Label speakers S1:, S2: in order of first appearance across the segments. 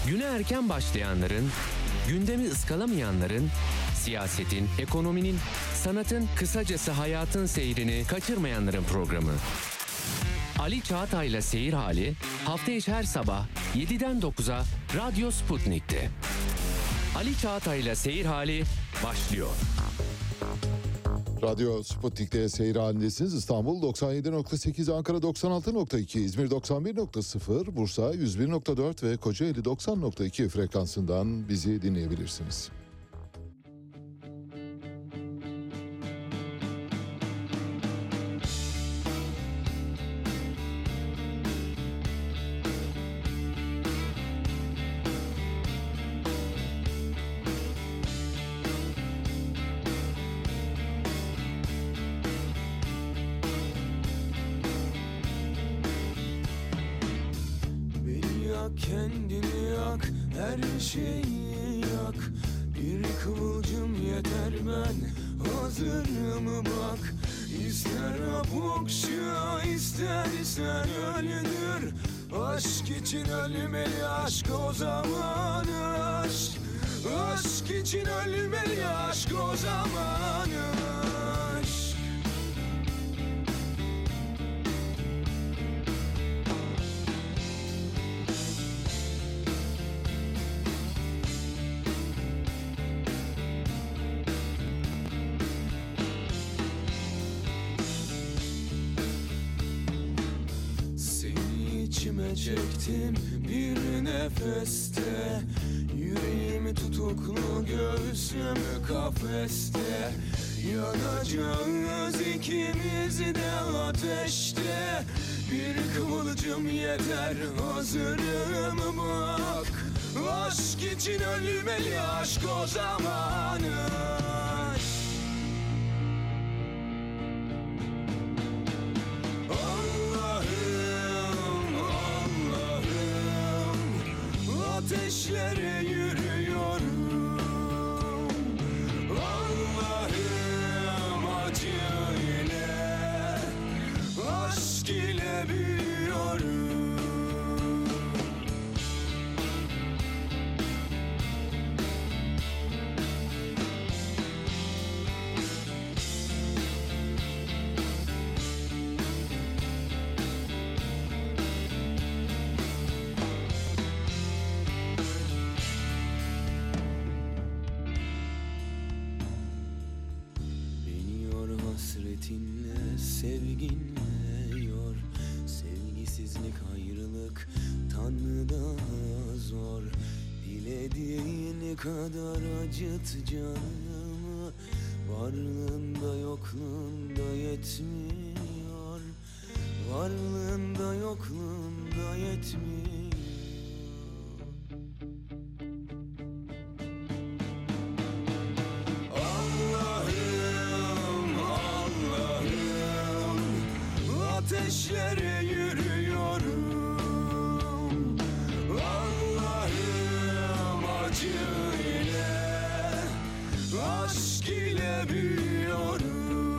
S1: Güne erken başlayanların, gündemi ıskalamayanların, siyasetin, ekonominin, sanatın, kısacası hayatın seyrini kaçırmayanların programı. Ali Çağatay'la Seyir Hali hafta içi her sabah 7'den 9'a Radyo Sputnik'te. Ali Çağatay'la Seyir Hali başlıyor.
S2: Radyo Sputnik'te seyir halindesiniz. İstanbul 97.8, Ankara 96.2, İzmir 91.0, Bursa 101.4 ve Kocaeli 90.2 frekansından bizi dinleyebilirsiniz.
S3: Kendini yak, her şeyi yak. Bir kıvılcım yeter, ben hazırım bak. İster apokşa, istersen öldür. Aşk için ölmeli aşk, o zaman aşk. Aşk için ölmeli aşk, o zaman aşk. İçime çektim bir nefeste, yüreğimi tutuklu, göğsüm kafeste. Yanacağız ikimiz de ateşte. Bir kıvılcım yeter, hazırım bak. Aşk için ölmeli aşk, o zaman aşk. Ateşlere yürüyorum, Allah'ım acı ile, aşk ile büyüyorum. Hasretinle, sevginle yor. Sevgisizlik, ayrılık Tanrı'da zor. Dilediğin kadar acıt canımı, varlığında yokluğunda yetmiyor. Varlığında yokluğunda yetmiyor. Ateşlere yürüyorum, Allah'ım acı ile, aşk ile büyüyorum.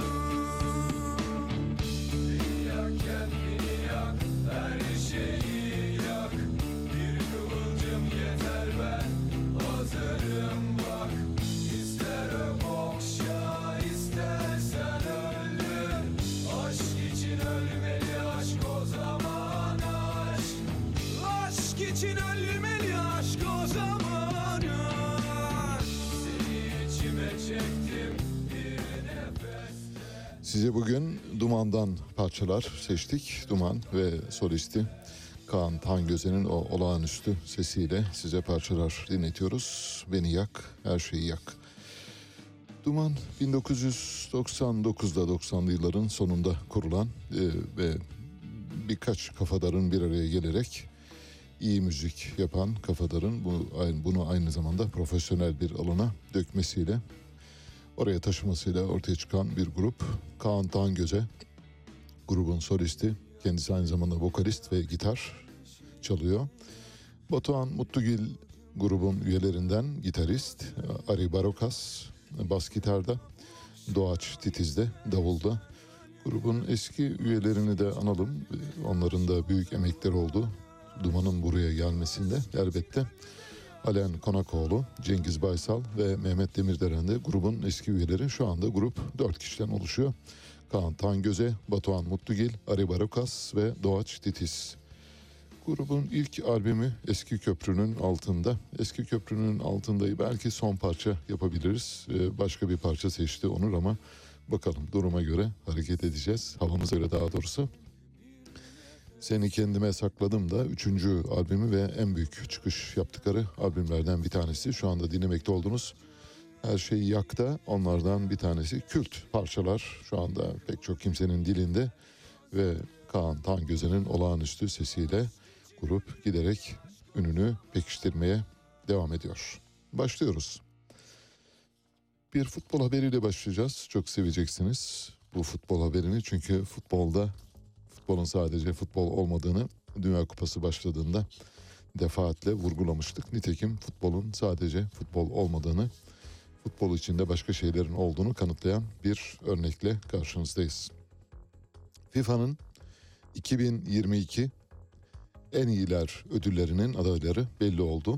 S3: Yak kendini yak, her şeyi yak. Bir kıvılcım yeter, ben hazırım bak. İster okşa, istersen öldür. Aşk için ölmeli aşk, o zaman aşk. Aşk için ölmeli aşk, o zaman aşk. Seni içime çektim bir nefeste.
S2: Size bugün Duman'dan parçalar seçtik. Duman ve solisti Kaan Tangöze'nin o olağanüstü sesiyle size parçalar dinletiyoruz. Beni yak, her şeyi yak. Duman 1999'da 90'lı yılların sonunda kurulan ve birkaç kafadarın bir araya gelerek iyi müzik yapan kafadarın bunu aynı zamanda profesyonel bir alana dökmesiyle, oraya taşımasıyla ortaya çıkan bir grup. Kaan Tangöze grubun solisti, kendisi aynı zamanda vokalist ve gitar çalıyor. Batuhan Mutlugil grubun üyelerinden gitarist, Ari Barokas bas gitarda, Doğaç Titiz'de davulda. Grubun eski üyelerini de analım. Onların da büyük emekleri oldu. Duman'ın buraya gelmesinde elbette Alen Konakoğlu, Cengiz Baysal ve Mehmet Demirderen de grubun eski üyeleri. Şu anda grup 4 kişiden oluşuyor. Kaan Tangöze, Batuhan Mutlugil, Ari Barokas ve Doğaç Titiz. Grubun ilk albümü Eski Köprünün Altında. Eski Köprünün Altında'yı belki son parça yapabiliriz. Başka bir parça seçti Onur ama bakalım duruma göre hareket edeceğiz. Havamıza göre daha doğrusu. Seni Kendime Sakladım da 3. albümü ve en büyük çıkış yaptıkları albümlerden bir tanesi. Şu anda dinlemekte olduğunuz Her Şeyi Yak da onlardan bir tanesi. Kült parçalar şu anda pek çok kimsenin dilinde ve Kaan Tangöze'nin olağanüstü sesiyle grup giderek ününü pekiştirmeye devam ediyor. Başlıyoruz. Bir futbol haberiyle başlayacağız. Çok seveceksiniz bu futbol haberini çünkü futbolun sadece futbol olmadığını Dünya Kupası başladığında defaatle vurgulamıştık. Nitekim futbolun sadece futbol olmadığını, futbol içinde başka şeylerin olduğunu kanıtlayan bir örnekle karşınızdayız. FIFA'nın 2022 En İyiler ödüllerinin adayları belli oldu.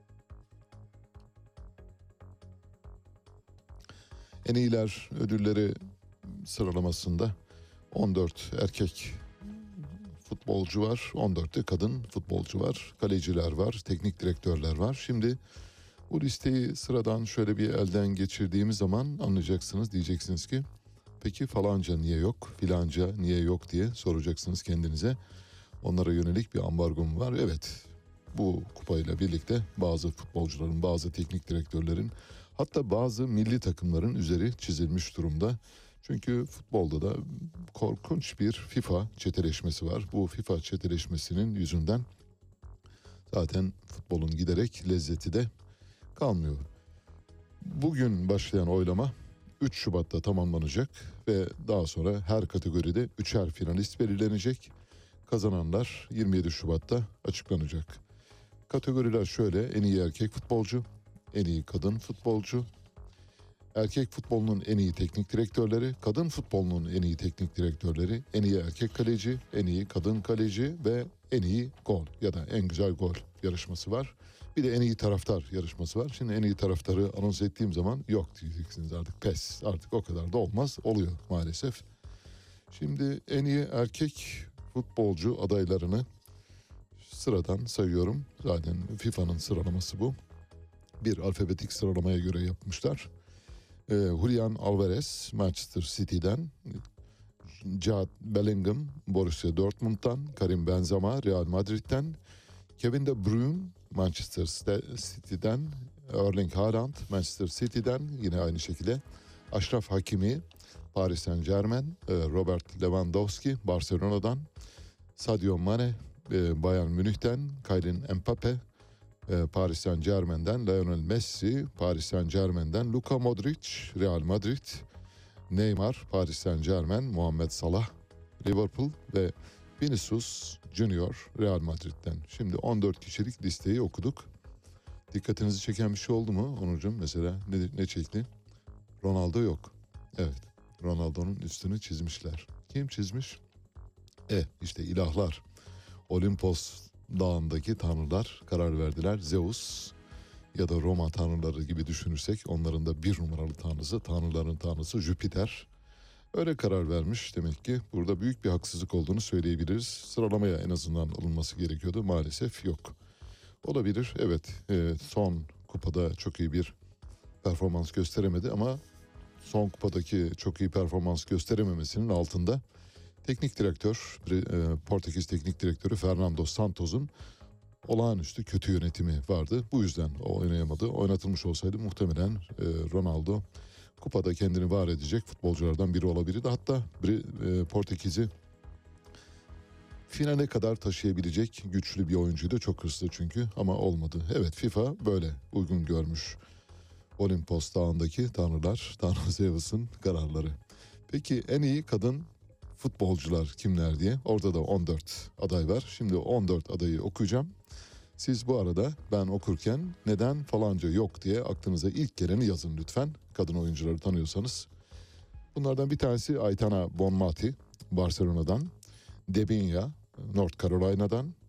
S2: En İyiler ödülleri sıralamasında 14 erkek futbolcu var, 14 de kadın futbolcu var, kaleciler var, teknik direktörler var. Şimdi bu listeyi sıradan şöyle bir elden geçirdiğimiz zaman anlayacaksınız, diyeceksiniz ki peki falanca niye yok, filanca niye yok diye soracaksınız kendinize. Onlara yönelik bir ambargom var. Evet, bu kupayla birlikte bazı futbolcuların, bazı teknik direktörlerin, hatta bazı milli takımların üzeri çizilmiş durumda. Çünkü futbolda da korkunç bir FIFA çeteleşmesi var. Bu FIFA çeteleşmesinin yüzünden zaten futbolun giderek lezzeti de kalmıyor. Bugün başlayan oylama 3 Şubat'ta tamamlanacak ve daha sonra her kategoride 3'er finalist belirlenecek. Kazananlar 27 Şubat'ta açıklanacak. Kategoriler şöyle: en iyi erkek futbolcu, en iyi kadın futbolcu, erkek futbolunun en iyi teknik direktörleri, kadın futbolunun en iyi teknik direktörleri, en iyi erkek kaleci, en iyi kadın kaleci ve en iyi gol ya da en güzel gol yarışması var. Bir de en iyi taraftar yarışması var. Şimdi en iyi taraftarı anons ettiğim zaman yok diyeceksiniz, artık pes, artık o kadar da olmaz, oluyor maalesef. Şimdi en iyi erkek futbolcu adaylarını sıradan sayıyorum. Zaten FIFA'nın sıralaması bu. Bir alfabetik sıralamaya göre yapmışlar. Julian Alvarez Manchester City'den, Jude Bellingham Borussia Dortmund'dan, Karim Benzema Real Madrid'den, Kevin De Bruyne Manchester City'den, Erling Haaland Manchester City'den, yine aynı şekilde Achraf Hakimi Paris Saint-Germain, Robert Lewandowski Barcelona'dan, Sadio Mane Bayern Münih'ten, Kylian Mbappe Paris Saint-Germain'den, Lionel Messi Paris Saint-Germain'den, Luka Modric Real Madrid, Neymar Paris Saint-Germain, Muhammed Salah Liverpool ve Vinicius Junior Real Madrid'den. Şimdi 14 kişilik listeyi okuduk. Dikkatinizi çeken bir şey oldu mu Onurcuğum? Mesela ne çekti? Ronaldo yok. Evet, Ronaldo'nun üstünü çizmişler. Kim çizmiş? İşte ilahlar. Olimpos dağındaki tanrılar karar verdiler. Zeus ya da Roma tanrıları gibi düşünürsek onların da bir numaralı tanrısı, tanrıların tanrısı Jüpiter. Öyle karar vermiş, demek ki burada büyük bir haksızlık olduğunu söyleyebiliriz. Sıralamaya en azından alınması gerekiyordu, maalesef yok. Olabilir, evet, son kupada çok iyi bir performans gösteremedi ama son kupadaki çok iyi performans gösterememesinin altında teknik direktör, Portekiz teknik direktörü Fernando Santos'un olağanüstü kötü yönetimi vardı. Bu yüzden o oynayamadı. Oynatılmış olsaydı muhtemelen Ronaldo kupada kendini var edecek futbolculardan biri olabilirdi. Hatta Portekiz'i finale kadar taşıyabilecek güçlü bir oyuncuydu. Çok hırslı çünkü, ama olmadı. Evet, FIFA böyle uygun görmüş. Olimpos dağındaki tanrılar, Tanrı Zeus'un kararları. Peki en iyi kadın futbolcular kimler diye, orada da 14 aday var. Şimdi 14 adayı okuyacağım. Siz bu arada ben okurken neden falanca yok diye aklınıza ilk geleni yazın lütfen. Kadın oyuncuları tanıyorsanız. Bunlardan bir tanesi Aitana Bonmati Barcelona'dan, Debinha North Carolina'dan,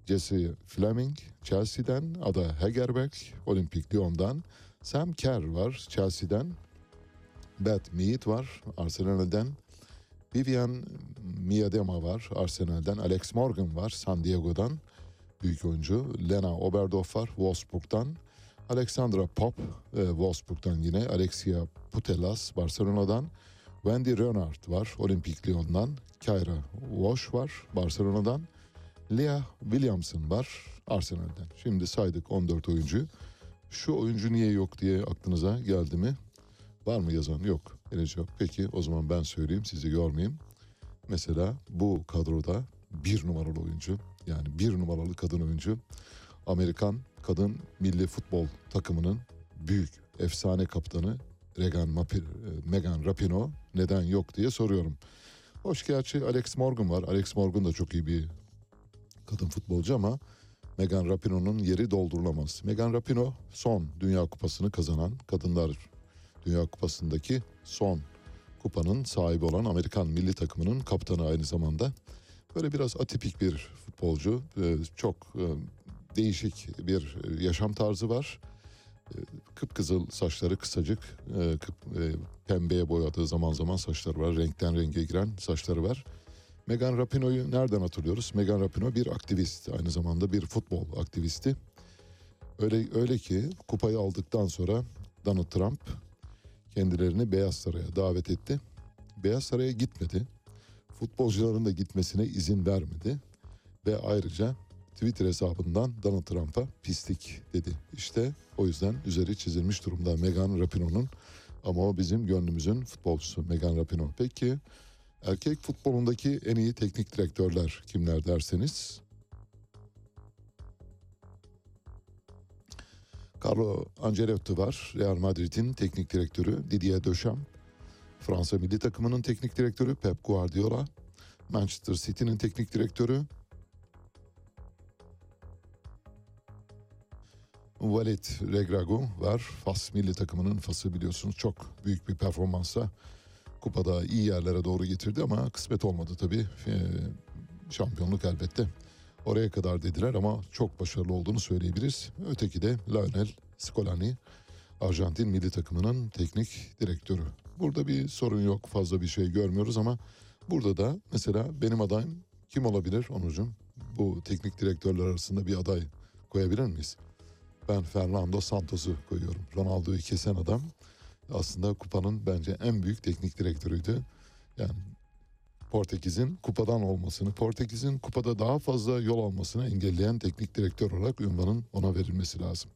S2: Jesse Fleming Chelsea'den, Ada Hegerberg Olimpik Lyon'dan, Sam Kerr var Chelsea'den, Beth Mead var Arsenal'den, Vivian Miedema var Arsenal'den, Alex Morgan var San Diego'dan, büyük oyuncu, Lena Oberdorf var Wolfsburg'dan, Alexandra Pop Wolfsburg'dan yine, Alexia Putellas Barcelona'dan, Wendy Renard var Olimpik Lyon'dan, Kyra Walsh var Barcelona'dan, Leah Williamson var Arsenal'den. Şimdi saydık 14 oyuncu. Şu oyuncu niye yok diye aklınıza geldi mi? Var mı yazan? Yok. Henüz yok. Peki o zaman ben söyleyeyim, sizi yormayayım. Mesela bu kadroda bir numaralı oyuncu, yani bir numaralı kadın oyuncu, Amerikan kadın milli futbol takımının büyük efsane kaptanı Megan Rapinoe neden yok diye soruyorum. Hoş, gerçi Alex Morgan var. Alex Morgan da çok iyi bir kadın futbolcu ama Megan Rapinoe'nun yeri doldurulamaz. Megan Rapinoe son Dünya Kupası'nı kazanan, Kadınlar Dünya Kupası'ndaki son kupanın sahibi olan Amerikan milli takımının kaptanı aynı zamanda. Böyle biraz atipik bir futbolcu. Çok değişik bir yaşam tarzı var. Kıpkızıl saçları, kısacık, pembeye boyadığı zaman zaman saçları var. Renkten renge giren saçları var. Megan Rapinoe'yu nereden hatırlıyoruz? Megan Rapinoe bir aktivist, aynı zamanda bir futbol aktivisti. Öyle ki kupayı aldıktan sonra Donald Trump kendilerini Beyaz Saray'a davet etti. Beyaz Saray'a gitmedi. Futbolcuların da gitmesine izin vermedi. Ve ayrıca Twitter hesabından Donald Trump'a pislik dedi. İşte o yüzden üzeri çizilmiş durumda Megan Rapinoe'nun. Ama o bizim gönlümüzün futbolcusu Megan Rapinoe. Peki erkek futbolundaki en iyi teknik direktörler kimler derseniz? Carlo Ancelotti var, Real Madrid'in teknik direktörü. Didier Deschamps, Fransa milli takımının teknik direktörü. Pep Guardiola, Manchester City'nin teknik direktörü. Walid Regragui var, Fas milli takımının. Fas'ı biliyorsunuz çok büyük bir performansla kupada iyi yerlere doğru getirdi ama kısmet olmadı tabii. Şampiyonluk elbette oraya kadar dediler ama çok başarılı olduğunu söyleyebiliriz. Öteki de Lionel Scaloni, Arjantin milli takımının teknik direktörü. Burada bir sorun yok, fazla bir şey görmüyoruz ama burada da mesela benim adayım kim olabilir Onurcuğum? Bu teknik direktörler arasında bir aday koyabilir miyiz? Ben Fernando Santos'u koyuyorum. Ronaldo'yu kesen adam aslında kupanın bence en büyük teknik direktörüydü. Yani Portekiz'in kupadan olmasını, Portekiz'in kupada daha fazla yol almasını engelleyen teknik direktör olarak ünvanın ona verilmesi lazım.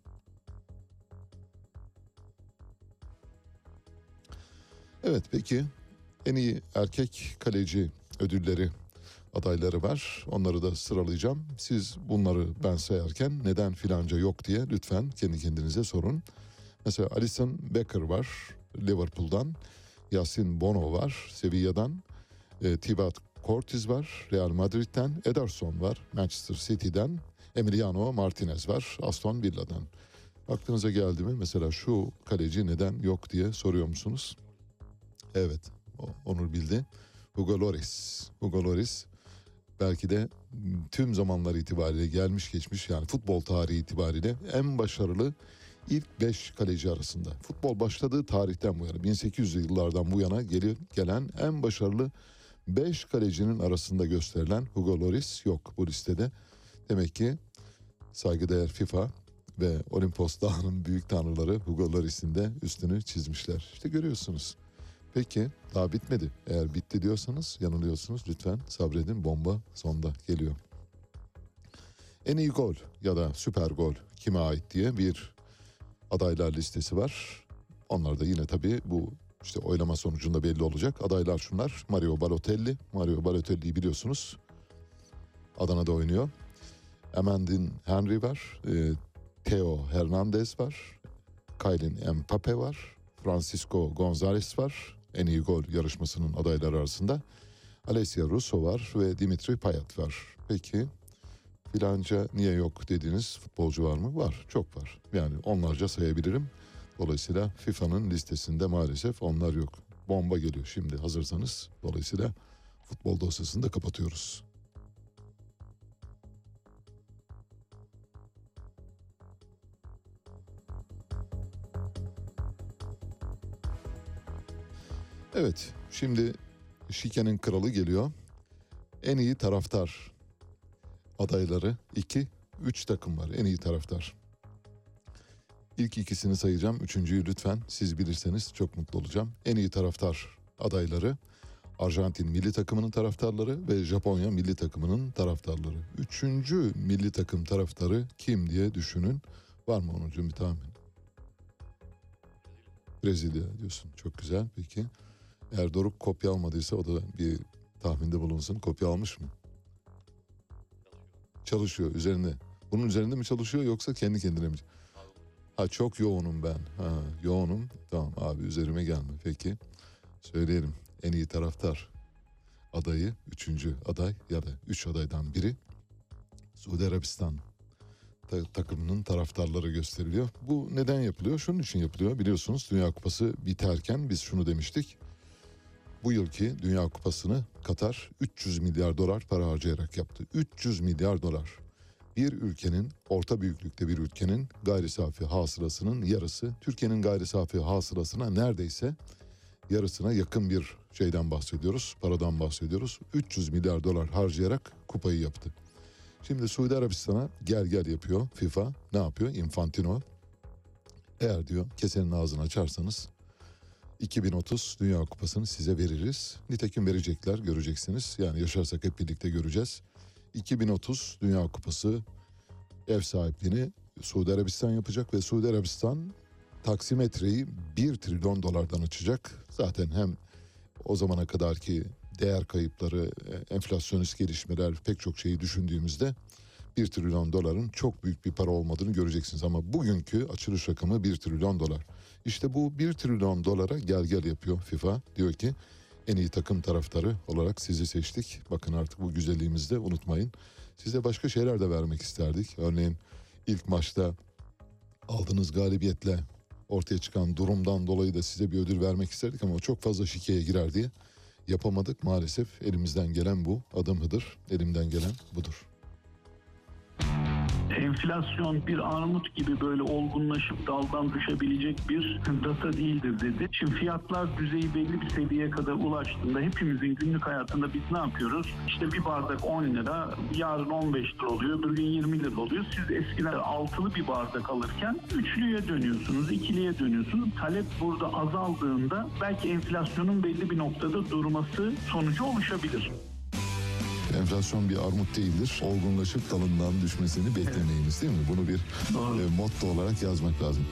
S2: Evet, peki en iyi erkek kaleci ödülleri adayları var. Onları da sıralayacağım. Siz bunları ben sayarken neden filanca yok diye lütfen kendi kendinize sorun. Mesela Alisson Becker var Liverpool'dan. Yasin Bono var Sevilla'dan. Thibaut Courtois var Real Madrid'den. Ederson var Manchester City'den. Emiliano Martinez var Aston Villa'dan. Aklınıza geldi mi? Mesela şu kaleci neden yok diye soruyor musunuz? Evet, Onur bildi. Hugo Lloris. Hugo Lloris belki de tüm zamanlar itibariyle gelmiş geçmiş, yani futbol tarihi itibariyle en başarılı ilk 5 kaleci arasında. Futbol başladığı tarihten bu yana, 1800'lü yıllardan bu yana gelen en başarılı 5 kalecinin arasında gösterilen Hugo Lloris yok bu listede. Demek ki saygıdeğer FIFA ve Olimpos Dağı'nın büyük tanrıları Hugo Lloris'in de üstünü çizmişler. İşte görüyorsunuz. Peki daha bitmedi. Eğer bitti diyorsanız yanılıyorsunuz. Lütfen sabredin, bomba sonda geliyor. En iyi gol ya da süper gol kime ait diye bir adaylar listesi var. Onlar da yine tabii bu işte oylama sonucunda belli olacak. Adaylar şunlar: Mario Balotelli. Mario Balotelli'yi biliyorsunuz. Adana'da oynuyor. Amandine Henry var. Theo Hernandez var. Kylian Mbappe var. Francisco Gonzalez var. En iyi gol yarışmasının adayları arasında. Alessia Russo var ve Dimitri Payet var. Peki filanca niye yok dediğiniz futbolcu var mı? Var, çok var. Yani onlarca sayabilirim. Dolayısıyla FIFA'nın listesinde maalesef onlar yok. Bomba geliyor şimdi hazırsanız. Dolayısıyla futbol dosyasını da kapatıyoruz. Evet, şimdi şikenin kralı geliyor. En iyi taraftar adayları 3 takım var. En iyi taraftar. İlk ikisini sayacağım. Üçüncüyü lütfen siz bilirseniz çok mutlu olacağım. En iyi taraftar adayları Arjantin milli takımının taraftarları ve Japonya milli takımının taraftarları. Üçüncü milli takım taraftarı kim diye düşünün. Var mı onun için bir tahmin? Brezilya diyorsun. Çok güzel. Peki. Eğer Doruk kopya almadıysa o da bir tahminde bulunsun. Kopya almış mı? Çalışıyor üzerinde. Bunun üzerinde mi çalışıyor yoksa kendi kendine mi? Ha, çok yoğunum ben. Ha, yoğunum. Tamam abi, üzerime gelme. Peki. Söyleyelim. En iyi taraftar adayı, üçüncü aday ya da 3 adaydan biri Suudi Arabistan takımının taraftarları gösteriliyor. Bu neden yapılıyor? Şunun için yapılıyor. Biliyorsunuz Dünya Kupası biterken biz şunu demiştik. Bu yılki Dünya Kupası'nı Katar 300 milyar dolar para harcayarak yaptı. 300 milyar dolar. Bir ülkenin, orta büyüklükte bir ülkenin gayri safi hasılasının yarısı, Türkiye'nin gayri safi hasılasına neredeyse yarısına yakın bir şeyden bahsediyoruz, paradan bahsediyoruz. 300 milyar dolar harcayarak kupayı yaptı. Şimdi Suudi Arabistan'a gel yapıyor FIFA. Ne yapıyor? Infantino. Eğer diyor kesenin ağzını açarsanız 2030 Dünya Kupası'nı size veririz. Nitekim verecekler, göreceksiniz. Yani yaşarsak hep birlikte göreceğiz. 2030 Dünya Kupası ev sahipliğini Suudi Arabistan yapacak ve Suudi Arabistan taksimetreyi 1 trilyon dolardan açacak. Zaten hem o zamana kadarki değer kayıpları, enflasyonist gelişmeler, pek çok şeyi düşündüğümüzde 1 trilyon doların çok büyük bir para olmadığını göreceksiniz. Ama bugünkü açılış rakamı 1 trilyon dolar. İşte bu 1 trilyon dolara gel yapıyor FIFA. Diyor ki en iyi takım taraftarı olarak sizi seçtik. Bakın artık bu güzelliğimizi de unutmayın. Size başka şeyler de vermek isterdik. Örneğin ilk maçta aldığınız galibiyetle ortaya çıkan durumdan dolayı da size bir ödül vermek isterdik ama çok fazla şikeye girer diye yapamadık. Maalesef elimizden gelen bu. Adım Hıdır. Elimden gelen budur.
S4: Enflasyon bir armut gibi böyle olgunlaşıp daldan düşebilecek bir data değildir dedi. Şimdi fiyatlar düzeyi belli bir seviyeye kadar ulaştığında hepimizin günlük hayatında biz ne yapıyoruz? İşte bir bardak 10 lira, yarın 15 lira oluyor, öbür gün 20 lira oluyor. Siz eskiden altılı bir bardak alırken üçlüye dönüyorsunuz, ikiliye dönüyorsunuz. Talep burada azaldığında belki enflasyonun belli bir noktada durması sonucu oluşabilir.
S2: Enflasyon bir armut değildir. Olgunlaşıp dalından düşmesini beklemeyiniz, değil mi? Bunu bir motto olarak yazmak lazım.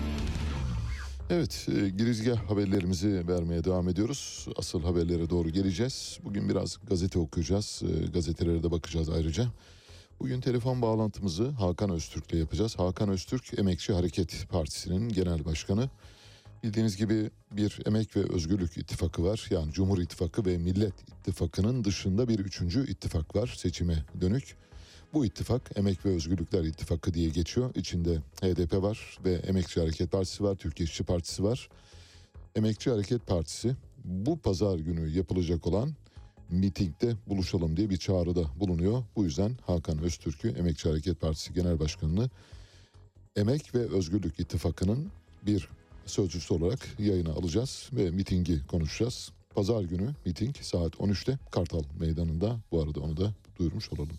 S2: Evet, girizgah haberlerimizi vermeye devam ediyoruz. Asıl haberlere doğru geleceğiz. Bugün biraz gazete okuyacağız. Gazetelere de bakacağız ayrıca. Bugün telefon bağlantımızı Hakan Öztürk'le yapacağız. Hakan Öztürk, Emekçi Hareket Partisi'nin genel başkanı. Bildiğiniz gibi bir Emek ve Özgürlük İttifakı var. Yani Cumhur İttifakı ve Millet İttifakı'nın dışında bir üçüncü ittifak var seçime dönük. Bu ittifak Emek ve Özgürlükler İttifakı diye geçiyor. İçinde HDP var ve Emekçi Hareket Partisi var, Türkiye İşçi Partisi var. Emekçi Hareket Partisi bu pazar günü yapılacak olan mitingde buluşalım diye bir çağrıda bulunuyor. Bu yüzden Hakan Öztürk'ü, Emekçi Hareket Partisi Genel Başkanı'nı, Emek ve Özgürlük İttifakı'nın bir sözcüsü olarak yayına alacağız ve mitingi konuşacağız. Pazar günü miting saat 13'te Kartal Meydanı'nda, bu arada onu da duyurmuş olalım.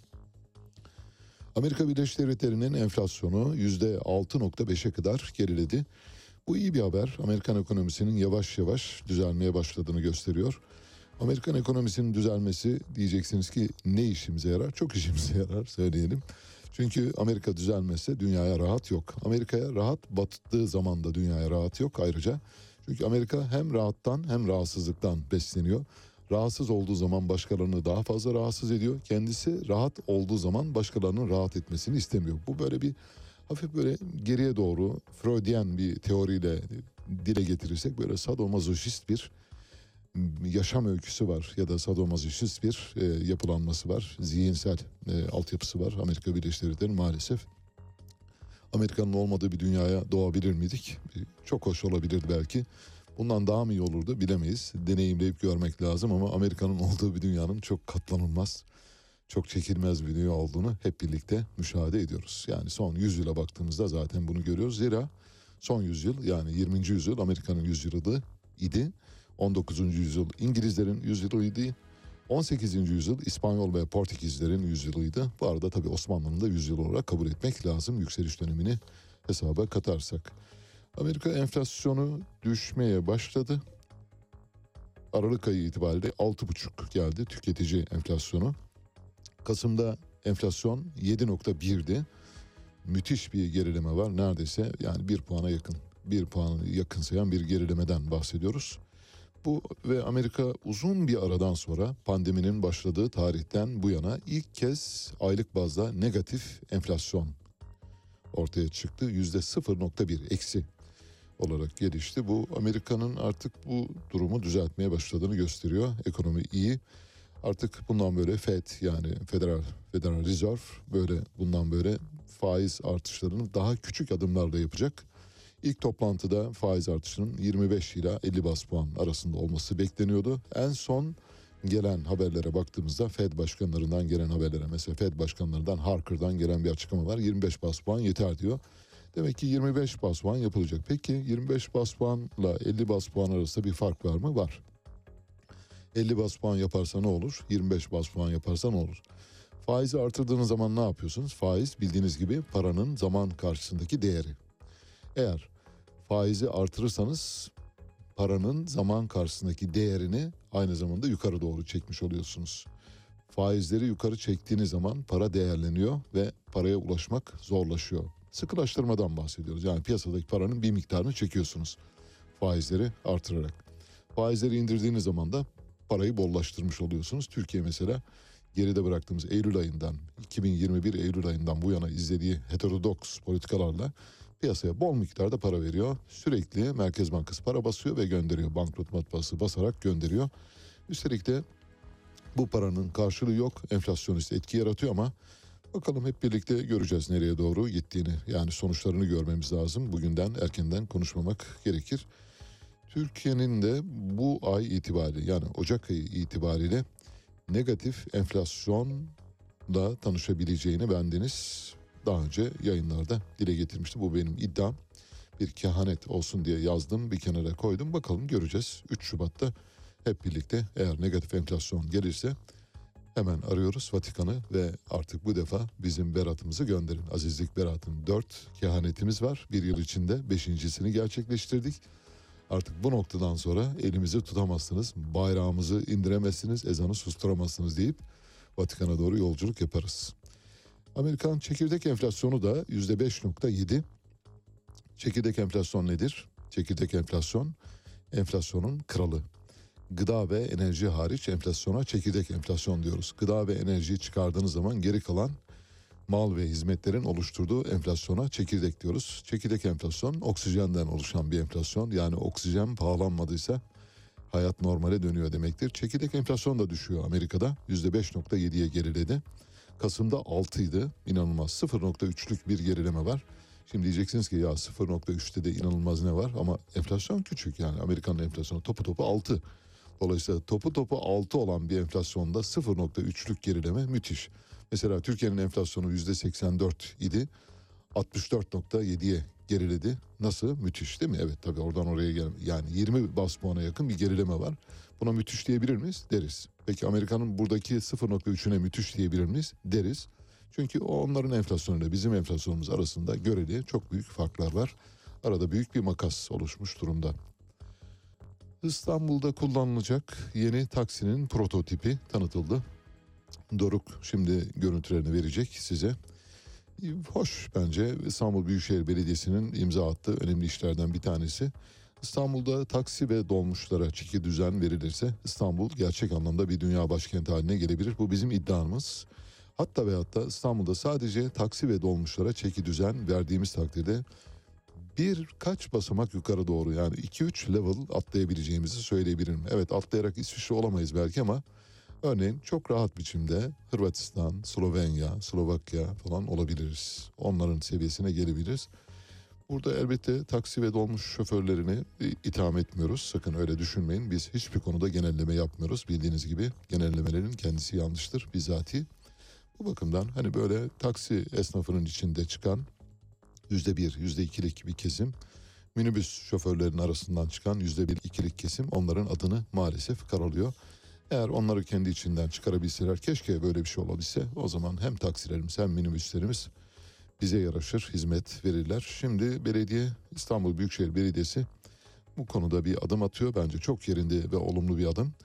S2: Amerika Birleşik Devletleri'nin enflasyonu %6.5'e kadar geriledi. Bu iyi bir haber. Amerikan ekonomisinin yavaş yavaş düzelmeye başladığını gösteriyor. Amerikan ekonomisinin düzelmesi diyeceksiniz ki ne işimize yarar? Çok işimize yarar, söyleyelim. Çünkü Amerika düzelmezse dünyaya rahat yok. Amerika'ya rahat battığı zaman da dünyaya rahat yok ayrıca. Çünkü Amerika hem rahattan hem rahatsızlıktan besleniyor. Rahatsız olduğu zaman başkalarını daha fazla rahatsız ediyor. Kendisi rahat olduğu zaman başkalarının rahat etmesini istemiyor. Bu böyle bir hafif böyle geriye doğru Freudian bir teoriyle dile getirirsek böyle sadomazoşist bir yaşam öyküsü var ya da sadomazoşist bir yapılanması var. Zihinsel altyapısı var Amerika Birleşik Devletleri'nin maalesef. Amerika'nın olmadığı bir dünyaya doğabilir miydik? Çok hoş olabilirdi belki. Bundan daha mı iyi olurdu bilemeyiz. Deneyimleyip görmek lazım ama Amerika'nın olduğu bir dünyanın çok katlanılmaz, çok çekilmez bir dünya olduğunu hep birlikte müşahede ediyoruz. Yani son 100 yıla baktığımızda zaten bunu görüyoruz. Zira son yüzyıl yani 20. yüzyıl Amerika'nın yüzyılı idi. 19. yüzyıl İngilizlerin yüzyılıydı. 18. yüzyıl İspanyol ve Portekizlerin yüzyılıydı. Bu arada tabii Osmanlı'nın da yüzyıl olarak kabul etmek lazım yükseliş dönemini hesaba katarsak. Amerika enflasyonu düşmeye başladı. Aralık ayı itibariyle 6,5 geldi tüketici enflasyonu. Kasım'da enflasyon 7,1'di. Müthiş bir gerileme var. Neredeyse yani 1 puana yakın. 1 puanı yakınsayan bir gerilemeden bahsediyoruz. Bu ve Amerika uzun bir aradan sonra pandeminin başladığı tarihten bu yana ilk kez aylık bazda negatif enflasyon ortaya çıktı. %0,1 eksi olarak gelişti. Bu Amerika'nın artık bu durumu düzeltmeye başladığını gösteriyor. Ekonomi iyi. Artık bundan böyle FED yani Federal Reserve böyle bundan böyle faiz artışlarını daha küçük adımlarla yapacak. İlk toplantıda faiz artışının 25 ila 50 bas puan arasında olması bekleniyordu. En son gelen haberlere baktığımızda Fed başkanlarından gelen haberlere mesela Fed başkanlarından Harker'dan gelen bir açıklama var. 25 bas puan yeter diyor. Demek ki 25 bas puan yapılacak. Peki 25 bas puanla 50 bas puan arasında bir fark var mı? Var. 50 bas puan yaparsa ne olur? 25 bas puan yaparsa ne olur? Faizi artırdığınız zaman ne yapıyorsunuz? Faiz bildiğiniz gibi paranın zaman karşısındaki değeri. Eğer faizi artırırsanız paranın zaman karşısındaki değerini aynı zamanda yukarı doğru çekmiş oluyorsunuz. Faizleri yukarı çektiğiniz zaman para değerleniyor ve paraya ulaşmak zorlaşıyor. Sıkılaştırmadan bahsediyoruz. Yani piyasadaki paranın bir miktarını çekiyorsunuz faizleri artırarak. Faizleri indirdiğiniz zaman da parayı bollaştırmış oluyorsunuz. Türkiye mesela geride bıraktığımız Eylül ayından 2021 Eylül ayından bu yana izlediği heterodoks politikalarla piyasaya bol miktarda para veriyor. Sürekli Merkez Bankası para basıyor ve gönderiyor. Banknot matbaası basarak gönderiyor. Üstelik de bu paranın karşılığı yok. Enflasyonist etki yaratıyor ama bakalım hep birlikte göreceğiz nereye doğru gittiğini. Yani sonuçlarını görmemiz lazım. Bugünden erkenden konuşmamak gerekir. Türkiye'nin de bu ay itibariyle yani Ocak ayı itibariyle negatif enflasyonla tanışabileceğini bendeniz daha önce yayınlarda dile getirmiştim. Bu benim iddiam. Bir kehanet olsun diye yazdım, bir kenara koydum. Bakalım göreceğiz. 3 Şubat'ta hep birlikte eğer negatif enflasyon gelirse hemen arıyoruz Vatikan'ı ve artık bu defa bizim beratımızı gönderin. Azizlik beratın 4 kehanetimiz var. Bir yıl içinde 5.'sini gerçekleştirdik. Artık bu noktadan sonra elimizi tutamazsınız, bayrağımızı indiremezsiniz, ezanı susturamazsınız deyip Vatikan'a doğru yolculuk yaparız. Amerikan çekirdek enflasyonu da %5,7. Çekirdek enflasyon nedir? Çekirdek enflasyon, enflasyonun kralı. Gıda ve enerji hariç enflasyona çekirdek enflasyon diyoruz. Gıda ve enerjiyi çıkardığınız zaman geri kalan mal ve hizmetlerin oluşturduğu enflasyona çekirdek diyoruz. Çekirdek enflasyon oksijenden oluşan bir enflasyon. Yani oksijen pahalanmadıysa hayat normale dönüyor demektir. Çekirdek enflasyon da düşüyor Amerika'da. %5,7'ye geriledi. Kasım'da 6'ydı. İnanılmaz. 0,3'lük bir gerileme var. Şimdi diyeceksiniz ki ya 0,3'te de inanılmaz ne var? Ama enflasyon küçük yani. Amerika'nın enflasyonu topu 6. Dolayısıyla topu 6 olan bir enflasyonda 0,3'lük gerileme müthiş. Mesela Türkiye'nin enflasyonu %84 idi. 64,7'ye geriledi. Nasıl? Müthiş değil mi? Evet tabii oradan oraya yani 20 bas puana yakın bir gerileme var. Buna müthiş diyebilir miyiz? Deriz. Peki Amerika'nın buradaki 0,3'üne müthiş diyebilir miyiz? Deriz. Çünkü onların enflasyonuyla bizim enflasyonumuz arasında göreli çok büyük farklar var. Arada büyük bir makas oluşmuş durumda. İstanbul'da kullanılacak yeni taksinin prototipi tanıtıldı. Doruk şimdi görüntülerini verecek size. Hoş bence. İstanbul Büyükşehir Belediyesi'nin imza attığı önemli işlerden bir tanesi. İstanbul'da taksi ve dolmuşlara çeki düzen verilirse İstanbul gerçek anlamda bir dünya başkenti haline gelebilir. Bu bizim iddiamız. Hatta ve hatta İstanbul'da sadece taksi ve dolmuşlara çeki düzen verdiğimiz takdirde birkaç basamak yukarı doğru yani 2-3 level atlayabileceğimizi söyleyebilirim. Evet atlayarak İsviçre olamayız belki ama örneğin çok rahat biçimde Hırvatistan, Slovenya, Slovakya falan olabiliriz. Onların seviyesine gelebiliriz. Burada elbette taksi ve dolmuş şoförlerini itham etmiyoruz. Sakın öyle düşünmeyin. Biz hiçbir konuda genelleme yapmıyoruz. Bildiğiniz gibi genellemelerin kendisi yanlıştır bizatihi. Bu bakımdan hani böyle taksi esnafının içinde çıkan %1, %2'lik bir kesim minibüs şoförlerinin arasından çıkan %1-2'lik kesim onların adını maalesef karalıyor. Eğer onları kendi içinden çıkarabilseler, keşke böyle bir şey olabilse, o zaman hem taksilerimiz hem minibüslerimiz bize yaraşır, hizmet verirler. Şimdi İstanbul Büyükşehir Belediyesi bu konuda bir adım atıyor. Bence çok yerinde ve olumlu bir adım.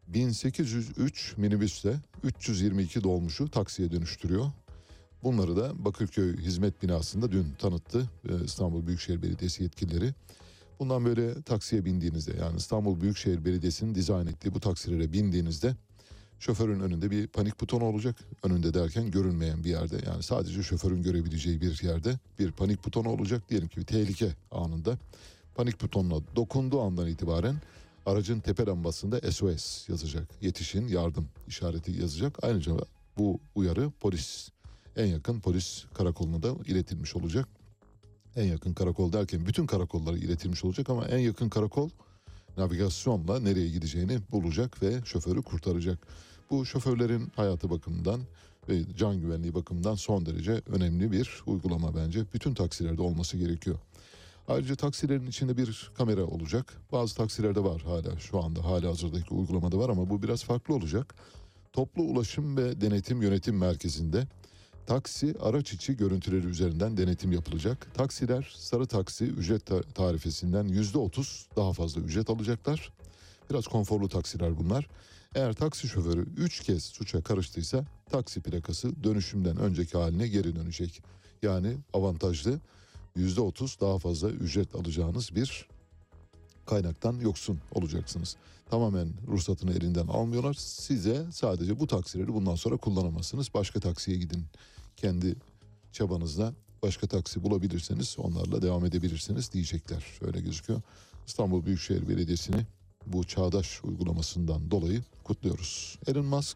S2: 1803 minibüsle 322 dolmuşu taksiye dönüştürüyor. Bunları da Bakırköy Hizmet Binası'nda dün tanıttı İstanbul Büyükşehir Belediyesi yetkilileri. Bundan böyle taksiye bindiğinizde, yani İstanbul Büyükşehir Belediyesi'nin dizayn ettiği bu taksilere bindiğinizde şoförün önünde bir panik butonu olacak. Önünde derken görünmeyen bir yerde, yani sadece şoförün görebileceği bir yerde bir panik butonu olacak. Diyelim ki bir tehlike anında panik butonuna dokunduğu andan itibaren aracın tepe lambasında SOS yazacak. Yetişin, yardım işareti yazacak. Ayrıca bu uyarı en yakın polis karakoluna da iletilmiş olacak. En yakın karakol derken bütün karakollara iletilmiş olacak ama en yakın karakol navigasyonla nereye gideceğini bulacak ve şoförü kurtaracak. Bu şoförlerin hayatı bakımından ve can güvenliği bakımından son derece önemli bir uygulama bence. Bütün taksilerde olması gerekiyor. Ayrıca taksilerin içinde bir kamera olacak. Bazı taksilerde var hala, şu anda halihazırdaki uygulamada var ama bu biraz farklı olacak. Toplu Ulaşım ve Denetim Yönetim Merkezi'nde taksi araç içi görüntüleri üzerinden denetim yapılacak. Taksiler sarı taksi ücret tarifesinden %30 daha fazla ücret alacaklar. Biraz konforlu taksiler bunlar. Eğer taksi şoförü 3 kez suça karıştıysa taksi plakası dönüşümden önceki haline geri dönecek. Yani avantajlı, %30 daha fazla ücret alacağınız bir kaynaktan yoksun olacaksınız. Tamamen ruhsatını elinden almıyorlar. Size sadece bu taksileri bundan sonra kullanamazsınız. Başka taksiye gidin. Kendi çabanızla başka taksi bulabilirseniz onlarla devam edebilirsiniz diyecekler. Öyle gözüküyor. İstanbul Büyükşehir Belediyesi'ni bu çağdaş uygulamasından dolayı kutluyoruz. Elon Musk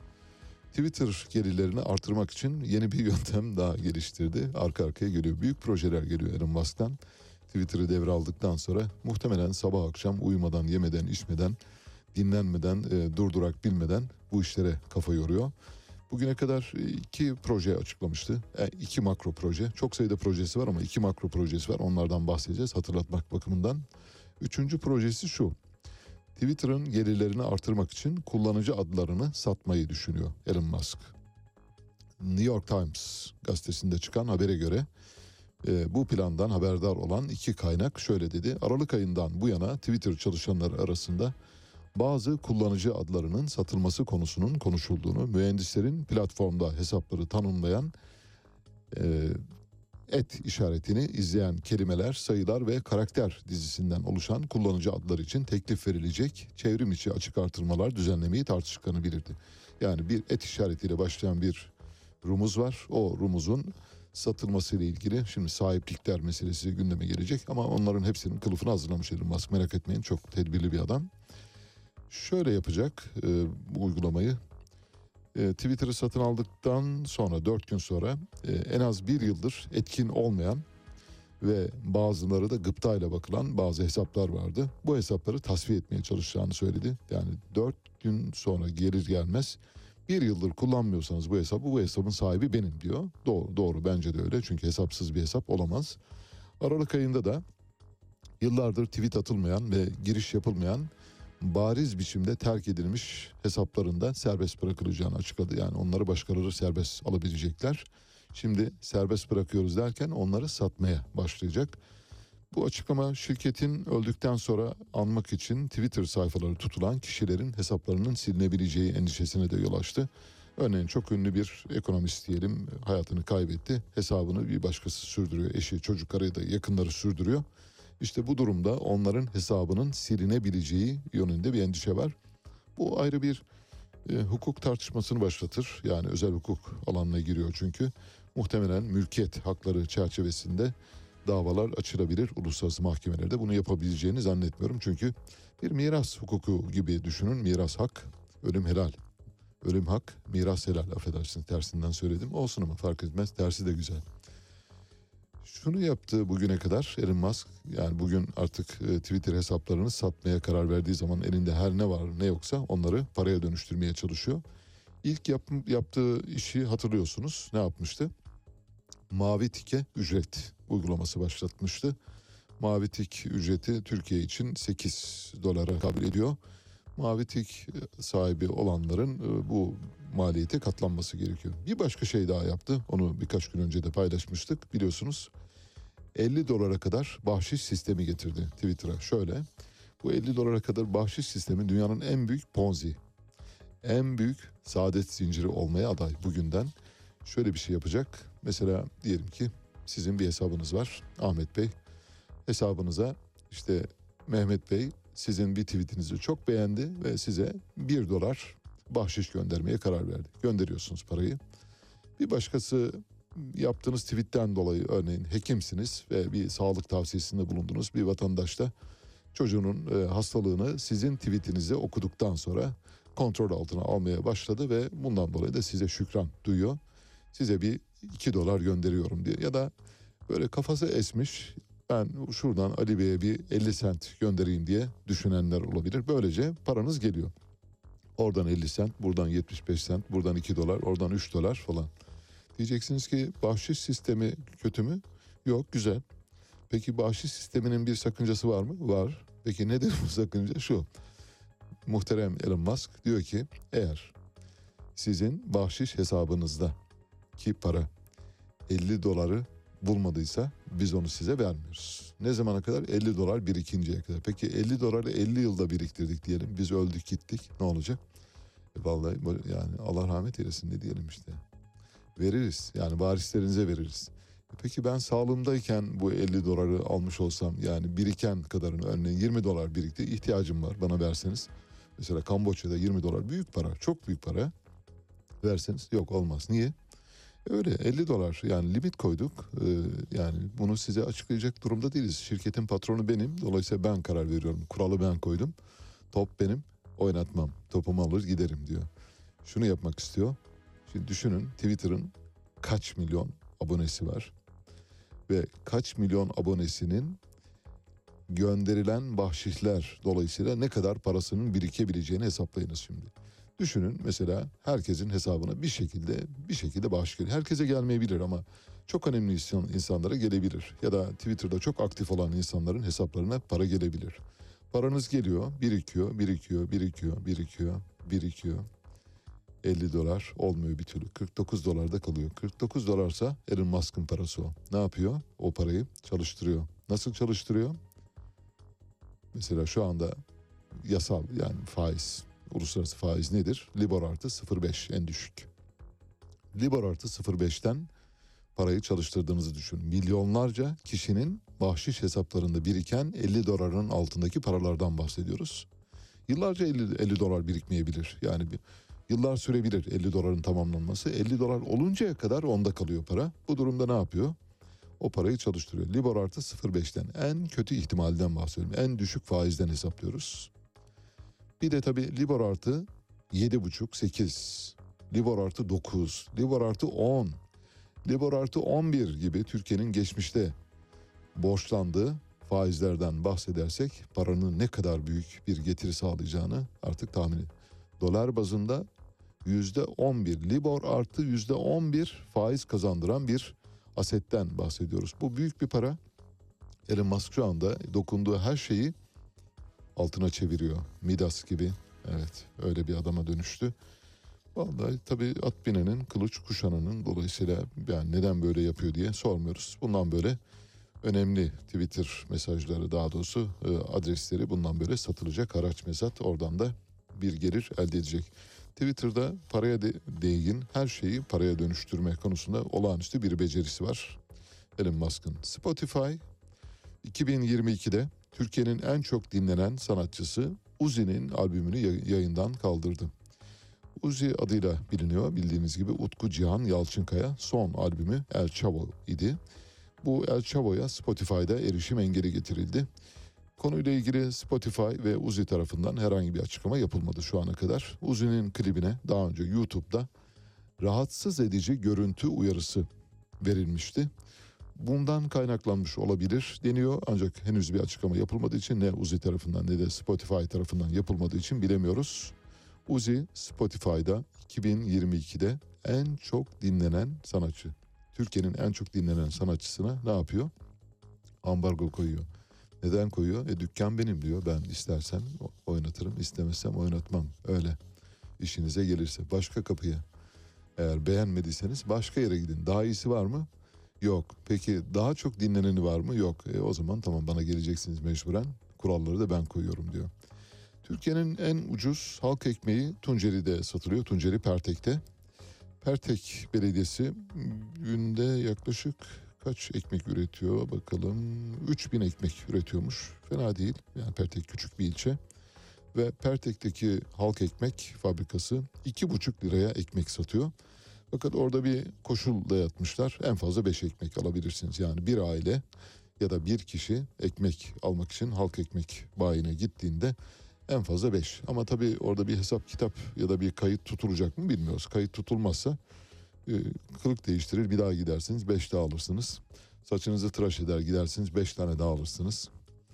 S2: Twitter gelirlerini artırmak için yeni bir yöntem daha geliştirdi. Arka arkaya geliyor. Büyük projeler geliyor Elon Musk'tan. Twitter'ı devraldıktan sonra muhtemelen sabah akşam uyumadan, yemeden, içmeden, dinlenmeden, durdurak bilmeden bu işlere kafa yoruyor. Bugüne kadar 2 proje açıklamıştı. 2 makro proje. Çok sayıda projesi var ama 2 makro projesi var. Onlardan bahsedeceğiz hatırlatmak bakımından. 3. projesi şu. Twitter'ın gelirlerini artırmak için kullanıcı adlarını satmayı düşünüyor Elon Musk. New York Times gazetesinde çıkan habere göre bu plandan haberdar olan 2 kaynak şöyle dedi. Aralık ayından bu yana Twitter çalışanları arasında bazı kullanıcı adlarının satılması konusunun konuşulduğunu, mühendislerin platformda hesapları tanımlayan işaretini izleyen kelimeler, sayılar ve karakter dizisinden oluşan kullanıcı adları için teklif verilecek çevrim içi açık artırmalar düzenlemeyi tartıştıklarını bildirdi. Yani bir işaretiyle başlayan bir rumuz var. O rumuzun satılmasıyla ilgili şimdi sahiplikler meselesi gündeme gelecek ama onların hepsinin kılıfını hazırlamış Elon Musk, merak etmeyin, çok tedbirli bir adam. Şöyle yapacak bu uygulamayı. Twitter'ı satın aldıktan sonra 4 gün sonra en az 1 yıldır etkin olmayan ve bazıları da gıptayla bakılan bazı hesaplar vardı. Bu hesapları tasfiye etmeye çalışacağını söyledi. Yani 4 gün sonra gelir gelmez 1 yıldır kullanmıyorsanız bu hesabı, bu hesabın sahibi benim diyor. Doğru bence de öyle, çünkü hesapsız bir hesap olamaz. Aralık ayında da yıllardır tweet atılmayan ve giriş yapılmayan bariz biçimde terk edilmiş hesaplarında serbest bırakılacağını açıkladı. Yani onları başkaları serbest alabilecekler. Şimdi serbest bırakıyoruz derken onları satmaya başlayacak. Bu açıklama şirketin öldükten sonra anmak için Twitter sayfaları tutulan kişilerin hesaplarının silinebileceği endişesine de yol açtı. Örneğin çok ünlü bir ekonomist diyelim hayatını kaybetti. Hesabını bir başkası sürdürüyor. Eşi, çocukları ya da yakınları sürdürüyor. İşte bu durumda onların hesabının silinebileceği yönünde bir endişe var. Bu ayrı bir hukuk tartışmasını başlatır. Yani özel hukuk alanına giriyor çünkü. Muhtemelen mülkiyet hakları çerçevesinde davalar açılabilir uluslararası mahkemelerde. Bunu yapabileceğini zannetmiyorum. Çünkü bir miras hukuku gibi düşünün. Miras hak, ölüm helal. Ölüm hak, miras helal. Affedersiniz, tersinden söyledim. Olsun ama fark etmez. Tersi de güzel. Şunu yaptı bugüne kadar Elon Musk, yani bugün artık Twitter hesaplarını satmaya karar verdiği zaman elinde her ne var ne yoksa onları paraya dönüştürmeye çalışıyor. İlk yaptığı işi hatırlıyorsunuz, ne yapmıştı? Mavi tike ücret uygulaması başlatmıştı. Mavi Tik ücreti Türkiye için 8 dolara kabul ediyor. Mavi Tik sahibi olanların bu maliyete katlanması gerekiyor. Bir başka şey daha yaptı. Onu birkaç gün önce de paylaşmıştık biliyorsunuz. 50 dolara kadar bahşiş sistemi getirdi Twitter'a. Şöyle, bu 50 dolara kadar bahşiş sistemi dünyanın en büyük Ponzi, en büyük saadet zinciri olmaya aday bugünden. Şöyle bir şey yapacak. Mesela diyelim ki sizin bir hesabınız var Ahmet Bey. Hesabınıza işte Mehmet Bey sizin bir tweetinizi çok beğendi ve size 1 dolar bahşiş göndermeye karar verdi. Gönderiyorsunuz parayı. Bir başkası yaptığınız tweetten dolayı örneğin hekimsiniz ve bir sağlık tavsiyesinde bulundunuz. Bir vatandaş da çocuğunun hastalığını sizin tweetinizi okuduktan sonra kontrol altına almaya başladı ve bundan dolayı da size şükran duyuyor. Size bir 2 dolar gönderiyorum diye ya da böyle kafası esmiş, ben şuradan Ali Bey'e bir 50 sent göndereyim diye düşünenler olabilir. Böylece paranız geliyor. Oradan 50 sent, buradan 75 sent, buradan 2 dolar, oradan 3 dolar falan. Diyeceksiniz ki bahşiş sistemi kötü mü? Yok, güzel. Peki bahşiş sisteminin bir sakıncası var mı? Var. Peki nedir bu sakınca? Şu. Muhterem Elon Musk diyor ki eğer sizin bahşiş hesabınızda ki para 50 doları bulmadıysa biz onu size vermiyoruz. Ne zamana kadar? 50 dolar birikinceye kadar. Peki 50 doları 50 yılda biriktirdik diyelim. Biz öldük gittik. Ne olacak? Vallahi yani Allah rahmet eylesin ne diyelim işte. Veririz. Yani varislerinize veririz. Peki ben sağlığımdayken bu 50 doları almış olsam yani biriken kadarını örneğin 20 dolar birikti. İhtiyacım var bana verseniz. Mesela Kamboçya'da 20 dolar büyük para. Çok büyük para. Verseniz yok olmaz. Niye? Öyle 50 dolar yani limit koyduk. Yani bunu size açıklayacak durumda değiliz. Şirketin patronu benim. Dolayısıyla ben karar veriyorum. Kuralı ben koydum. Top benim. Oynatmam. Topumu alır giderim diyor. Şunu yapmak istiyor. Şimdi düşünün Twitter'ın kaç milyon abonesi var. Ve kaç milyon abonesinin gönderilen bahşişler dolayısıyla ne kadar parasının birikebileceğini hesaplayınız şimdi. Düşünün mesela herkesin hesabına bir şekilde bağış geliyor. Herkese gelmeyebilir ama çok önemli insanlara gelebilir. Ya da Twitter'da çok aktif olan insanların hesaplarına para gelebilir. Paranız geliyor, birikiyor. 50 dolar olmuyor bir türlü. 49 dolarda kalıyor. 49 dolarsa Elon Musk'ın parası o. Ne yapıyor? O parayı çalıştırıyor. Nasıl çalıştırıyor? Mesela şu anda yasal yani faiz, uluslararası faiz nedir? Libor artı 0,5 en düşük. Libor artı 0,5'ten parayı çalıştırdığınızı düşünün. Milyonlarca kişinin bahşiş hesaplarında biriken 50 doların altındaki paralardan bahsediyoruz. Yıllarca 50 dolar birikmeyebilir. Yani yıllar sürebilir 50 doların tamamlanması. 50 dolar oluncaya kadar onda kalıyor para. Bu durumda ne yapıyor? O parayı çalıştırıyor. Libor artı 0,5'ten en kötü ihtimalden bahsediyorum. En düşük faizden hesaplıyoruz. Bir de tabii Libor artı 7,5, 8, Libor artı 9, Libor artı 10, Libor artı 11 gibi Türkiye'nin geçmişte borçlandığı faizlerden bahsedersek paranın ne kadar büyük bir getiri sağlayacağını artık tahmin edin. Dolar bazında %11, Libor artı %11 faiz kazandıran bir asetten bahsediyoruz. Bu büyük bir para. Elon Musk şu anda dokunduğu her şeyi altına çeviriyor. Midas gibi. Evet, öyle bir adama dönüştü. Vallahi tabii at binenin, kılıç kuşananın dolayısıyla yani neden böyle yapıyor diye sormuyoruz. Bundan böyle önemli Twitter mesajları daha doğrusu adresleri bundan böyle satılacak haraç mezat. Oradan da bir gelir elde edecek. Twitter'da paraya değin her şeyi paraya dönüştürme konusunda olağanüstü bir becerisi var Elon Musk'ın. Spotify 2022'de Türkiye'nin en çok dinlenen sanatçısı Uzi'nin albümünü yayından kaldırdı. Uzi adıyla biliniyor bildiğiniz gibi Utku Cihan Yalçınkaya son albümü El Chavo idi. Bu El Chavo'ya Spotify'da erişim engeli getirildi. Konuyla ilgili Spotify ve Uzi tarafından herhangi bir açıklama yapılmadı şu ana kadar. Uzi'nin klibine daha önce YouTube'da rahatsız edici görüntü uyarısı verilmişti. Bundan kaynaklanmış olabilir deniyor ancak henüz bir açıklama yapılmadığı için ne Uzi tarafından ne de Spotify tarafından yapılmadığı için bilemiyoruz. Uzi Spotify'da 2022'de en çok dinlenen sanatçı. Türkiye'nin en çok dinlenen sanatçısına ne yapıyor? Ambargo koyuyor. Neden koyuyor? Dükkan benim diyor. Ben istersem oynatırım, istemezsem oynatmam. Öyle. İşinize gelirse başka kapıya. Eğer beğenmediyseniz başka yere gidin. Daha iyisi var mı? Yok. Peki daha çok dinleneni var mı? Yok. O zaman tamam, bana geleceksiniz mecburen. Kuralları da ben koyuyorum diyor. Türkiye'nin en ucuz halk ekmeği Tunceli'de satılıyor. Tunceli Pertek'te. Pertek Belediyesi günde yaklaşık kaç ekmek üretiyor bakalım. 3000 ekmek üretiyormuş. Fena değil. Yani Pertek küçük bir ilçe. Ve Pertek'teki halk ekmek fabrikası 2,5 liraya ekmek satıyor. Fakat orada bir koşul dayatmışlar. En fazla 5 ekmek alabilirsiniz. Yani bir aile ya da bir kişi ekmek almak için halk ekmek bayine gittiğinde en fazla 5. Ama tabii orada bir hesap kitap ya da bir kayıt tutulacak mı bilmiyoruz. Kayıt tutulmazsa kılık değiştirir, bir daha gidersiniz 5 daha alırsınız. Saçınızı tıraş eder gidersiniz 5 tane daha alırsınız.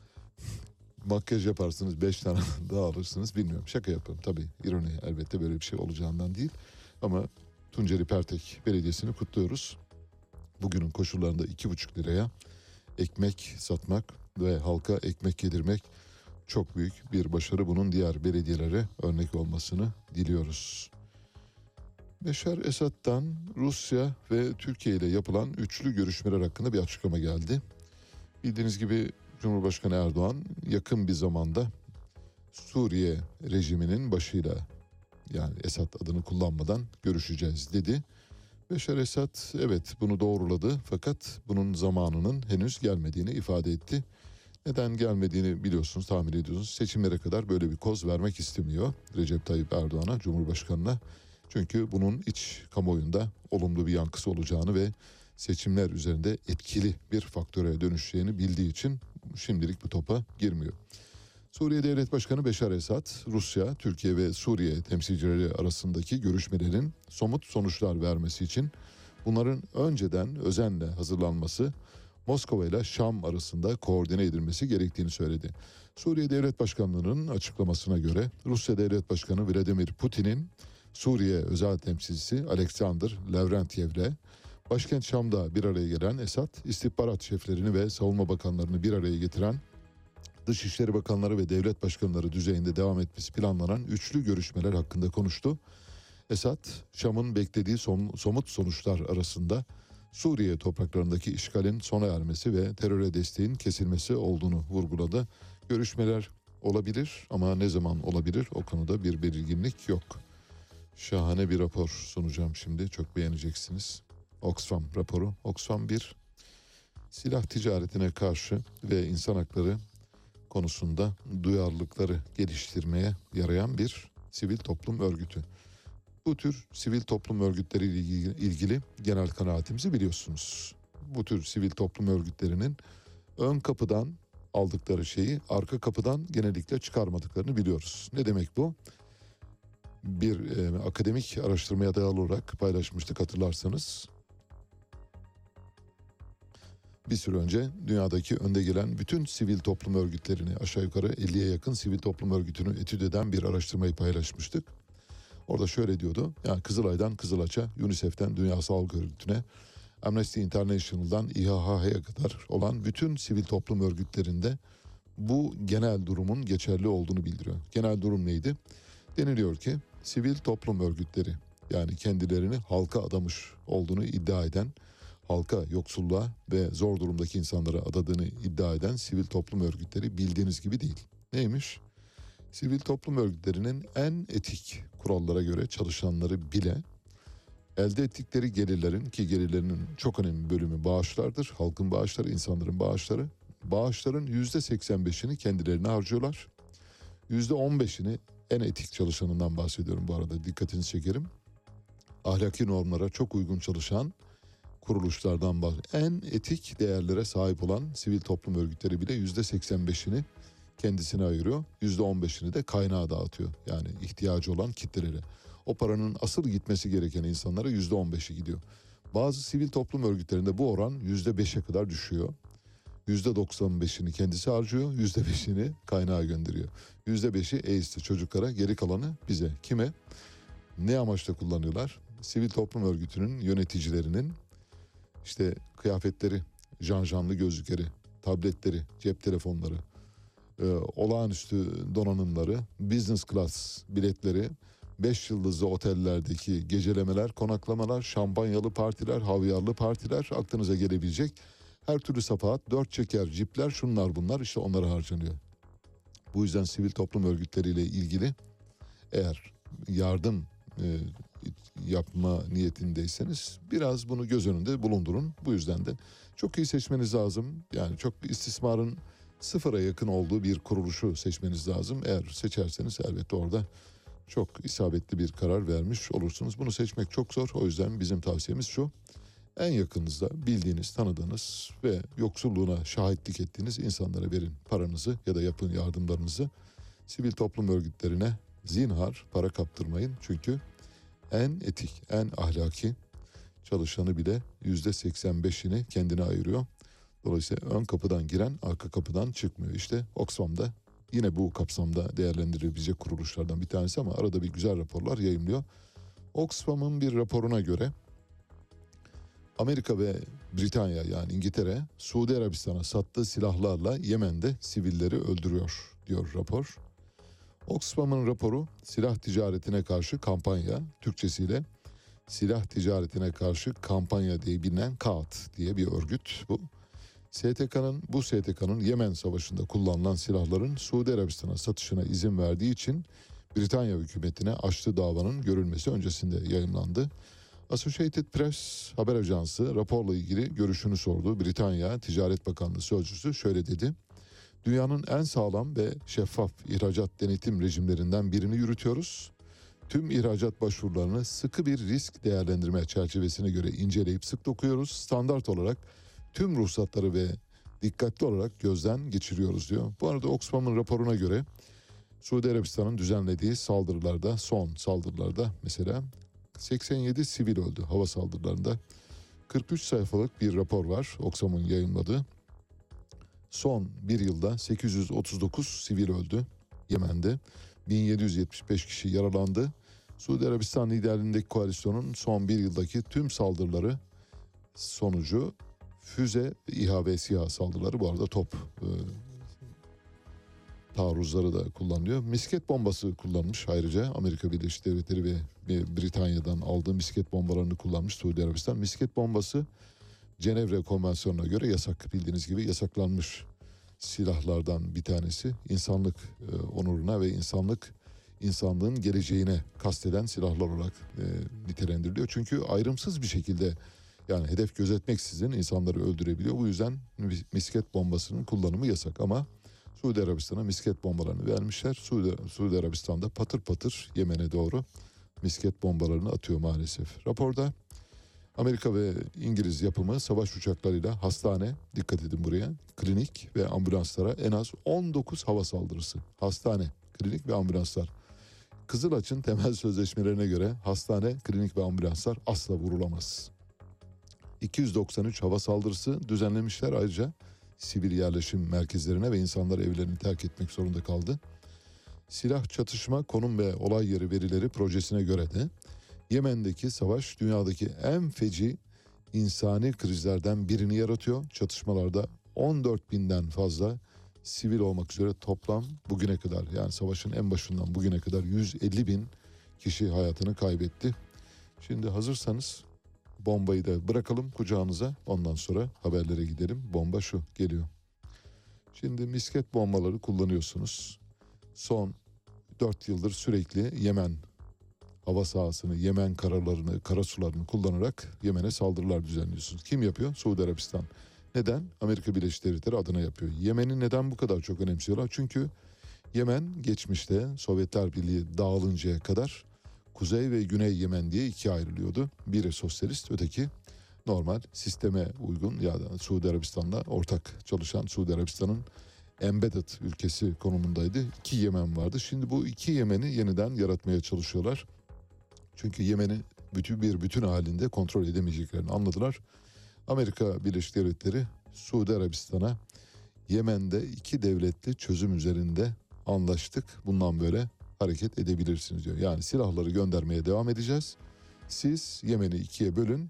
S2: Makyaj yaparsınız 5 tane daha alırsınız, bilmiyorum. Şaka yapıyorum tabii, ironi, elbette böyle bir şey olacağından değil. Ama Tunceli Pertek Belediyesi'ni kutluyoruz. Bugünün koşullarında 2,5 liraya ekmek satmak ve halka ekmek yedirmek çok büyük bir başarı. Bunun diğer belediyelere örnek olmasını diliyoruz. Beşar Esad'dan Rusya ve Türkiye ile yapılan üçlü görüşmeler hakkında bir açıklama geldi. Bildiğiniz gibi Cumhurbaşkanı Erdoğan yakın bir zamanda Suriye rejiminin başıyla, yani Esad adını kullanmadan görüşeceğiz dedi. Beşar Esad evet bunu doğruladı, fakat bunun zamanının henüz gelmediğini ifade etti. Neden gelmediğini biliyorsunuz, tahmin ediyorsunuz. Seçimlere kadar böyle bir koz vermek istemiyor Recep Tayyip Erdoğan'a, Cumhurbaşkanı'na. Çünkü bunun iç kamuoyunda olumlu bir yankısı olacağını ve seçimler üzerinde etkili bir faktöre dönüşeceğini bildiği için şimdilik bu topa girmiyor. Suriye Devlet Başkanı Beşar Esad, Rusya, Türkiye ve Suriye temsilcileri arasındaki görüşmelerin somut sonuçlar vermesi için bunların önceden özenle hazırlanması, Moskova ile Şam arasında koordine edilmesi gerektiğini söyledi. Suriye Devlet Başkanlığı'nın açıklamasına göre Rusya Devlet Başkanı Vladimir Putin'in Suriye özel temsilcisi Alexander Lavrentyev'le başkent Şam'da bir araya gelen Esad, istihbarat şeflerini ve savunma bakanlarını bir araya getiren Dışişleri Bakanları ve devlet başkanları düzeyinde devam etmesi planlanan üçlü görüşmeler hakkında konuştu. Esad, Şam'ın beklediği somut sonuçlar arasında Suriye topraklarındaki işgalin sona ermesi ve teröre desteğin kesilmesi olduğunu vurguladı. Görüşmeler olabilir ama ne zaman olabilir, o konuda bir belirginlik yok. Şahane bir rapor sunacağım şimdi, çok beğeneceksiniz. Oxfam raporu. Oxfam bir silah ticaretine karşı ve insan hakları konusunda duyarlılıkları geliştirmeye yarayan bir sivil toplum örgütü. Bu tür sivil toplum örgütleriyle ilgili genel kanaatimizi biliyorsunuz. Bu tür sivil toplum örgütlerinin ön kapıdan aldıkları şeyi arka kapıdan genellikle çıkarmadıklarını biliyoruz. Ne demek bu? Bir akademik araştırmaya dayalı olarak paylaşmıştık, hatırlarsanız. Bir süre önce dünyadaki önde gelen bütün sivil toplum örgütlerini, aşağı yukarı 50'ye yakın sivil toplum örgütünü etüt eden bir araştırmayı paylaşmıştık. Orada şöyle diyordu, yani Kızılay'dan Kızılaç'a, UNICEF'ten Dünya Sağlık Örgütü'ne, Amnesty International'dan İHH'ye kadar olan bütün sivil toplum örgütlerinde bu genel durumun geçerli olduğunu bildiriyor. Genel durum neydi? Deniliyor ki sivil toplum örgütleri, yani kendilerini halka adamış olduğunu iddia eden, halka, yoksulluğa ve zor durumdaki insanlara adadığını iddia eden sivil toplum örgütleri bildiğiniz gibi değil. Neymiş? Sivil toplum örgütlerinin en etik kurallara göre çalışanları bile elde ettikleri gelirlerin, ki gelirlerinin çok önemli bölümü bağışlardır, halkın bağışları, insanların bağışları, bağışların %85'ini kendilerine harcıyorlar. %15'ini, en etik çalışanından bahsediyorum bu arada, dikkatinizi çekerim, ahlaki normlara çok uygun çalışan kuruluşlardan en etik değerlere sahip olan sivil toplum örgütleri bile %85'ini kendisine ayırıyor. %15'ini de kaynağa dağıtıyor. Yani ihtiyacı olan kitlelere. O paranın asıl gitmesi gereken insanlara %15'i gidiyor. Bazı sivil toplum örgütlerinde bu oran %5'e kadar düşüyor. %95'ini kendisi harcıyor, %5'ini kaynağa gönderiyor. %5'i AIDS'li çocuklara, geri kalanı bize. Kime? Ne amaçla kullanıyorlar? Sivil toplum örgütünün yöneticilerinin işte kıyafetleri, janjanlı gözlükleri, tabletleri, cep telefonları, olağanüstü donanımları, business class biletleri, 5 yıldızlı otellerdeki gecelemeler, konaklamalar, şampanyalı partiler, havyarlı partiler, aklınıza gelebilecek her türlü safahat, 4 çeker cipler, şunlar bunlar, işte onlara harcanıyor. Bu yüzden sivil toplum örgütleriyle ilgili eğer yardım yapma niyetindeyseniz biraz bunu göz önünde bulundurun. Bu yüzden de çok iyi seçmeniz lazım. Yani çok istismarın sıfıra yakın olduğu bir kuruluşu seçmeniz lazım. Eğer seçerseniz elbette orada çok isabetli bir karar vermiş olursunuz. Bunu seçmek çok zor. O yüzden bizim tavsiyemiz şu: en yakınınızda bildiğiniz, tanıdığınız ve yoksulluğuna şahitlik ettiğiniz insanlara verin paranızı ya da yapın yardımlarınızı. Sivil toplum örgütlerine zinhar para kaptırmayın. Çünkü en etik, en ahlaki çalışanı bile %85'ini kendine ayırıyor. Dolayısıyla ön kapıdan giren arka kapıdan çıkmıyor. İşte Oxfam'da yine bu kapsamda değerlendirilebilecek kuruluşlardan bir tanesi ama arada bir güzel raporlar yayımlıyor. Oxfam'ın bir raporuna göre Amerika ve Britanya, yani İngiltere, Suudi Arabistan'a sattığı silahlarla Yemen'de sivilleri öldürüyor diyor rapor. Oxfam'ın raporu silah ticaretine karşı kampanya, Türkçesiyle silah ticaretine karşı kampanya diye bilinen KAAT diye bir örgüt bu. Bu STK'nın Yemen Savaşı'nda kullanılan silahların Suudi Arabistan'a satışına izin verdiği için Britanya hükümetine açtığı davanın görülmesi öncesinde yayımlandı. Associated Press haber ajansı raporla ilgili görüşünü sordu. Britanya Ticaret Bakanlığı sözcüsü şöyle dedi: dünyanın en sağlam ve şeffaf ihracat denetim rejimlerinden birini yürütüyoruz. Tüm ihracat başvurularını sıkı bir risk değerlendirme çerçevesine göre inceleyip sık dokuyoruz. Standart olarak tüm ruhsatları ve dikkatli olarak gözden geçiriyoruz diyor. Bu arada Oxfam'ın raporuna göre Suudi Arabistan'ın düzenlediği saldırılarda, son saldırılarda mesela 87 sivil öldü hava saldırılarında. 43 sayfalık bir rapor var Oxfam'ın yayınladığı. Son bir yılda 839 sivil öldü Yemen'de. 1775 kişi yaralandı. Suudi Arabistan liderliğindeki koalisyonun son bir yıldaki tüm saldırıları sonucu füze, İHA ve SİHA saldırıları, bu arada top taarruzları da kullanılıyor. Misket bombası kullanmış ayrıca. Amerika Birleşik Devletleri ve Britanya'dan aldığı misket bombalarını kullanmış Suudi Arabistan. Misket bombası Cenevre Konvansiyonu'na göre yasak, bildiğiniz gibi yasaklanmış silahlardan bir tanesi. İnsanlık onuruna ve insanlığın geleceğine kasteden silahlar olarak nitelendiriliyor. Çünkü ayrımsız bir şekilde, yani hedef gözetmeksizin insanları öldürebiliyor. Bu yüzden misket bombasının kullanımı yasak ama Suudi Arabistan'a misket bombalarını vermişler. Suudi Arabistan'da patır patır Yemen'e doğru misket bombalarını atıyor maalesef. Raporda Amerika ve İngiliz yapımı savaş uçaklarıyla hastane, dikkat edin buraya, klinik ve ambulanslara en az 19 hava saldırısı. Hastane, klinik ve ambulanslar. Kızılaç'ın temel sözleşmelerine göre hastane, klinik ve ambulanslar asla vurulamaz. 293 hava saldırısı düzenlemişler, ayrıca sivil yerleşim merkezlerine ve insanlar evlerini terk etmek zorunda kaldı. Silah çatışma konum ve olay yeri verileri projesine göre de Yemen'deki savaş dünyadaki en feci insani krizlerden birini yaratıyor. Çatışmalarda 14 binden fazla sivil olmak üzere toplam bugüne kadar, yani savaşın en başından bugüne kadar 150 bin kişi hayatını kaybetti. Şimdi hazırsanız bombayı da bırakalım kucağınıza, ondan sonra haberlere gidelim. Bomba şu geliyor. Şimdi misket bombaları kullanıyorsunuz. Son 4 yıldır sürekli Yemen hava sahasını, Yemen karalarını, karasularını kullanarak Yemen'e saldırılar düzenliyorsunuz. Kim yapıyor? Suudi Arabistan. Neden? Amerika Birleşik Devletleri adına yapıyor. Yemen'i neden bu kadar çok önemsiyorlar? Çünkü Yemen geçmişte Sovyetler Birliği dağılıncaya kadar Kuzey ve Güney Yemen diye ikiye ayrılıyordu. Biri sosyalist, öteki normal sisteme uygun, ya da Suudi Arabistan'la ortak çalışan, Suudi Arabistan'ın embedded ülkesi konumundaydı. 2 Yemen vardı. Şimdi bu 2 Yemen'i yeniden yaratmaya çalışıyorlar. Çünkü Yemen'i bütün halinde kontrol edemeyeceklerini anladılar. Amerika Birleşik Devletleri Suudi Arabistan'a Yemen'de 2 devletli çözüm üzerinde anlaştık, bundan böyle hareket edebilirsiniz diyor. Yani silahları göndermeye devam edeceğiz. Siz Yemen'i 2'ye bölün.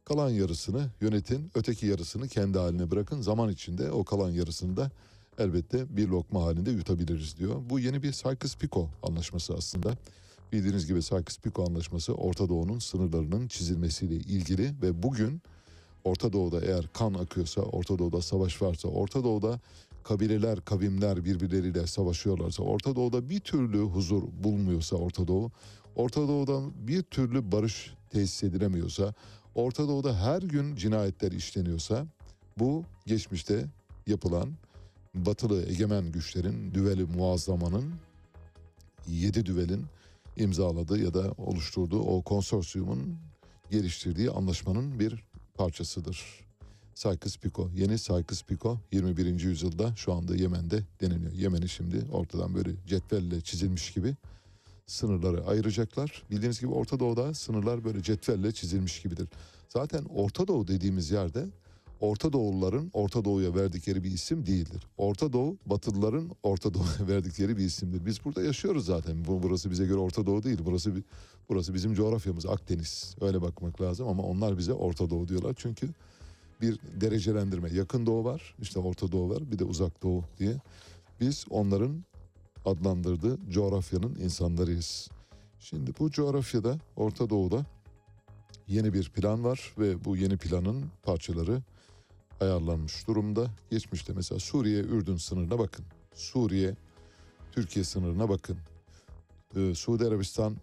S2: Kalan yarısını yönetin, öteki yarısını kendi haline bırakın. Zaman içinde o kalan yarısını da elbette bir lokma halinde yutabiliriz diyor. Bu yeni bir Sykes-Picot anlaşması aslında. Bildiğiniz gibi Sykes-Picot anlaşması Orta Doğu'nun sınırlarının çizilmesiyle ilgili ve bugün Orta Doğu'da eğer kan akıyorsa, Orta Doğu'da savaş varsa, Orta Doğu'da kabileler, kavimler birbirleriyle savaşıyorlarsa, Orta Doğu'da bir türlü huzur bulmuyorsa Orta Doğu'dan bir türlü barış tesis edilemiyorsa, Orta Doğu'da her gün cinayetler işleniyorsa, bu geçmişte yapılan batılı egemen güçlerin düveli muazzamanın 7 düvelin imzaladığı ya da oluşturduğu o konsorsiyumun geliştirdiği anlaşmanın bir parçasıdır. Sykes-Picot, yeni Sykes-Picot 21. yüzyılda şu anda Yemen'de deneniyor. Yemen'i şimdi ortadan böyle cetvelle çizilmiş gibi sınırları ayıracaklar. Bildiğiniz gibi Orta Doğu'da sınırlar böyle cetvelle çizilmiş gibidir. Zaten Orta Doğu dediğimiz yerde Orta Doğuluların Orta Doğu'ya verdikleri bir isim değildir. Orta Doğu, Batılıların Orta Doğu'ya verdikleri bir isimdir. Biz burada yaşıyoruz zaten. Burası bize göre Orta Doğu değil. Burası bizim coğrafyamız, Akdeniz. Öyle bakmak lazım ama onlar bize Orta Doğu diyorlar. Çünkü bir derecelendirme. Yakın Doğu var, işte Orta Doğu var, bir de Uzak Doğu diye. Biz onların adlandırdığı coğrafyanın insanlarıyız. Şimdi bu coğrafyada, Orta Doğu'da yeni bir plan var ve bu yeni planın parçaları ayarlanmış durumda. Geçmişte mesela Suriye-Ürdün sınırına bakın. Suriye-Türkiye sınırına bakın. Suudi Arabistan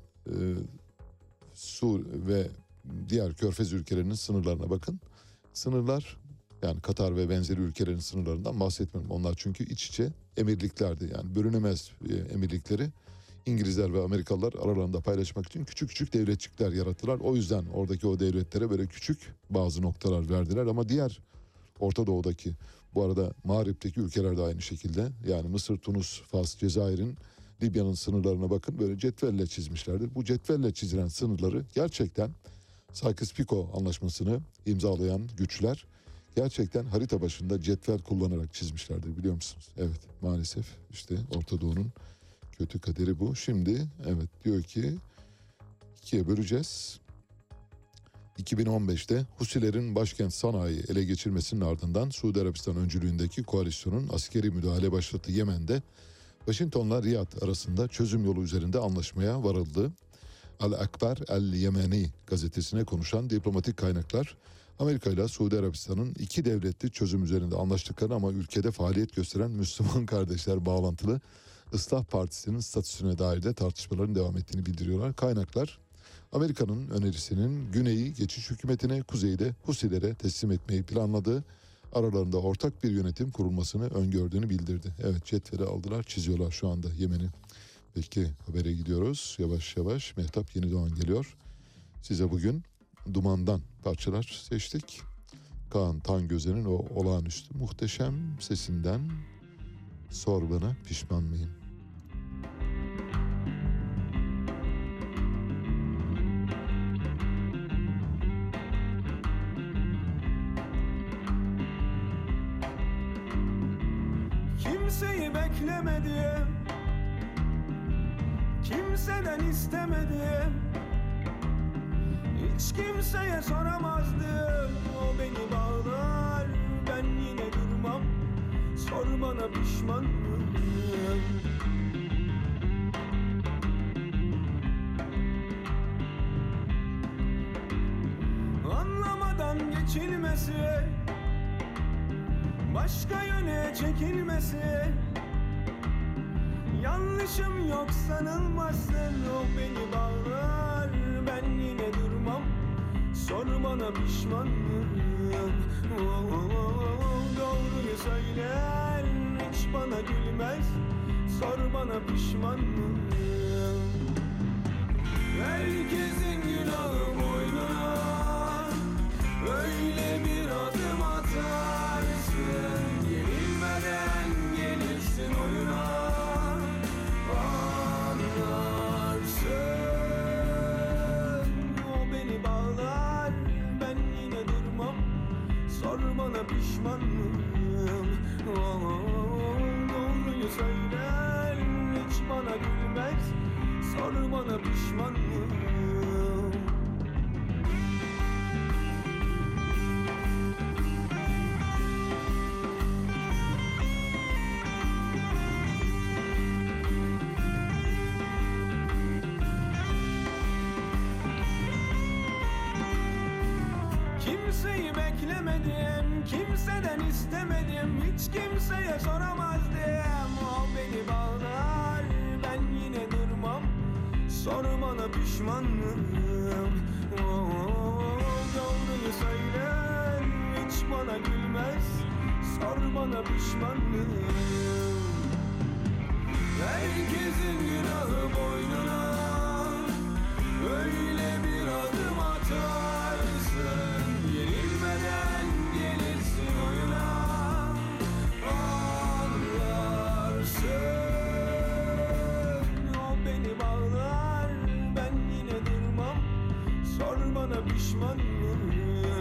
S2: ve diğer Körfez ülkelerinin sınırlarına bakın. Sınırlar, yani Katar ve benzeri ülkelerin sınırlarından bahsetmiyorum. Onlar çünkü iç içe emirliklerdi. Yani bölünemez emirlikleri İngilizler ve Amerikalılar aralarında paylaşmak için küçük küçük devletçikler yarattılar. O yüzden oradaki o devletlere böyle küçük bazı noktalar verdiler. Ama diğer Orta Doğu'daki, bu arada Mağrip'teki ülkeler de aynı şekilde. Yani Mısır, Tunus, Fas, Cezayir'in, Libya'nın sınırlarına bakın, böyle cetvelle çizmişlerdir. Bu cetvelle çizilen sınırları gerçekten Sykes-Picot anlaşmasını imzalayan güçler gerçekten harita başında cetvel kullanarak çizmişlerdir, biliyor musunuz? Evet, maalesef işte Orta Doğu'nun kötü kaderi bu. Şimdi evet diyor ki ikiye böleceğiz. 2015'te Husilerin başkent Sana'yı ele geçirmesinin ardından Suudi Arabistan öncülüğündeki koalisyonun askeri müdahale başlattığı Yemen'de Washington'la Riyad arasında çözüm yolu üzerinde anlaşmaya varıldı. Al-Akbar El-Yemeni gazetesine konuşan diplomatik kaynaklar Amerika ile Suudi Arabistan'ın iki devletli çözüm üzerinde anlaştıklarını ama ülkede faaliyet gösteren Müslüman kardeşler bağlantılı Islah Partisi'nin statüsüne dair de tartışmaların devam ettiğini bildiriyorlar. Kaynaklar Amerika'nın önerisinin güneyi geçiş hükümetine, kuzeyi de Husilere teslim etmeyi planladığı, aralarında ortak bir yönetim kurulmasını öngördüğünü bildirdi. Evet, cetveli aldılar, çiziyorlar şu anda Yemen'i. Peki habere gidiyoruz yavaş yavaş. Mehtap Yenidoğan geliyor. Size bugün Duman'dan parçalar seçtik. Kaan Tangöze'nin o olağanüstü muhteşem sesinden Sor Bana Pişman Mıyım?
S3: Kimseyi beklemedim, kimseden istemedim, hiç kimseye soramazdım. O beni bağlar, ben yine durmam. Sor bana pişman mıyım? Anlamadan geçilmesi, başka yöne çekilmesi, yanlışım yok sanılmasın. O beni bağlar, ben yine durmam. Sor bana pişman mıyım? Doğruyu söyler, hiç bana gülmez. Sor bana pişman mıyım? Herkesin günahı boynuna, öyle bir adım atarsın, yenilmeden gelirsin oyuna, anlarsın. O beni bağlar, ben yine durmam. Sor bana pişman mıyım? sevmedim, kimseden istemedim, hiç kimseye soramazdım. O beni bağlar, ben yine durmam, sormana pişmanım. Doğruyu söyler, hiç bana gülmez, sor bana pişmanım. Herkesin günahı boynuna, öyle bir adım atarsın, yenilmeden gelirsin oyuna, anlarsın. O beni bağlar, ben yine durmam, sor bana pişmanım.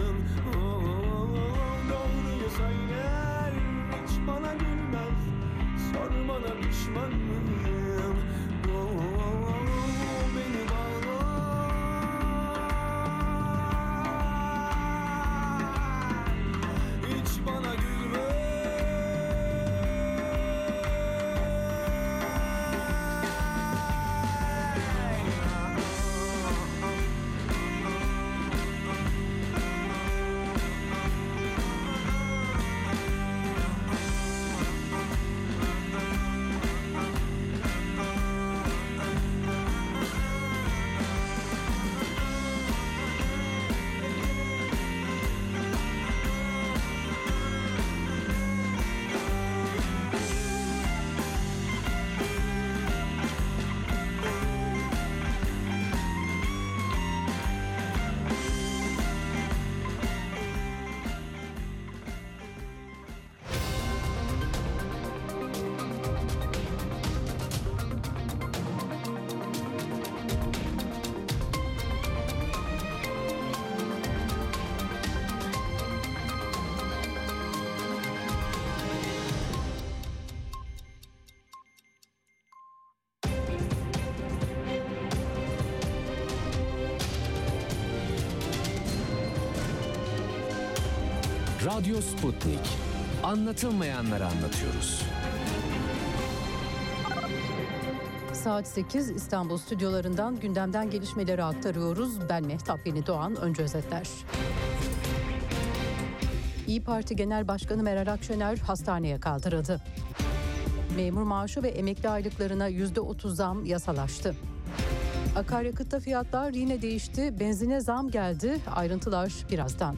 S3: Doğruyu söyler, hiç bana gülmez, sor bana pişmanım. Beni bağlar, hiç bana gülmez.
S1: Radyo Sputnik. Anlatılmayanları anlatıyoruz.
S5: Saat 8 İstanbul stüdyolarından gündemden gelişmeleri aktarıyoruz. Ben Mehtap Yeni Doğan, önce özetler. İYİ Parti Genel Başkanı Meral Akşener hastaneye kaldırıldı. Memur maaşı ve emekli aylıklarına %30 zam yasalaştı. Akaryakıtta fiyatlar yine değişti, benzine zam geldi. Ayrıntılar birazdan.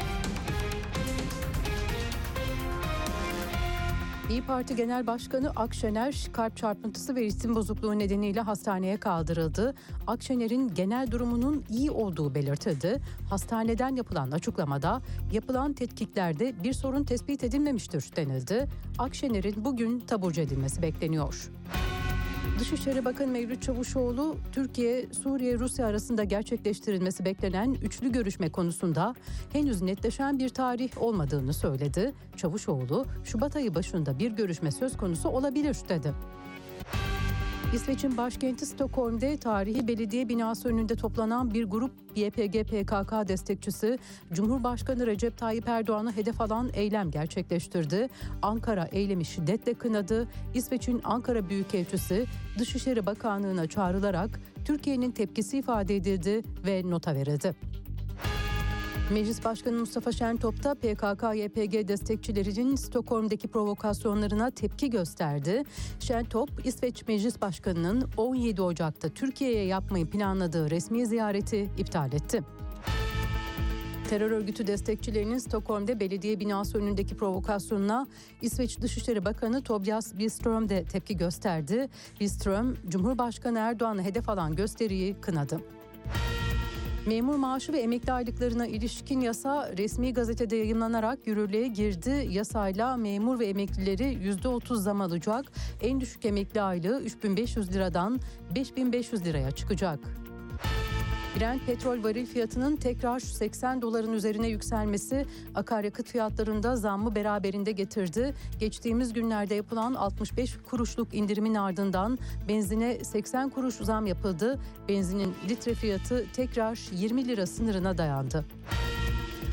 S5: İYİ Parti Genel Başkanı Akşener kalp çarpıntısı ve ritim bozukluğu nedeniyle hastaneye kaldırıldı. Akşener'in genel durumunun iyi olduğu belirtildi. Hastaneden yapılan açıklamada yapılan tetkiklerde bir sorun tespit edilmemiştir denildi. Akşener'in bugün taburcu edilmesi bekleniyor. Dışişleri Bakanı Mevlüt Çavuşoğlu, Türkiye, Suriye, Rusya arasında gerçekleştirilmesi beklenen üçlü görüşme konusunda henüz netleşen bir tarih olmadığını söyledi. Çavuşoğlu, Şubat ayı başında bir görüşme söz konusu olabilir dedi. İsveç'in başkenti Stockholm'de tarihi belediye binası önünde toplanan bir grup YPG-PKK destekçisi Cumhurbaşkanı Recep Tayyip Erdoğan'ı hedef alan eylem gerçekleştirdi. Ankara eylemi şiddetle kınadı. İsveç'in Ankara Büyükelçisi Dışişleri Bakanlığı'na çağrılarak Türkiye'nin tepkisi ifade edildi ve nota verildi. Meclis Başkanı Mustafa Şentop da PKK-YPG destekçilerinin Stockholm'daki provokasyonlarına tepki gösterdi. Şentop, İsveç Meclis Başkanı'nın 17 Ocak'ta Türkiye'ye yapmayı planladığı resmi ziyareti iptal etti. Terör örgütü destekçilerinin Stockholm'de belediye binası önündeki provokasyonuna İsveç Dışişleri Bakanı Tobias Billström de tepki gösterdi. Billström, Cumhurbaşkanı Erdoğan'ı hedef alan gösteriyi kınadı. Memur maaşı ve emekli aylıklarına ilişkin yasa resmi gazetede yayımlanarak yürürlüğe girdi. Yasayla memur ve emeklileri %30 zam alacak. En düşük emekli aylığı 3.500 liradan 5.500 liraya çıkacak. Brent petrol varil fiyatının tekrar 80 doların üzerine yükselmesi akaryakıt fiyatlarında zammı beraberinde getirdi. Geçtiğimiz günlerde yapılan 65 kuruşluk indirimin ardından benzine 80 kuruş zam yapıldı. Benzinin litre fiyatı tekrar 20 lira sınırına dayandı.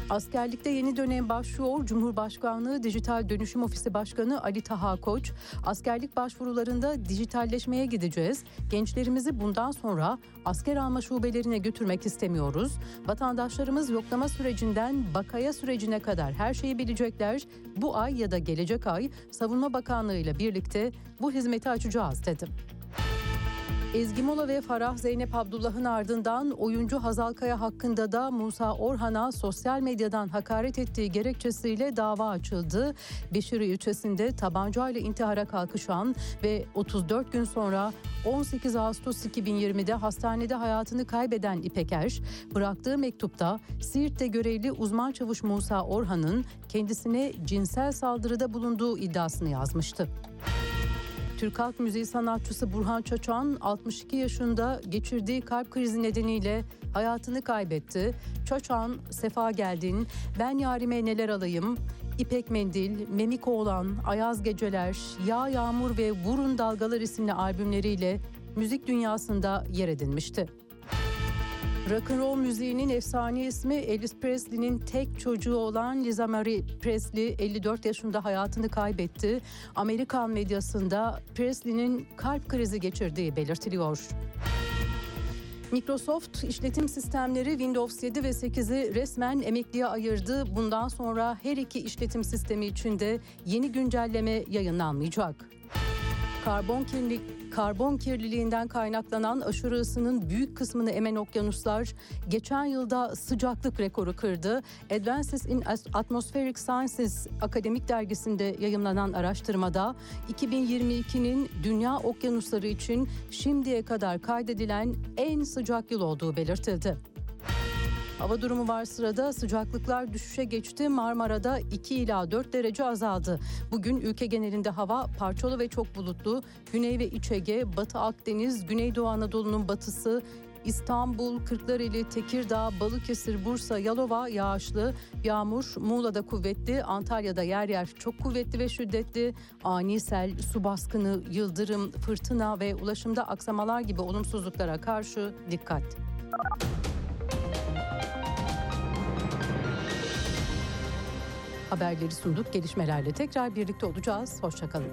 S5: Askerlikte yeni dönem başlıyor. Cumhurbaşkanlığı Dijital Dönüşüm Ofisi Başkanı Ali Taha Koç, askerlik başvurularında dijitalleşmeye gideceğiz. Gençlerimizi bundan sonra asker alma şubelerine götürmek istemiyoruz. Vatandaşlarımız yoklama sürecinden bakaya sürecine kadar her şeyi bilecekler. Bu ay ya da gelecek ay Savunma Bakanlığı ile birlikte bu hizmeti açacağız dedi. Ezgi Mola ve Farah Zeynep Abdullah'ın ardından oyuncu Hazal Kaya hakkında da Musa Orhan'a sosyal medyadan hakaret ettiği gerekçesiyle dava açıldı. Beşiri ilçesinde tabancayla intihara kalkışan ve 34 gün sonra 18 Ağustos 2020'de hastanede hayatını kaybeden İpeker, bıraktığı mektupta Siirt'te görevli uzman çavuş Musa Orhan'ın kendisine cinsel saldırıda bulunduğu iddiasını yazmıştı. Türk halk müziği sanatçısı Burhan Çaçan 62 yaşında geçirdiği kalp krizi nedeniyle hayatını kaybetti. Çaçan, Sefa Geldin, Ben Yarime Neler Alayım, İpek Mendil, Memik Oğlan, Ayaz Geceler, Yağ Yağmur ve Vurun Dalgalar isimli albümleriyle müzik dünyasında yer edinmişti. Rock'n'roll müziğinin efsane ismi Elvis Presley'nin tek çocuğu olan Liza Marie Presley 54 yaşında hayatını kaybetti. Amerikan medyasında Presley'nin kalp krizi geçirdiği belirtiliyor. Microsoft işletim sistemleri Windows 7 ve 8'i resmen emekliye ayırdı. Bundan sonra her iki işletim sistemi için de yeni güncelleme yayınlanmayacak. Karbon kirliliğinden kaynaklanan aşırı ısının büyük kısmını emen okyanuslar geçen yılda sıcaklık rekoru kırdı. Advances in Atmospheric Sciences akademik dergisinde yayımlanan araştırmada 2022'nin dünya okyanusları için şimdiye kadar kaydedilen en sıcak yıl olduğu belirtildi. Hava durumu var sırada. Sıcaklıklar düşüşe geçti. Marmara'da 2 ila 4 derece azaldı. Bugün ülke genelinde hava parçalı ve çok bulutlu. Güney ve İç Ege, Batı Akdeniz, Güneydoğu Anadolu'nun batısı, İstanbul, Kırklareli, Tekirdağ, Balıkesir, Bursa, Yalova yağışlı, yağmur Muğla'da kuvvetli, Antalya'da yer yer çok kuvvetli ve şiddetli, ani sel, su baskını, yıldırım, fırtına ve ulaşımda aksamalar gibi olumsuzluklara karşı dikkat. Haberleri sunduk. Gelişmelerle tekrar birlikte olacağız. Hoşça kalın.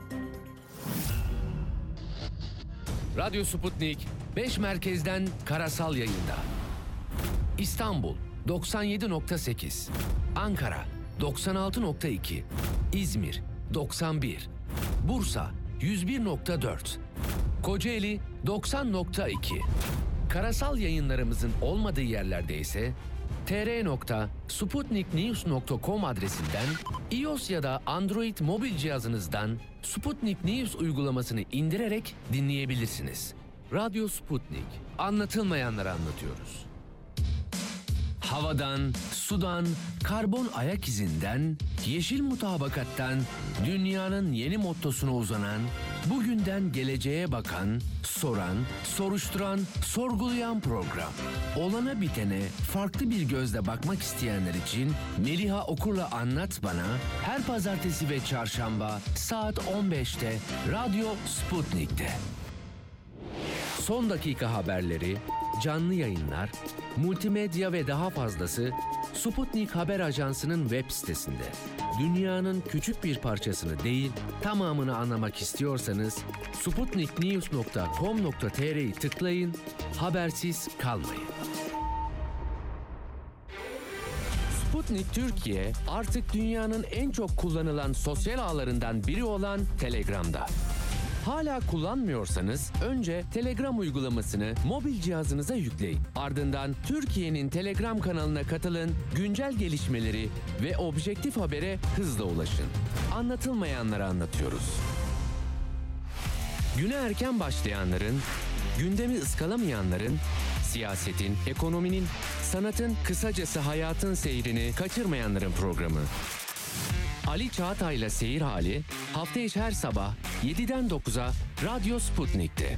S1: Radyo Sputnik 5 merkezden karasal yayında. İstanbul 97.8, Ankara 96.2, İzmir 91, Bursa 101.4, Kocaeli 90.2. Karasal yayınlarımızın olmadığı yerlerde ise tr.sputniknews.com adresinden iOS ya da Android mobil cihazınızdan Sputnik News uygulamasını indirerek dinleyebilirsiniz. Radyo Sputnik. Anlatılmayanları anlatıyoruz. Havadan, sudan, karbon ayak izinden, yeşil mutabakattan, dünyanın yeni mottosuna uzanan, bugünden geleceğe bakan, soran, soruşturan, sorgulayan program. Olana bitene farklı bir gözle bakmak isteyenler için Meliha Okur'la Anlat Bana her pazartesi ve çarşamba saat 15'te Radyo Sputnik'te. Son dakika haberleri, canlı yayınlar, multimedya ve daha fazlası Sputnik Haber Ajansı'nın web sitesinde. Dünyanın küçük bir parçasını değil, tamamını anlamak istiyorsanız sputniknews.com.tr'yi tıklayın, habersiz kalmayın. Sputnik Türkiye artık dünyanın en çok kullanılan sosyal ağlarından biri olan Telegram'da. Hala kullanmıyorsanız önce Telegram uygulamasını mobil cihazınıza yükleyin. Ardından Türkiye'nin Telegram kanalına katılın, güncel gelişmeleri ve objektif habere hızla ulaşın. Anlatılmayanları anlatıyoruz. Güne erken başlayanların, gündemi ıskalamayanların, siyasetin, ekonominin, sanatın, kısacası hayatın seyrini kaçırmayanların programı. Ali Çağatay'la Seyir Hali hafta içi her sabah 7'den 9'a Radyo Sputnik'te.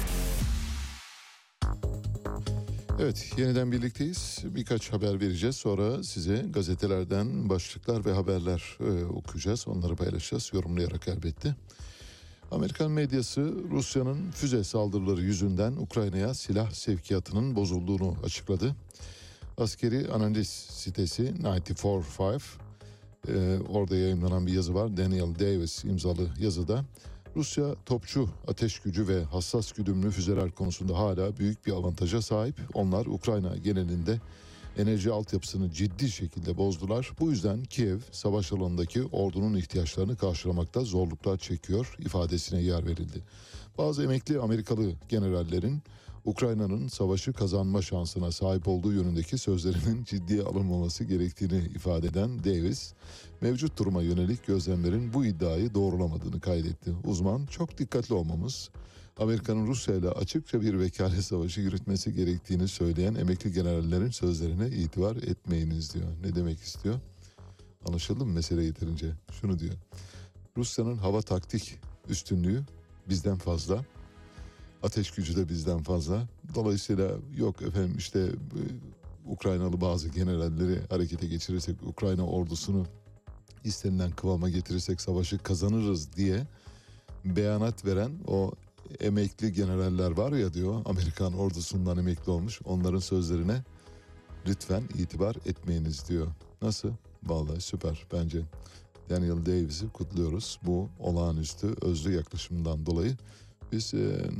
S2: Evet, yeniden birlikteyiz. Birkaç haber vereceğiz. Sonra size gazetelerden başlıklar ve haberler okuyacağız. Onları paylaşacağız, yorumlayarak elbette. Amerikan medyası Rusya'nın füze saldırıları yüzünden Ukrayna'ya silah sevkiyatının bozulduğunu açıkladı. Askeri analiz sitesi 94.5, orada yayınlanan bir yazı var. Daniel Davis imzalı yazıda Rusya topçu, ateş gücü ve hassas güdümlü füzeler konusunda hala büyük bir avantaja sahip. Onlar Ukrayna genelinde enerji altyapısını ciddi şekilde bozdular. Bu yüzden Kiev savaş alanındaki ordunun ihtiyaçlarını karşılamakta zorluklar çekiyor ifadesine yer verildi. Bazı emekli Amerikalı generallerin Ukrayna'nın savaşı kazanma şansına sahip olduğu yönündeki sözlerinin ciddiye alınmaması gerektiğini ifade eden Davis, mevcut duruma yönelik gözlemlerin bu iddiayı doğrulamadığını kaydetti. Uzman, çok dikkatli olmamız, Amerika'nın Rusya ile açıkça bir vekalet savaşı yürütmesi gerektiğini söyleyen emekli generallerin sözlerine itibar etmeyiniz diyor. Ne demek istiyor? Anlaşıldı mı mesele yeterince? Şunu diyor. Rusya'nın hava taktik üstünlüğü bizden fazla. Ateş gücü de bizden fazla. Dolayısıyla yok efendim işte Ukraynalı bazı generalleri harekete geçirirsek, Ukrayna ordusunu istenilen kıvama getirirsek savaşı kazanırız diye beyanat veren o emekli generaller var ya diyor, Amerikan ordusundan emekli olmuş, onların sözlerine lütfen itibar etmeyiniz diyor. Nasıl? Vallahi süper bence. Daniel Davis'i kutluyoruz bu olağanüstü özlü yaklaşımından dolayı. Biz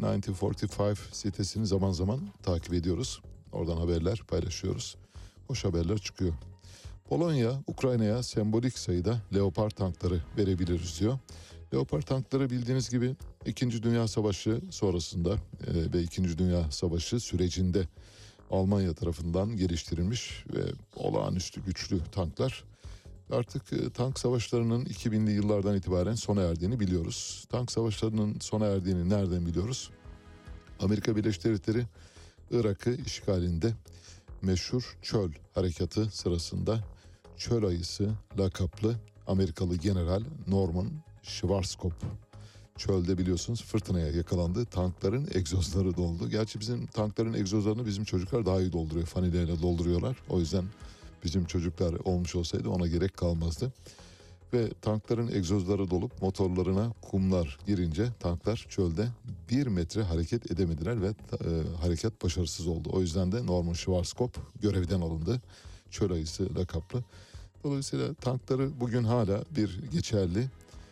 S2: 1945 sitesini zaman zaman takip ediyoruz. Oradan haberler paylaşıyoruz. Hoş haberler çıkıyor. Polonya, Ukrayna'ya sembolik sayıda Leopard tankları verebiliriz diyor. Leopard tankları bildiğiniz gibi 2. Dünya Savaşı sonrasında ve 2. Dünya Savaşı sürecinde Almanya tarafından geliştirilmiş ve olağanüstü güçlü tanklar. Artık tank savaşlarının 2000'li yıllardan itibaren sona erdiğini biliyoruz. Tank savaşlarının sona erdiğini nereden biliyoruz? Amerika Birleşik Devletleri Irak'ı işgalinde meşhur Çöl Harekatı sırasında Çöl Ayısı lakaplı Amerikalı General Norman Schwarzkopf çölde biliyorsunuz fırtınaya yakalandı. Tankların egzozları doldu. Gerçi bizim tankların egzozlarını bizim çocuklar daha iyi dolduruyor. Fanileyle dolduruyorlar. O yüzden bizim çocuklar olmuş olsaydı ona gerek kalmazdı. Ve tankların egzozları dolup motorlarına kumlar girince tanklar çölde 1 metre hareket edemediler ve harekat başarısız oldu. O yüzden de Norman Schwarzkopf görevden alındı. Çöl Ayısı lakaplı. Dolayısıyla tankları bugün hala bir geçerli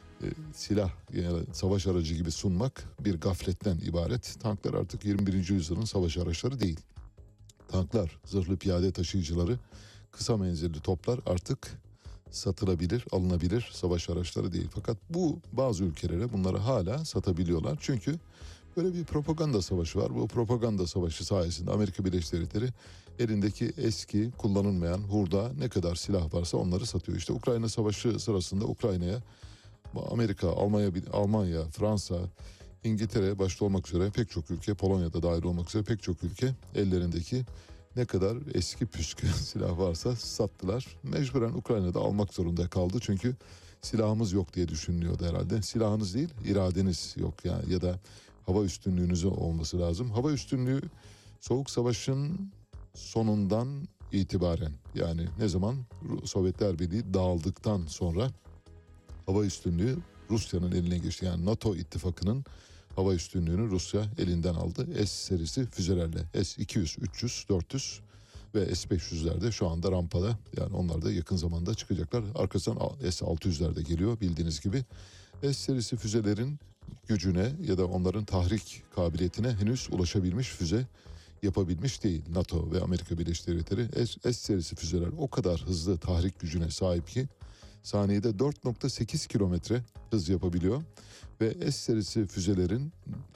S2: silah yani savaş aracı gibi sunmak bir gafletten ibaret. Tanklar artık 21. yüzyılın savaş araçları değil. Tanklar, zırhlı piyade taşıyıcıları, kısa menzilli toplar artık satılabilir, alınabilir savaş araçları değil. Fakat bu bazı ülkelere bunları hala satabiliyorlar. Çünkü böyle bir propaganda savaşı var. Bu propaganda savaşı sayesinde Amerika Birleşik Devletleri elindeki eski, kullanılmayan hurda ne kadar silah varsa onları satıyor. İşte Ukrayna Savaşı sırasında Ukrayna'ya Amerika, Almanya, Fransa, İngiltere başta olmak üzere pek çok ülke, Polonya'da dahil olmak üzere pek çok ülke ellerindeki ne kadar eski püskü silah varsa sattılar. Mecburen Ukrayna'da almak zorunda kaldı çünkü silahımız yok diye düşünülüyordu herhalde. Silahınız değil, iradeniz yok yani ya da hava üstünlüğünüz olması lazım. Hava üstünlüğü Soğuk Savaş'ın sonundan itibaren yani ne zaman Sovyetler Birliği dağıldıktan sonra hava üstünlüğü Rusya'nın eline geçti. Yani NATO ittifakının hava üstünlüğünü Rusya elinden aldı. S serisi füzelerle S-200, 300, 400 ve S-500'ler de şu anda rampada. Yani onlar da yakın zamanda çıkacaklar. Arkasından S-600'ler de geliyor bildiğiniz gibi. S serisi füzelerin gücüne ya da onların tahrik kabiliyetine henüz ulaşabilmiş füze yapabilmiş değil. NATO ve Amerika Birleşik Devletleri S serisi füzeler o kadar hızlı tahrik gücüne sahip ki saniyede 4.8 kilometre hız yapabiliyor ve S serisi füzelerin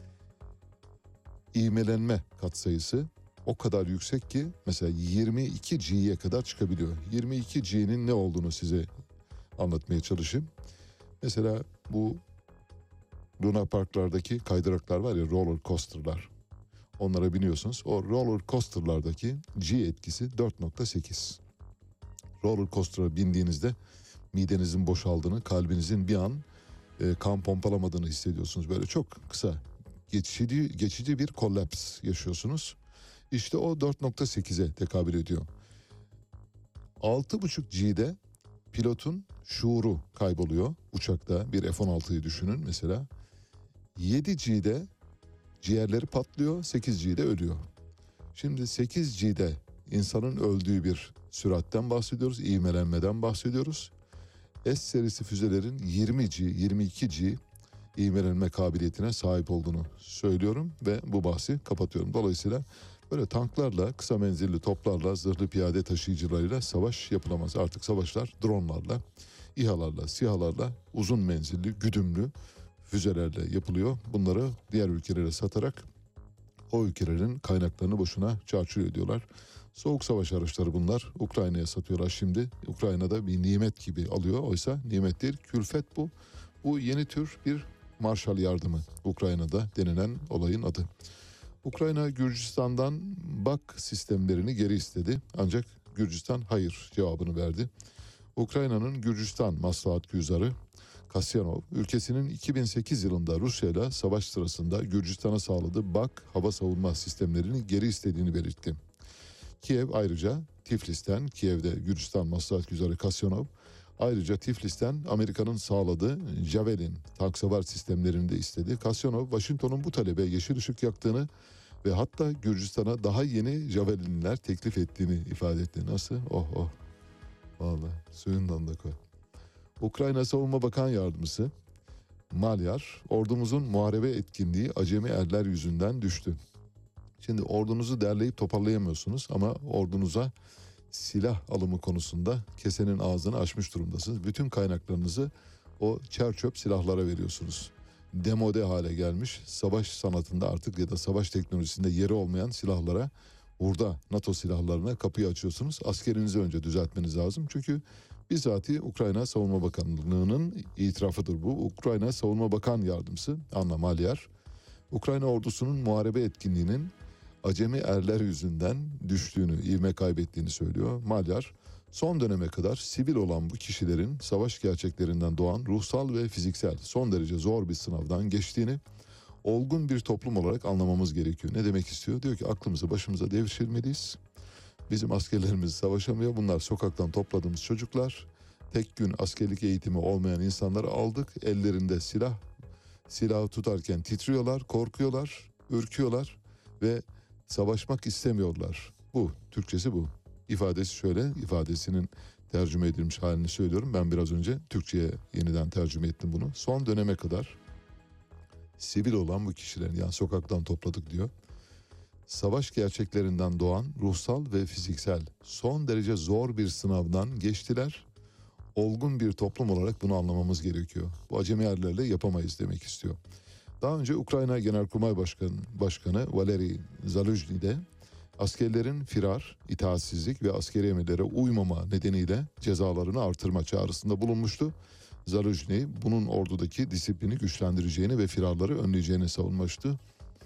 S2: ivmelenme katsayısı o kadar yüksek ki mesela 22 G'ye kadar çıkabiliyor. 22 G'nin ne olduğunu size anlatmaya çalışayım. Mesela bu Luna Parklardaki kaydıraklar var ya, roller coaster'lar. Onlara biniyorsunuz. O roller coaster'lardaki G etkisi 4.8. Roller coaster'a bindiğinizde midenizin boşaldığını, kalbinizin bir an kan pompalamadığını hissediyorsunuz. Böyle çok kısa, geçici bir kollaps yaşıyorsunuz. İşte o 4.8'e tekabül ediyor. 6.5 G'de pilotun şuuru kayboluyor. Uçakta bir F-16'yı düşünün mesela. 7 G'de ciğerleri patlıyor, 8 G'de ölüyor. Şimdi 8 G'de insanın öldüğü bir süratten bahsediyoruz, ivmelenmeden bahsediyoruz. S serisi füzelerin 20G, 22G ivmelenme kabiliyetine sahip olduğunu söylüyorum ve bu bahsi kapatıyorum. Dolayısıyla böyle tanklarla, kısa menzilli toplarla, zırhlı piyade taşıyıcılarıyla savaş yapılamaz. Artık savaşlar dronlarla, İHA'larla, SİHA'larla, uzun menzilli, güdümlü füzelerle yapılıyor. Bunları diğer ülkelere satarak o ülkelerin kaynaklarını boşuna çarçur ediyorlar. Soğuk savaş araçları bunlar. Ukrayna'ya satıyorlar şimdi. Ukrayna'da bir nimet gibi alıyor. Oysa nimet değil, külfet bu. Bu yeni tür bir Marshall yardımı Ukrayna'da denilen olayın adı. Ukrayna Gürcistan'dan BAK sistemlerini geri istedi. Ancak Gürcistan hayır cevabını verdi. Ukrayna'nın Gürcistan maslahat güzarı Kasyanov, ülkesinin 2008 yılında Rusya ile savaş sırasında Gürcistan'a sağladığı BAK hava savunma sistemlerini geri istediğini belirtti. Kiev ayrıca Tiflis'ten, Kiev'de Gürcistan maslahat güzarı Kasyanov, ayrıca Tiflis'ten Amerika'nın sağladığı Javelin tanksavar sistemlerini de istedi. Kasyanov, Washington'un bu talebe yeşil ışık yaktığını ve hatta Gürcistan'a daha yeni Javelin'ler teklif ettiğini ifade etti. Nasıl? Oh. Vallahi suyundan da koy. Ukrayna Savunma Bakan Yardımcısı Malyar, ordumuzun muharebe etkinliği acemi erler yüzünden düştü. Şimdi ordunuzu derleyip toparlayamıyorsunuz ama ordunuza silah alımı konusunda kesenin ağzını açmış durumdasınız. Bütün kaynaklarınızı o çerçöp silahlara veriyorsunuz. Demode hale gelmiş, savaş sanatında artık ya da savaş teknolojisinde yeri olmayan silahlara, burada NATO silahlarına kapıyı açıyorsunuz. Askerinizi önce düzeltmeniz lazım. Çünkü bizzati Ukrayna Savunma Bakanlığı'nın itirafıdır bu. Ukrayna Savunma Bakan Yardımcısı Anna Malyar, Ukrayna ordusunun muharebe etkinliğinin acemi erler yüzünden düştüğünü, ivme kaybettiğini söylüyor. Malyar, son döneme kadar sivil olan bu kişilerin savaş gerçeklerinden doğan ruhsal ve fiziksel son derece zor bir sınavdan geçtiğini olgun bir toplum olarak anlamamız gerekiyor. Ne demek istiyor? Diyor ki aklımızı başımıza devşirmeliyiz. Bizim askerlerimiz savaşamıyor. Bunlar sokaktan topladığımız çocuklar. Tek gün askerlik eğitimi olmayan insanları aldık. Ellerinde silah. Silahı tutarken titriyorlar, korkuyorlar, ürküyorlar ve savaşmak istemiyorlar. Bu, Türkçesi bu. İfadesi şöyle, ifadesinin tercüme edilmiş halini söylüyorum. Ben biraz önce Türkçe'ye yeniden tercüme ettim bunu. Son döneme kadar sivil olan bu kişilerin, yani sokaktan topladık diyor, savaş gerçeklerinden doğan ruhsal ve fiziksel son derece zor bir sınavdan geçtiler. Olgun bir toplum olarak bunu anlamamız gerekiyor. Bu acemi erlerle yapamayız demek istiyor. Daha önce Ukrayna Genelkurmay Başkanı Valeri Zaluzhny de askerlerin firar, itaatsizlik ve askeri emirlere uymama nedeniyle cezalarını artırma çağrısında bulunmuştu. Zaluzhny bunun ordudaki disiplini güçlendireceğini ve firarları önleyeceğini savunmuştu.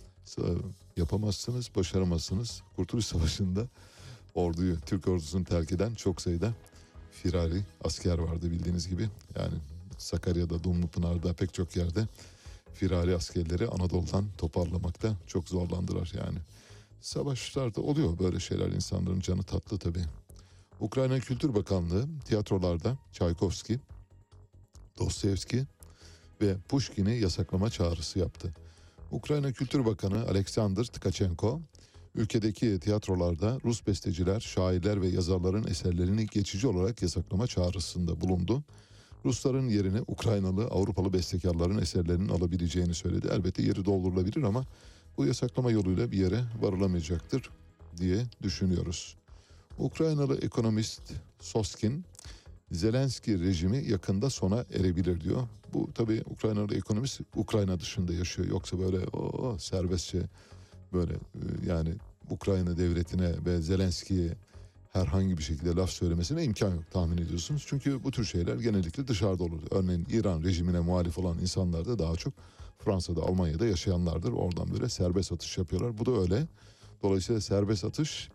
S2: Yapamazsınız, başaramazsınız. Kurtuluş Savaşı'nda orduyu, Türk ordusunu terk eden çok sayıda firari asker vardı bildiğiniz gibi. Yani Sakarya'da, Dumlupınar'da pek çok yerde firari askerleri Anadolu'dan toparlamakta çok zorlandılar yani. Savaşlarda oluyor böyle şeyler, insanların canı tatlı tabii. Ukrayna Kültür Bakanlığı tiyatrolarda Çaykovski, Dostoyevski ve Pushkin'i yasaklama çağrısı yaptı. Ukrayna Kültür Bakanı Alexander Tkachenko, ülkedeki tiyatrolarda Rus besteciler, şairler ve yazarların eserlerini geçici olarak yasaklama çağrısında bulundu. Rusların yerini Ukraynalı, Avrupalı bestekarların eserlerinin alabileceğini söyledi. Elbette yeri doldurulabilir ama bu yasaklama yoluyla bir yere varılamayacaktır diye düşünüyoruz. Ukraynalı ekonomist Soskin, Zelenski rejimi yakında sona erebilir diyor. Bu tabii Ukraynalı ekonomist Ukrayna dışında yaşıyor. Yoksa böyle serbestçe böyle yani Ukrayna devletine ve Zelenski'ye herhangi bir şekilde laf söylemesine imkan yok, tahmin ediyorsunuz. Çünkü bu tür şeyler genellikle dışarıda olur. Örneğin İran rejimine muhalif olan insanlar da daha çok Fransa'da, Almanya'da yaşayanlardır. Oradan böyle serbest atış yapıyorlar. Bu da öyle. Dolayısıyla serbest atış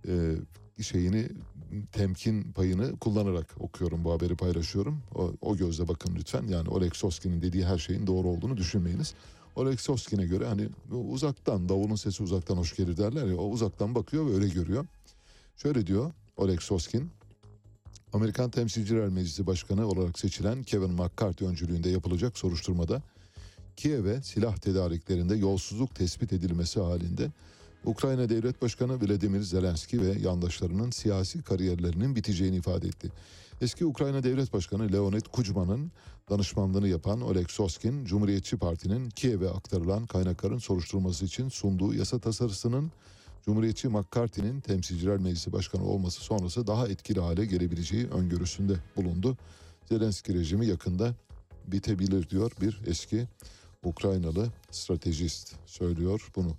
S2: temkin payını kullanarak okuyorum, bu haberi paylaşıyorum. O gözle bakın lütfen. Yani Oleg Soskin'in dediği her şeyin doğru olduğunu düşünmeyiniz. Oleg Soskin'e göre hani uzaktan, davulun sesi uzaktan hoş gelir derler ya, o uzaktan bakıyor ve öyle görüyor. Şöyle diyor Oleg Soskin, Amerikan Temsilciler Meclisi Başkanı olarak seçilen Kevin McCarthy öncülüğünde yapılacak soruşturmada Kiev'e silah tedariklerinde yolsuzluk tespit edilmesi halinde Ukrayna Devlet Başkanı Volodymyr Zelenski ve yandaşlarının siyasi kariyerlerinin biteceğini ifade etti. Eski Ukrayna Devlet Başkanı Leonid Kuchma'nın danışmanlığını yapan Oleg Soskin, Cumhuriyetçi Parti'nin Kiev'e aktarılan kaynakların soruşturulması için sunduğu yasa tasarısının Cumhuriyetçi McCarthy'nin Temsilciler Meclisi Başkanı olması sonrası daha etkili hale gelebileceği öngörüsünde bulundu. Zelenski rejimi yakında bitebilir diyor bir eski Ukraynalı stratejist söylüyor bunu.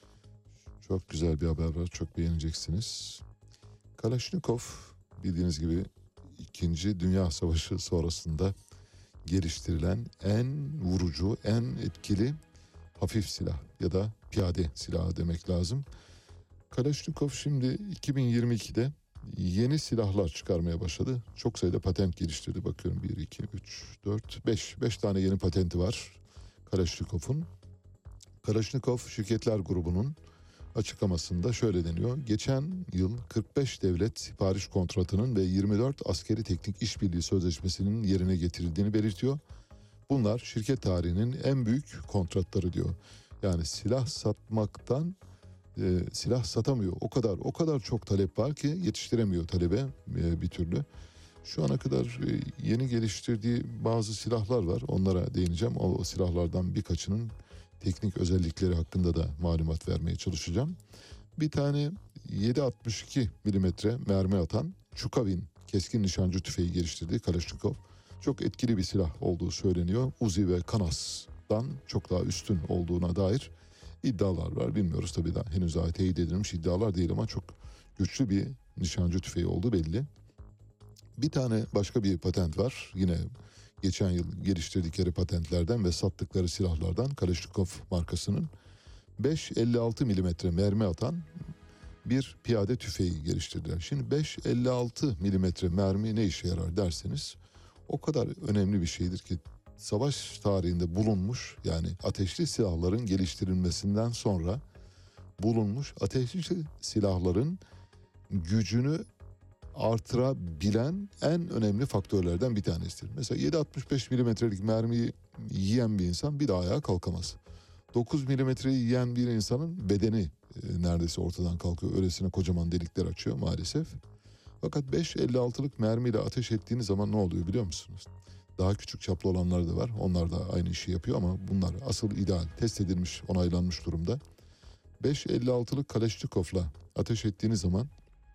S2: Çok güzel bir haber var, çok beğeneceksiniz. Kalashnikov bildiğiniz gibi 2. Dünya Savaşı sonrasında geliştirilen en vurucu, en etkili hafif silah ya da piyade silahı demek lazım. Kalashnikov şimdi 2022'de yeni silahlar çıkarmaya başladı. Çok sayıda patent geliştirdi. Bakıyorum 1, 2, 3, 4, 5 tane yeni patenti var Kalashnikov'un. Kalashnikov Şirketler Grubu'nun açıklamasında şöyle deniyor. Geçen yıl 45 devlet sipariş kontratının ve 24 askeri teknik işbirliği sözleşmesinin yerine getirildiğini belirtiyor. Bunlar şirket tarihinin en büyük kontratları diyor. Yani silah satmaktan silah satamıyor. O kadar çok talep var ki yetiştiremiyor talebe bir türlü. Şu ana kadar yeni geliştirdiği bazı silahlar var. Onlara değineceğim. O silahlardan birkaçının teknik özellikleri hakkında da malumat vermeye çalışacağım. Bir tane 7.62 milimetre mermi atan Çukavin keskin nişancı tüfeği geliştirdi Kalashnikov. Çok etkili bir silah olduğu söyleniyor. Uzi ve Kanas'dan çok daha üstün olduğuna dair iddialar var. Bilmiyoruz tabii, daha henüz daha teyit edilmiş iddialar değil ama çok güçlü bir nişancı tüfeği olduğu belli. Bir tane başka bir patent var. Yine geçen yıl geliştirdikleri patentlerden ve sattıkları silahlardan Kalashnikov markasının 5.56 milimetre mermi atan bir piyade tüfeği geliştirdiler. Şimdi 5.56 milimetre mermi ne işe yarar derseniz o kadar önemli bir şeydir ki savaş tarihinde bulunmuş, yani ateşli silahların geliştirilmesinden sonra bulunmuş ateşli silahların gücünü artırabilen en önemli faktörlerden bir tanesidir. Mesela 7.65 milimetrelik mermiyi yiyen bir insan bir daha ayağa kalkamaz. 9 milimetreyi yiyen bir insanın bedeni neredeyse ortadan kalkıyor. Öylesine kocaman delikler açıyor maalesef. Fakat 5.56'lık mermiyle ateş ettiğiniz zaman ne oluyor biliyor musunuz? Daha küçük çaplı olanlar da var. Onlar da aynı işi yapıyor ama bunlar asıl ideal, test edilmiş, onaylanmış durumda. 5.56'lık Kalashnikov'la ateş ettiğiniz zaman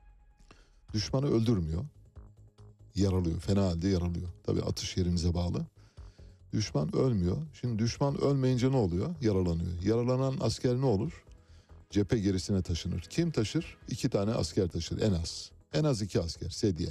S2: düşmanı öldürmüyor. Yaralıyor, fena halde yaralıyor. Tabii atış yerinize bağlı. Düşman ölmüyor. Şimdi düşman ölmeyince ne oluyor? Yaralanıyor. Yaralanan asker ne olur? Cephe gerisine taşınır. Kim taşır? 2 tane asker taşır en az. En az 2 asker sedye.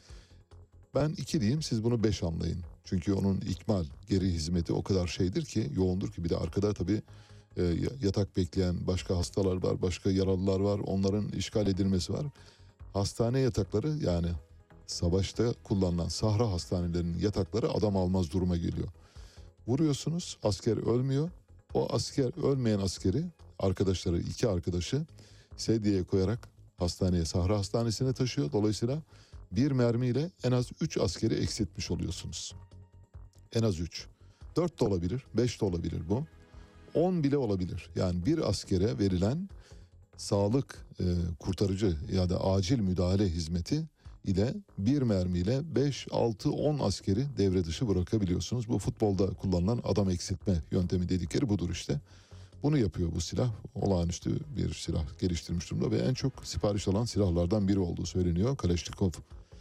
S2: Ben 2 diyeyim, siz bunu 5 anlayın. Çünkü onun ikmal, geri hizmeti o kadar şeydir ki, yoğundur ki, bir de arkada tabii yatak bekleyen başka hastalar var, başka yaralılar var. Onların işgal edilmesi var. Hastane yatakları, yani savaşta kullanılan sahra hastanelerinin yatakları adam almaz duruma geliyor. Vuruyorsunuz, asker ölmüyor. O asker, ölmeyen askeri, arkadaşları, 2 arkadaşı sedyeye koyarak hastaneye, sahra hastanesine taşıyor. Dolayısıyla bir mermiyle en az 3 askeri eksiltmiş oluyorsunuz. En az 3. 4 de olabilir, 5 de olabilir bu. 10 bile olabilir. Yani bir askere verilen sağlık kurtarıcı ya da acil müdahale hizmeti ile bir mermiyle 5, 6, 10 askeri devre dışı bırakabiliyorsunuz. Bu futbolda kullanılan adam eksiltme yöntemi dedikleri budur işte. Bunu yapıyor bu silah. Olağanüstü bir silah geliştirmiş durumda ve en çok sipariş alan silahlardan biri olduğu söyleniyor. Kalashnikov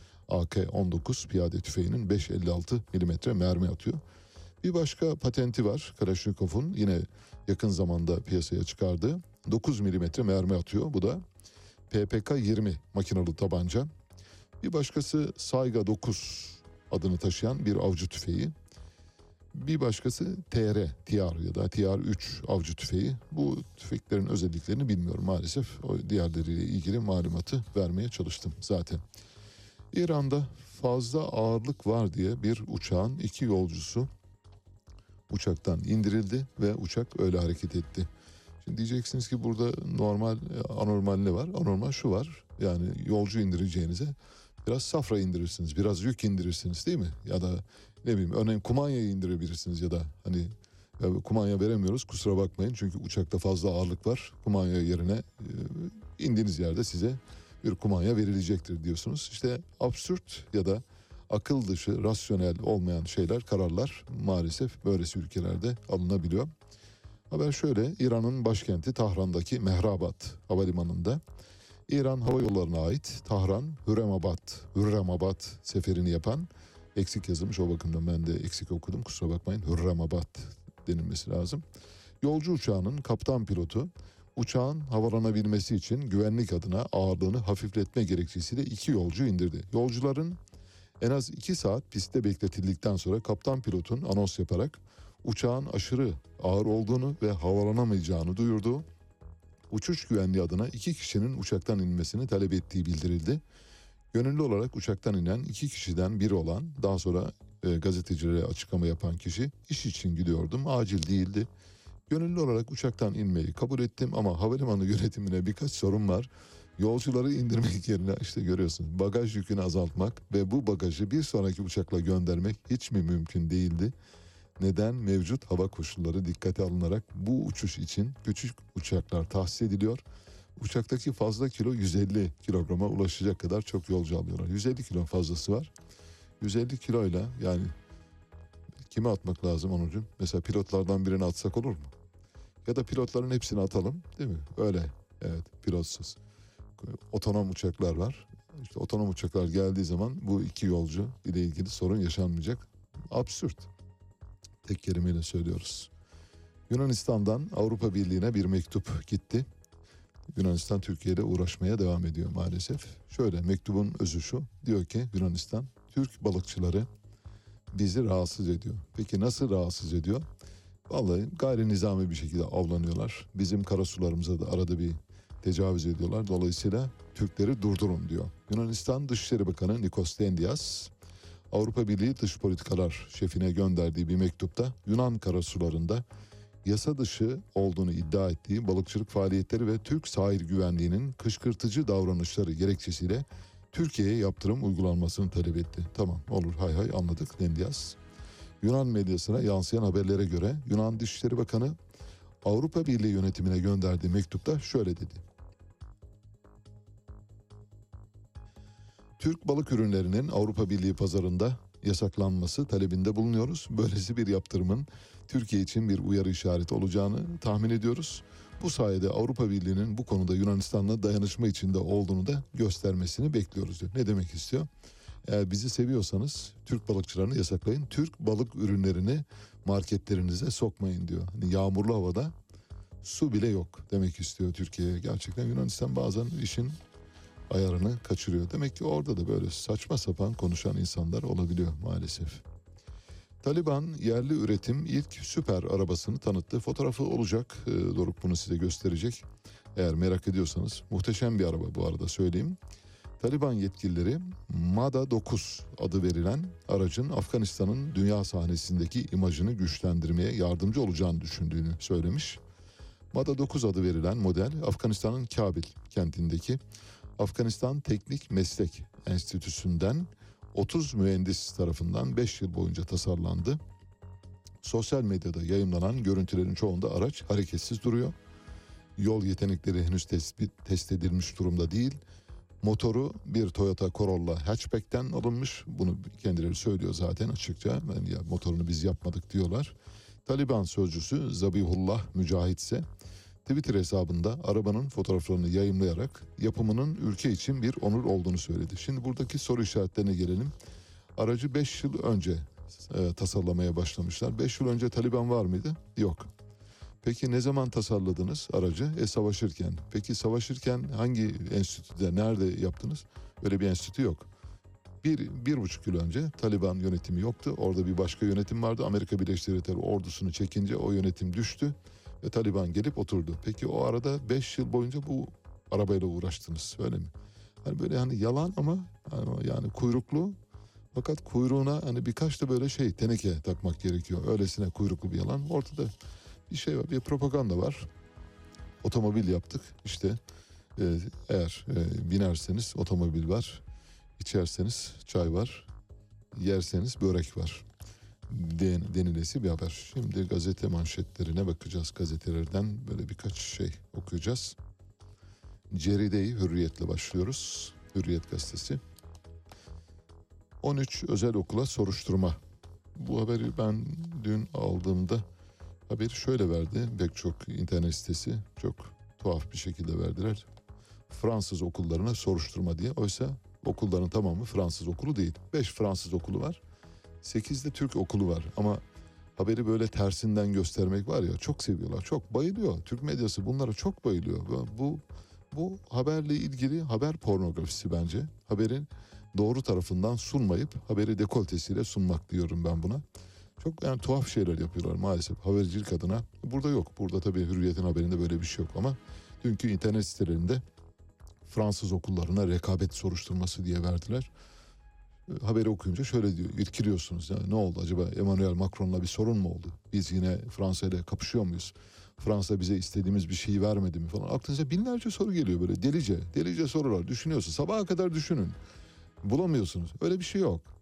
S2: AK-19 piyade tüfeğinin 5.56 milimetre mermi atıyor. Bir başka patenti var Kalashnikov'un, yine yakın zamanda piyasaya çıkardığı. 9 milimetre mermi atıyor. Bu da PPK-20 makinalı tabanca. Bir başkası Saiga 9 adını taşıyan bir avcı tüfeği. Bir başkası TR ya da TR3 avcı tüfeği. Bu tüfeklerin özelliklerini bilmiyorum maalesef. O diğerleriyle ilgili malumatı vermeye çalıştım zaten. İran'da fazla ağırlık var diye bir uçağın 2 yolcusu uçaktan indirildi ve uçak öyle hareket etti. Şimdi diyeceksiniz ki burada normal, anormal ne var? Anormal şu var. Yani yolcu indireceğinize biraz safra indirirsiniz, biraz yük indirirsiniz değil mi? Ya da ne bileyim, örneğin kumanyayı indirebilirsiniz ya da hani Kumanya veremiyoruz, kusura bakmayın, çünkü uçakta fazla ağırlık var. Kumanya yerine indiğiniz yerde size bir kumanya verilecektir diyorsunuz. İşte absürt ya da akıl dışı, rasyonel olmayan şeyler, kararlar maalesef böylesi ülkelerde alınabiliyor. Haber şöyle: İran'ın başkenti Tahran'daki Mehrabad Havalimanı'nda İran Hava Yolları'na ait Tahran Hürremabad seferini yapan, eksik yazılmış, o bakımdan ben de eksik okudum, kusura bakmayın, Hürremabad denilmesi lazım. Yolcu uçağının kaptan pilotu uçağın havalanabilmesi için güvenlik adına ağırlığını hafifletme gerekçesiyle 2 yolcu indirdi. Yolcuların en az 2 saat pistte bekletildikten sonra kaptan pilotun anons yaparak uçağın aşırı ağır olduğunu ve havalanamayacağını duyurdu. Uçuş güvenliği adına 2 kişinin uçaktan inmesini talep ettiği bildirildi. Gönüllü olarak uçaktan inen 2 kişiden biri olan, daha sonra gazetecilere açıklama yapan kişi, iş için gidiyordum, acil değildi. Gönüllü olarak uçaktan inmeyi kabul ettim ama havalimanı yönetimine birkaç sorun var. Yolcuları indirmek yerine, işte görüyorsunuz, bagaj yükünü azaltmak ve bu bagajı bir sonraki uçakla göndermek hiç mi mümkün değildi? Neden? Mevcut hava koşulları dikkate alınarak bu uçuş için küçük uçaklar tahsis ediliyor. Uçaktaki fazla kilo 150 kilograma ulaşacak kadar çok yolcu alıyorlar. 150 kilo fazlası var. 150 kiloyla yani kime atmak lazım Onurcuğum? Mesela pilotlardan birini atsak olur mu? Ya da pilotların hepsini atalım, değil mi? Öyle, evet, pilotsuz. Otonom uçaklar var. İşte otonom uçaklar geldiği zaman bu 2 yolcu ile ilgili sorun yaşanmayacak. Absürt. Tek kelimeyle söylüyoruz. Yunanistan'dan Avrupa Birliği'ne bir mektup gitti. Yunanistan Türkiye ile uğraşmaya devam ediyor maalesef. Şöyle, mektubun özü şu: diyor ki Yunanistan, Türk balıkçıları bizi rahatsız ediyor. Peki nasıl rahatsız ediyor? Vallahi gayri nizami bir şekilde avlanıyorlar. Bizim karasularımıza da arada bir tecavüz ediyorlar. Dolayısıyla Türkleri durdurun diyor. Yunanistan Dışişleri Bakanı Nikos Dendias, Avrupa Birliği Dış Politikalar Şefine gönderdiği bir mektupta Yunan karasularında yasa dışı olduğunu iddia ettiği balıkçılık faaliyetleri ve Türk sahil güvenliğinin kışkırtıcı davranışları gerekçesiyle Türkiye'ye yaptırım uygulanmasını talep etti. Tamam, olur, hay hay, anladık Dendias. Yunan medyasına yansıyan haberlere göre Yunan Dışişleri Bakanı Avrupa Birliği yönetimine gönderdiği mektupta şöyle dedi: Türk balık ürünlerinin Avrupa Birliği pazarında yasaklanması talebinde bulunuyoruz. Böylesi bir yaptırımın Türkiye için bir uyarı işareti olacağını tahmin ediyoruz. Bu sayede Avrupa Birliği'nin bu konuda Yunanistan'la dayanışma içinde olduğunu da göstermesini bekliyoruz diyor. Ne demek istiyor? Eğer bizi seviyorsanız Türk balıkçılarını yasaklayın. Türk balık ürünlerini marketlerinize sokmayın diyor. Hani yağmurlu havada su bile yok demek istiyor Türkiye'ye. Gerçekten Yunanistan bazen işin ayarını kaçırıyor. Demek ki orada da böyle saçma sapan konuşan insanlar olabiliyor maalesef. Taliban yerli üretim ilk süper arabasını tanıttı. Fotoğrafı olacak. Doruk bunu size gösterecek. Eğer merak ediyorsanız, muhteşem bir araba bu arada, söyleyeyim. Taliban yetkilileri MADA 9 adı verilen aracın Afganistan'ın dünya sahnesindeki imajını güçlendirmeye yardımcı olacağını düşündüğünü söylemiş. MADA 9 adı verilen model Afganistan'ın Kabil kentindeki Afganistan Teknik Meslek Enstitüsü'nden 30 mühendis tarafından 5 yıl boyunca tasarlandı. Sosyal medyada yayımlanan görüntülerin çoğunda araç hareketsiz duruyor. Yol yetenekleri henüz test edilmiş durumda değil. Motoru bir Toyota Corolla hatchback'ten alınmış. Bunu kendileri söylüyor zaten açıkça. Yani ya, motorunu biz yapmadık diyorlar. Taliban sözcüsü Zabihullah Mücahit ise Twitter hesabında arabanın fotoğraflarını yayımlayarak yapımının ülke için bir onur olduğunu söyledi. Şimdi buradaki soru işaretlerine gelelim. Aracı 5 yıl önce tasarlamaya başlamışlar. 5 yıl önce Taliban var mıydı? Yok. Peki ne zaman tasarladınız aracı? Savaşırken. Peki savaşırken hangi enstitüde, nerede yaptınız? Öyle bir enstitü yok. 1,5 yıl önce Taliban yönetimi yoktu. Orada bir başka yönetim vardı. Amerika Birleşik Devletleri ordusunu çekince o yönetim düştü ve Taliban gelip oturdu. Peki o arada 5 yıl boyunca bu arabayla uğraştınız, öyle mi? Hani böyle hani yalan ama yani kuyruklu, fakat kuyruğuna hani birkaç da böyle teneke takmak gerekiyor. Öylesine kuyruklu bir yalan. Ortada bir şey var, bir propaganda var. Otomobil yaptık. İşte eğer binerseniz otomobil var. İçerseniz çay var. Yerseniz börek var. denilesi bir haber. Şimdi gazete manşetlerine bakacağız. Gazetelerden böyle birkaç şey okuyacağız. Ceride-i Hürriyet'le başlıyoruz. Hürriyet gazetesi. 13 özel okula soruşturma. Bu haberi ben dün aldığımda haberi şöyle verdi. Pek çok internet sitesi çok tuhaf bir şekilde verdiler. Fransız okullarına soruşturma diye. Oysa okulların tamamı Fransız okulu değil. 5 Fransız okulu var. 8 de Türk okulu var. Ama haberi böyle tersinden göstermek var ya, çok seviyorlar. Çok bayılıyor. Türk medyası bunlara çok bayılıyor. Bu haberle ilgili haber pornografisi bence. Haberin doğru tarafından sunmayıp haberi dekoltesiyle sunmak diyorum ben buna. Çok yani tuhaf şeyler yapıyorlar maalesef habercilik adına. Burada yok. Burada tabii Hürriyet'in haberinde böyle bir şey yok ama dünkü internet sitelerinde Fransız okullarına rekabet soruşturması diye verdiler. Haberi okuyunca şöyle diyor, irkiliyorsunuz. Yani ne oldu acaba, Emmanuel Macron'la bir sorun mu oldu? Biz yine Fransa ile kapışıyor muyuz? Fransa bize istediğimiz bir şeyi vermedi mi falan. Aklınıza binlerce soru geliyor böyle delice sorular. Düşünüyorsun, sabaha kadar düşünün. Bulamıyorsunuz. Öyle bir şey yok.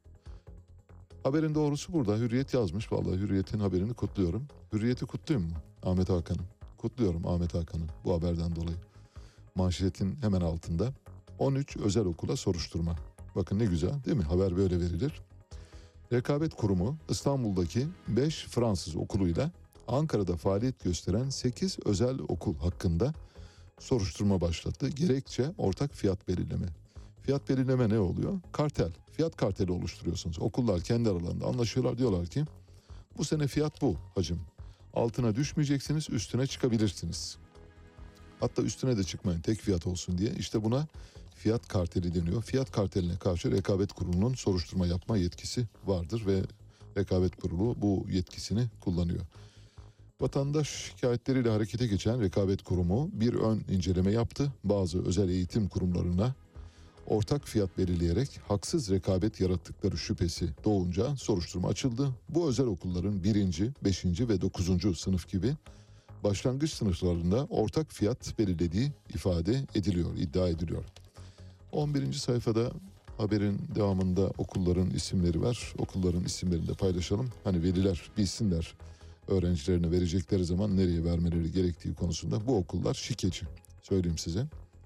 S2: Haberin doğrusu burada. Hürriyet yazmış. Vallahi Hürriyet'in haberini kutluyorum. Hürriyet'i kutlayayım mı? Ahmet Hakan'ı. Kutluyorum Ahmet Hakan'ı bu haberden dolayı. Manşetin hemen altında 13 özel okula soruşturma. Bakın ne güzel değil mi? Haber böyle verilir. Rekabet Kurumu İstanbul'daki 5 Fransız okuluyla Ankara'da faaliyet gösteren 8 özel okul hakkında soruşturma başlattı. Gerekçe ortak fiyat belirleme. Fiyat belirleme ne oluyor? Kartel. Fiyat karteli oluşturuyorsunuz. Okullar kendi aralarında anlaşıyorlar, diyorlar ki bu sene fiyat bu hacım. Altına düşmeyeceksiniz, üstüne çıkabilirsiniz. Hatta üstüne de çıkmayın, tek fiyat olsun diye. İşte buna fiyat karteli deniyor. Fiyat karteline karşı Rekabet Kurulu'nun soruşturma yapma yetkisi vardır ve Rekabet Kurulu bu yetkisini kullanıyor. Vatandaş şikayetleriyle harekete geçen Rekabet Kurumu bir ön inceleme yaptı. Bazı özel eğitim kurumlarına ortak fiyat belirleyerek haksız rekabet yarattıkları şüphesi doğunca soruşturma açıldı. Bu özel okulların 1. 5. ve 9. sınıf gibi başlangıç sınıflarında ortak fiyat belirlediği ifade ediliyor, iddia ediliyor. 11. sayfada haberin devamında okulların isimleri var. Okulların isimlerini de paylaşalım. Hani veliler bilsinler öğrencilerine verecekleri zaman nereye vermeleri gerektiği konusunda. Bu okullar şikeci, söyleyeyim size.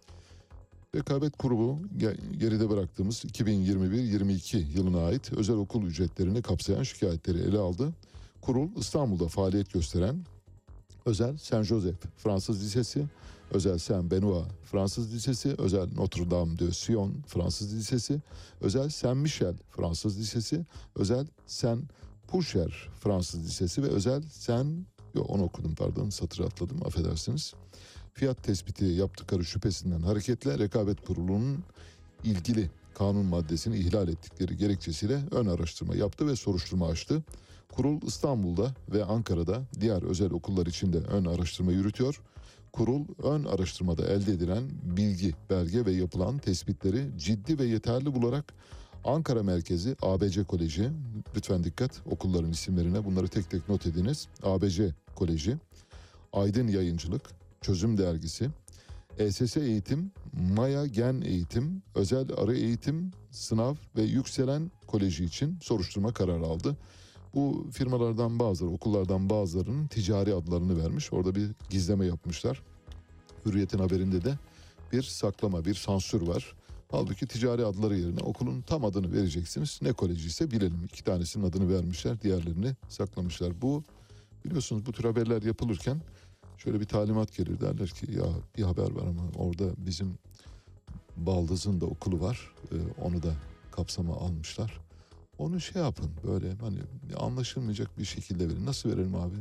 S2: Rekabet Kurumu geride bıraktığımız 2021-22 yılına ait özel okul ücretlerini kapsayan şikayetleri ele aldı. Kurul İstanbul'da faaliyet gösteren özel Saint Joseph Fransız Lisesi, özel Saint Benoît Fransız Lisesi, özel Notre Dame de Sion Fransız Lisesi, özel Saint Michel Fransız Lisesi, özel Saint Pulcher Fransız Lisesi ve özel onu okudum pardon, satırı atladım, affedersiniz. Fiyat tespiti yaptıkları şüphesinden hareketle Rekabet Kurulu'nun ilgili kanun maddesini ihlal ettikleri gerekçesiyle ön araştırma yaptı ve soruşturma açtı. Kurul İstanbul'da ve Ankara'da diğer özel okullar için de ön araştırma yürütüyor. Kurul ön araştırmada elde edilen bilgi, belge ve yapılan tespitleri ciddi ve yeterli bularak Ankara merkezi ABC Koleji, lütfen dikkat okulların isimlerine, bunları tek tek not ediniz. ABC Koleji, Aydın Yayıncılık, Çözüm Dergisi, ESS Eğitim, Maya Gen Eğitim, Özel Arı Eğitim, Sınav ve Yükselen Koleji için soruşturma kararı aldı. Bu firmalardan bazıları, okullardan bazılarının ticari adlarını vermiş. Orada bir gizleme yapmışlar. Hürriyet'in haberinde de bir saklama, bir sansür var. Halbuki ticari adları yerine okulun tam adını vereceksiniz. Ne koleji ise bilelim. 2 tanesinin adını vermişler, diğerlerini saklamışlar. Bu, biliyorsunuz bu tür haberler yapılırken şöyle bir talimat gelir, derler ki ya bir haber var ama orada bizim Baldız'ın da okulu var. Onu da kapsama almışlar. Onu şey yapın, böyle hani anlaşılmayacak bir şekilde verin. Nasıl verelim abi?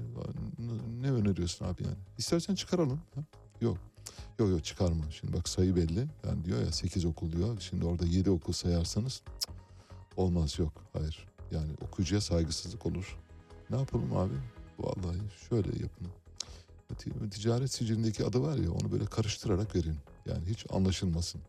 S2: Ne öneriyorsun abi yani? İstersen çıkaralım. Ha? Yok çıkarma. Şimdi bak sayı belli. Yani diyor ya 8 okul diyor. Şimdi orada 7 okul sayarsanız olmaz, yok. Hayır. Yani okuyucuya saygısızlık olur. Ne yapalım abi? Vallahi şöyle yapın. Ticaret sicilindeki adı var ya, onu böyle karıştırarak verin. Yani hiç anlaşılmasın.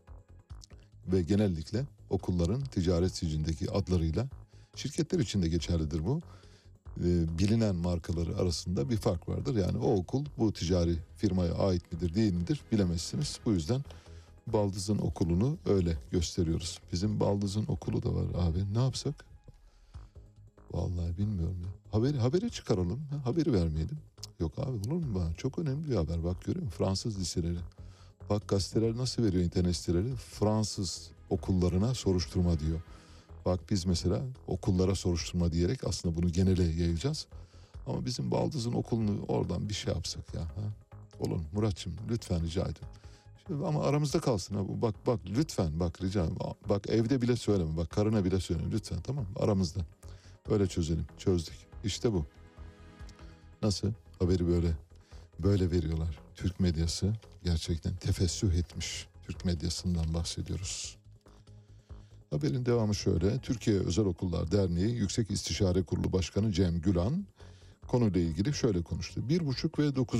S2: Ve genellikle okulların ticaret sicilindeki adlarıyla, şirketler için de geçerlidir bu, bilinen markaları arasında bir fark vardır. Yani o okul bu ticari firmaya ait midir değil midir bilemezsiniz. Bu yüzden Baldız'ın okulunu öyle gösteriyoruz. Bizim Baldız'ın okulu da var abi, ne yapsak? Vallahi bilmiyorum ya. Haberi çıkaralım. Haberi vermeyelim. Yok abi, olur mu bana? Çok önemli bir haber. Bak görüyor musun? Fransız liseleri. Bak gazeteler nasıl veriyor, internet siteleri. Fransız okullarına soruşturma diyor. Bak biz mesela okullara soruşturma diyerek aslında bunu genele yayacağız. Ama bizim Baldız'ın okulunu oradan bir şey yapsak ya. Ha? Olur mu? Muratçım lütfen rica ediyorum. Ama aramızda kalsın. Ha. Bak lütfen bak rica ederim. Bak evde bile söyleme. Bak karına bile söyleme lütfen, tamam mı? Aramızda. Öyle çözelim. Çözdük. İşte bu. Nasıl? Haberi böyle veriyorlar. Türk medyası gerçekten tefessüh etmiş. Türk medyasından bahsediyoruz. Haberin devamı şöyle. Türkiye Özel Okullar Derneği Yüksek İstişare Kurulu Başkanı Cem Gülan konuyla ilgili şöyle konuştu. 1,5 ve 9.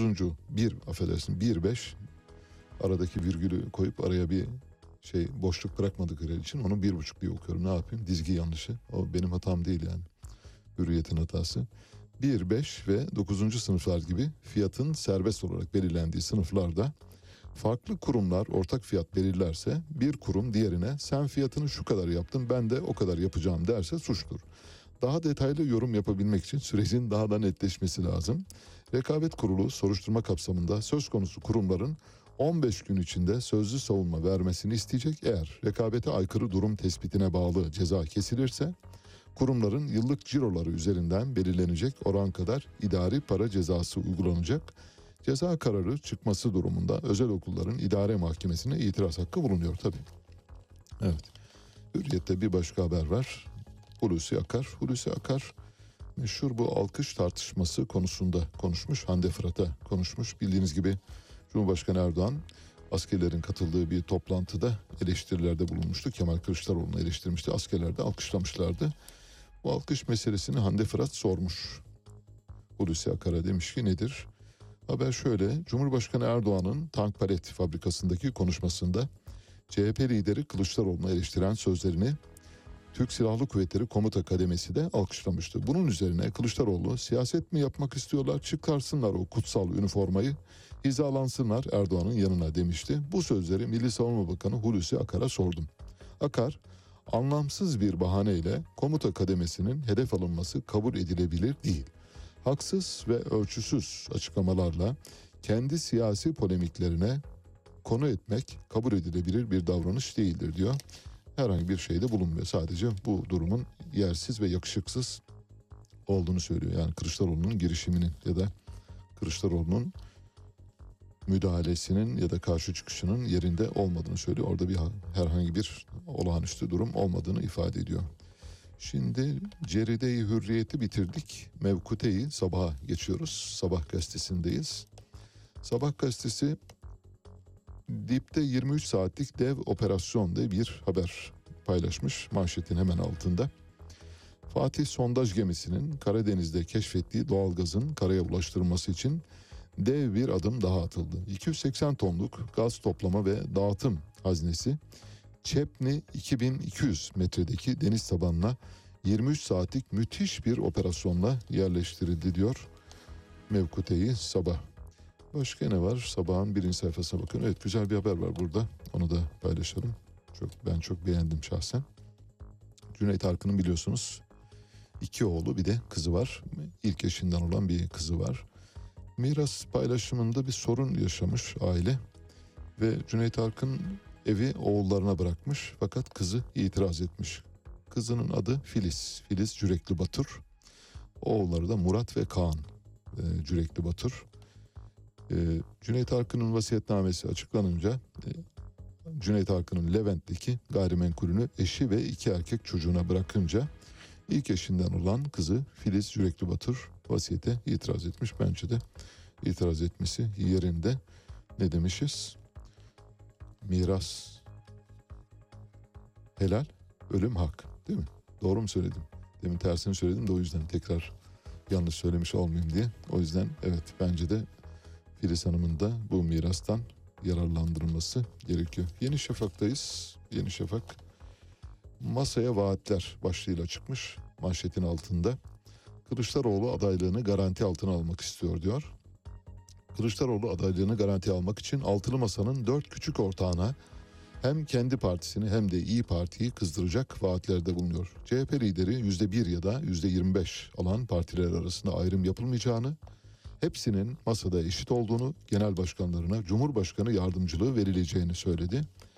S2: 1,5 aradaki virgülü koyup araya bir boşluk bırakmadıkları için onu 1,5 diye okuyorum. Ne yapayım? Dizgi yanlışı. O benim hatam değil yani. Hürriyet'in hatası. 1, 5 ve 9. sınıflar gibi fiyatın serbest olarak belirlendiği sınıflarda farklı kurumlar ortak fiyat belirlerse bir kurum diğerine sen fiyatını şu kadar yaptın ben de o kadar yapacağım derse suçtur. Daha detaylı yorum yapabilmek için sürecin daha da netleşmesi lazım. Rekabet Kurulu soruşturma kapsamında söz konusu kurumların 15 gün içinde sözlü savunma vermesini isteyecek. Eğer rekabete aykırı durum tespitine bağlı ceza kesilirse kurumların yıllık ciroları üzerinden belirlenecek oran kadar idari para cezası uygulanacak. Ceza kararı çıkması durumunda özel okulların idare mahkemesine itiraz hakkı bulunuyor tabii. Evet. Hürriyet'te bir başka haber var. Hulusi Akar meşhur bu alkış tartışması konusunda konuşmuş. Hande Fırat'a konuşmuş. Bildiğiniz gibi Cumhurbaşkanı Erdoğan askerlerin katıldığı bir toplantıda eleştirilerde bulunmuştu. Kemal Kılıçdaroğlu'nu eleştirmişti. Askerler de alkışlamışlardı. Bu alkış meselesini Hande Fırat sormuş. Hulusi Akar'a demiş ki nedir? Haber şöyle. Cumhurbaşkanı Erdoğan'ın tank palet fabrikasındaki konuşmasında CHP lideri Kılıçdaroğlu'nu eleştiren sözlerini Türk Silahlı Kuvvetleri Komuta Kademesi de alkışlamıştı. Bunun üzerine Kılıçdaroğlu siyaset mi yapmak istiyorlar, çıkarsınlar o kutsal üniformayı, hizalansınlar Erdoğan'ın yanına demişti. Bu sözleri Milli Savunma Bakanı Hulusi Akar'a sordum. Akar, anlamsız bir bahaneyle komuta kademesinin hedef alınması kabul edilebilir değil. Haksız ve ölçüsüz açıklamalarla kendi siyasi polemiklerine konu etmek kabul edilebilir bir davranış değildir diyor. Herhangi bir şeyde bulunmuyor. Sadece bu durumun yersiz ve yakışıksız olduğunu söylüyor. Yani Kılıçdaroğlu'nun girişiminin ya da Kılıçdaroğlu'nun müdahalesinin ya da karşı çıkışının yerinde olmadığını söylüyor. Orada herhangi bir olağanüstü durum olmadığını ifade ediyor. Şimdi Ceride-i Hürriyet'i bitirdik. Mevkute'yi Sabah'a geçiyoruz. Sabah gazetesindeyiz. Sabah gazetesi dipte 23 saatlik dev operasyon diye bir haber paylaşmış manşetin hemen altında. Fatih sondaj gemisinin Karadeniz'de keşfettiği doğalgazın karaya ulaştırılması için dev bir adım daha atıldı. 280 tonluk gaz toplama ve dağıtım haznesi Çepni 2200 metredeki deniz tabanına 23 saatlik müthiş bir operasyonla yerleştirildi diyor Mevkute'yi Sabah. Başka ne var? Sabahın birinci sayfasına bakın. Evet, güzel bir haber var burada. Onu da paylaşalım. Ben çok beğendim şahsen. Cüneyt Arkın'ın biliyorsunuz 2 oğlu bir de kızı var. İlk eşinden olan bir kızı var. Miras paylaşımında bir sorun yaşamış aile. Ve Cüneyt Arkın evi oğullarına bırakmış. Fakat kızı itiraz etmiş. Kızının adı Filiz. Filiz Cürekli Batur. Oğulları da Murat ve Kaan Cürekli Batur. Cüneyt Arkın'ın vasiyetnamesi açıklanınca Cüneyt Arkın'ın Levent'teki gayrimenkulünü eşi ve 2 erkek çocuğuna bırakınca ilk eşinden olan kızı Filiz Cürekli Batur vasiyete itiraz etmiş. Bence de itiraz etmesi yerinde. Ne demişiz? Miras helal, ölüm hak, değil mi? Doğru mu söyledim? Demin tersini söyledim de o yüzden tekrar yanlış söylemiş olmayayım diye. O yüzden evet, bence de Filiz Hanım'ın da bu mirastan yararlandırılması gerekiyor. Yeni Şafak'tayız. Yeni Şafak masaya vaatler başlığıyla çıkmış manşetin altında. Kılıçdaroğlu adaylığını garanti altına almak istiyor diyor. Kılıçdaroğlu adaylığını garanti almak için altılı masanın 4 küçük ortağına hem kendi partisini hem de İyi Parti'yi kızdıracak vaatlerde bulunuyor. CHP lideri %1 ya da %25 alan partiler arasında ayrım yapılmayacağını, hepsinin masada eşit olduğunu, genel başkanlarına Cumhurbaşkanı yardımcılığı verileceğini söyledi.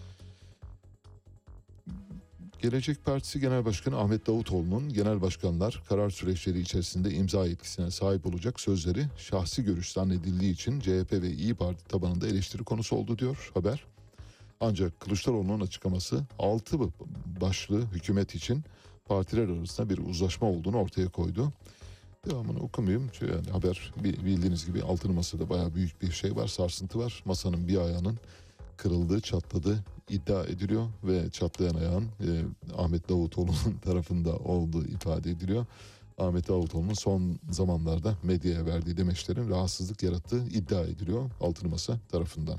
S2: Gelecek Partisi Genel Başkanı Ahmet Davutoğlu'nun genel başkanlar karar süreçleri içerisinde imza yetkisine sahip olacak sözleri şahsi görüş zannedildiği için CHP ve İyi Parti tabanında eleştiri konusu oldu diyor haber. Ancak Kılıçdaroğlu'nun açıklaması 6 başlı hükümet için partiler arasında bir uzlaşma olduğunu ortaya koydu. Devamını okumayayım. Yani haber bildiğiniz gibi altılı masada bayağı büyük bir şey var, sarsıntı var. Masanın bir ayağının kırıldığı, çatladığı iddia ediliyor ve çatlayan ayağın Ahmet Davutoğlu'nun tarafında olduğu ifade ediliyor. Ahmet Davutoğlu'nun son zamanlarda medyaya verdiği demeçlerin rahatsızlık yarattığı iddia ediliyor altılı masa tarafından.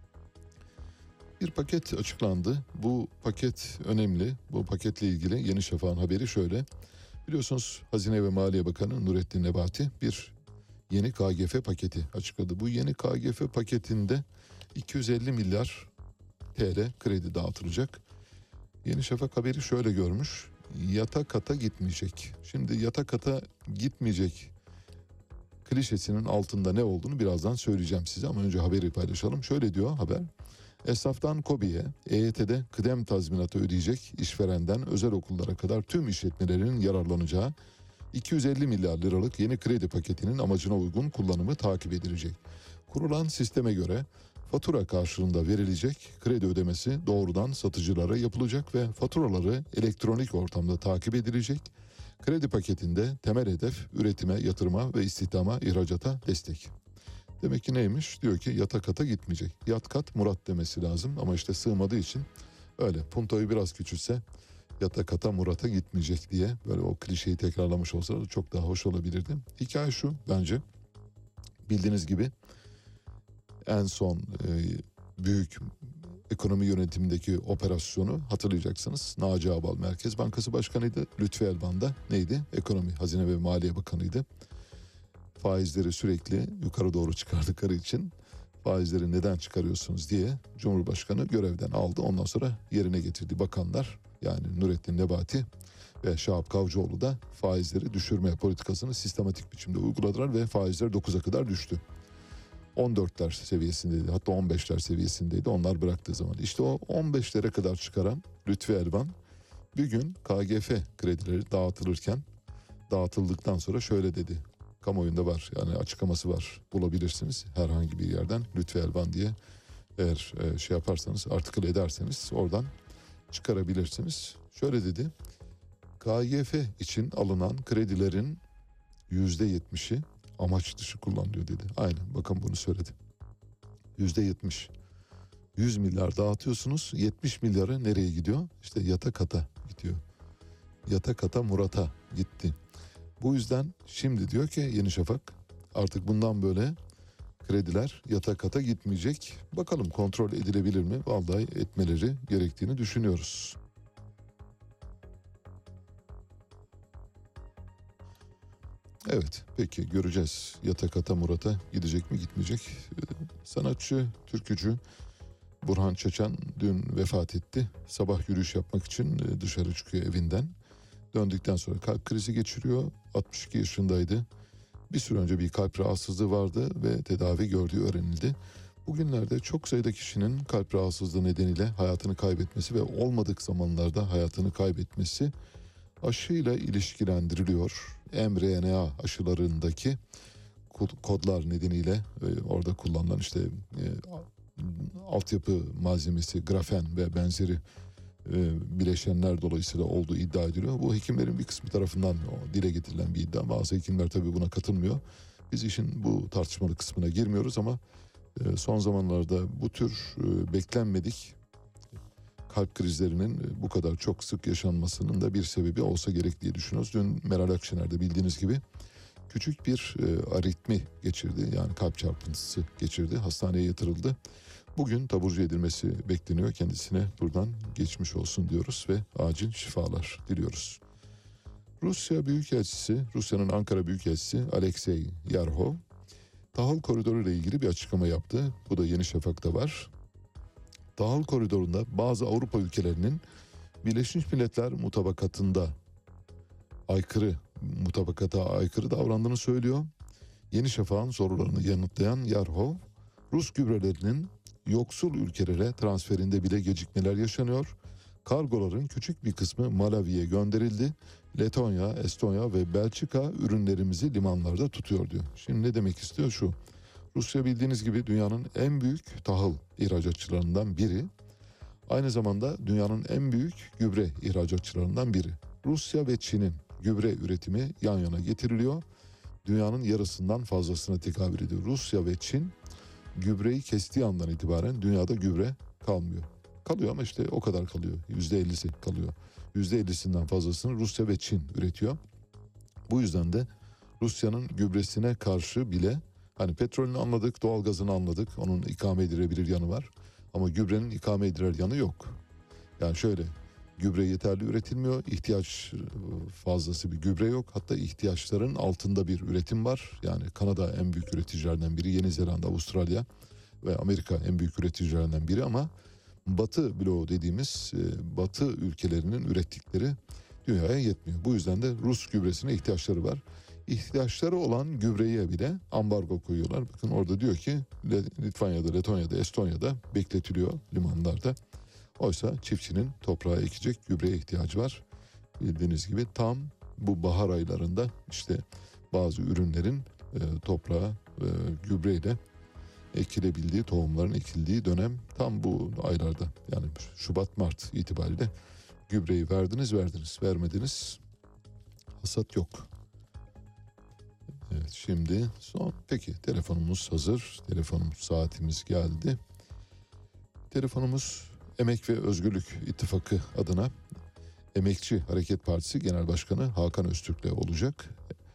S2: Bir paket açıklandı. Bu paket önemli. Bu paketle ilgili Yeni Şafak'ın haberi şöyle. Biliyorsunuz Hazine ve Maliye Bakanı Nurettin Nebati bir yeni KGF paketi açıkladı. Bu yeni KGF paketinde 250 milyar TL kredi dağıtılacak. Yeni Şafak haberi şöyle görmüş. Yata kata gitmeyecek. Şimdi yata kata gitmeyecek klişesinin altında ne olduğunu birazdan söyleyeceğim size ama önce haberi paylaşalım. Şöyle diyor haber. Esnaftan KOBİ'ye, EYT'de kıdem tazminatı ödeyecek işverenden özel okullara kadar tüm işletmelerin yararlanacağı 250 milyar liralık yeni kredi paketinin amacına uygun kullanımı takip edilecek. Kurulan sisteme göre fatura karşılığında verilecek kredi ödemesi doğrudan satıcılara yapılacak ve faturaları elektronik ortamda takip edilecek. Kredi paketinde temel hedef üretime, yatırıma ve istihdama, ihracata destek. Demek ki neymiş? Diyor ki yata kata gitmeyecek. Yat kat murat demesi lazım ama işte sığmadığı için öyle puntoyu biraz küçülse yata kata murata gitmeyecek diye böyle o klişeyi tekrarlamış olsa da çok daha hoş olabilirdi. Hikaye şu bence bildiğiniz gibi en son büyük ekonomi yönetimindeki operasyonu hatırlayacaksınız. Naci Ağbal Merkez Bankası Başkanı'ydı. Lütfi Elvan da neydi? Ekonomi, Hazine ve Maliye Bakanı'ydı. Faizleri sürekli yukarı doğru çıkardıkları için faizleri neden çıkarıyorsunuz diye Cumhurbaşkanı görevden aldı. Ondan sonra yerine getirdi bakanlar yani Nurettin Nebati ve Şahap Kavcıoğlu da faizleri düşürme politikasını sistematik biçimde uyguladılar ve faizler 9'a kadar düştü. 14'ler seviyesindeydi hatta 15'ler seviyesindeydi onlar bıraktığı zaman. İşte o 15'lere kadar çıkaran Lütfi Elvan bir gün KGF kredileri dağıtıldıktan sonra şöyle dedi. Kamuoyunda var yani açıklaması var bulabilirsiniz herhangi bir yerden Lütfi Elvan diye eğer şey yaparsanız artikül ederseniz oradan çıkarabilirsiniz. Şöyle dedi KGF için alınan kredilerin %70'i amaç dışı kullanılıyor dedi. Aynen bakın bunu söyledi. %70 100 milyar dağıtıyorsunuz 70 milyarı nereye gidiyor? İşte yata kata gidiyor. Yata kata murata gitti. Bu yüzden şimdi diyor ki Yeni Şafak artık bundan böyle krediler yata kata gitmeyecek. Bakalım kontrol edilebilir mi? Vallahi etmeleri gerektiğini düşünüyoruz. Evet peki göreceğiz. Yata kata murata gidecek mi gitmeyecek. Sanatçı, türkücü Burhan Çaçan dün vefat etti. Sabah yürüyüş yapmak için dışarı çıkıyor evinden. Döndükten sonra kalp krizi geçiriyor. 62 yaşındaydı. Bir süre önce bir kalp rahatsızlığı vardı ve tedavi gördüğü öğrenildi. Bugünlerde çok sayıda kişinin kalp rahatsızlığı nedeniyle hayatını kaybetmesi ve olmadık zamanlarda hayatını kaybetmesi aşıyla ilişkilendiriliyor. mRNA aşılarındaki kodlar nedeniyle orada kullanılan işte altyapı malzemesi, grafen ve benzeri bileşenler dolayısıyla olduğu iddia ediliyor. Bu hekimlerin bir kısmı tarafından dile getirilen bir iddia. Bazı hekimler tabii buna katılmıyor. Biz işin bu tartışmalı kısmına girmiyoruz ama son zamanlarda bu tür beklenmedik kalp krizlerinin bu kadar çok sık yaşanmasının da bir sebebi olsa gerek diye düşünüyoruz. Dün Meral Akşener'de bildiğiniz gibi küçük bir aritmi geçirdi. Yani kalp çarpıntısı geçirdi. Hastaneye yatırıldı. Bugün taburcu edilmesi bekleniyor. Kendisine buradan geçmiş olsun diyoruz ve acil şifalar diliyoruz. Rusya'nın Ankara Büyükelçisi Alexey Yarhov, tahıl koridoru ile ilgili bir açıklama yaptı. Bu da Yeni Şafak'ta var. tahıl koridorunda bazı Avrupa ülkelerinin Birleşmiş Milletler mutabakata aykırı davrandığını söylüyor. Yeni Şafak'ın sorularını yanıtlayan Yerhov, Rus gübrelerinin yoksul ülkelere transferinde bile gecikmeler yaşanıyor. Kargoların küçük bir kısmı Malawi'ye gönderildi. Letonya, Estonya ve Belçika ürünlerimizi limanlarda tutuyor diyor. Şimdi ne demek istiyor şu: Rusya bildiğiniz gibi dünyanın en büyük tahıl ihracatçılarından biri. Aynı zamanda dünyanın en büyük gübre ihracatçılarından biri. Rusya ve Çin'in gübre üretimi yan yana getiriliyor. Dünyanın yarısından fazlasına tekabül ediyor. Rusya ve Çin gübreyi kestiği andan itibaren dünyada gübre kalmıyor. Kalıyor ama işte o kadar kalıyor. %50'si kalıyor. %50'sinden fazlasını Rusya ve Çin üretiyor. Bu yüzden de Rusya'nın gübresine karşı bile, hani petrolünü anladık, doğalgazını anladık. Onun ikame edilebilir yanı var. Ama gübrenin ikame edilir yanı yok. Yani şöyle, gübre yeterli üretilmiyor. İhtiyaç fazlası bir gübre yok. Hatta ihtiyaçların altında bir üretim var. Yani Kanada en büyük üreticilerden biri, Yeni Zelanda, Avustralya ve Amerika en büyük üreticilerden biri ama Batı bloğu dediğimiz Batı ülkelerinin ürettikleri dünyaya yetmiyor. Bu yüzden de Rus gübresine ihtiyaçları var. İhtiyaçları olan gübreye bile ambargo koyuyorlar. Bakın orada diyor ki Litvanya'da, Letonya'da, Estonya'da bekletiliyor limanlarda. Oysa çiftçinin toprağa ekecek gübreye ihtiyacı var. Bildiğiniz gibi tam bu bahar aylarında işte bazı ürünlerin toprağa gübreyle ekilebildiği, tohumların ekildiği dönem tam bu aylarda. Yani Şubat-Mart itibariyle gübreyi verdiniz, vermediniz, hasat yok. Evet, şimdi peki telefonumuz hazır. Saatimiz geldi. Telefonumuz Emek ve Özgürlük İttifakı adına Emekçi Hareket Partisi Genel Başkanı Hakan Öztürk'le olacak.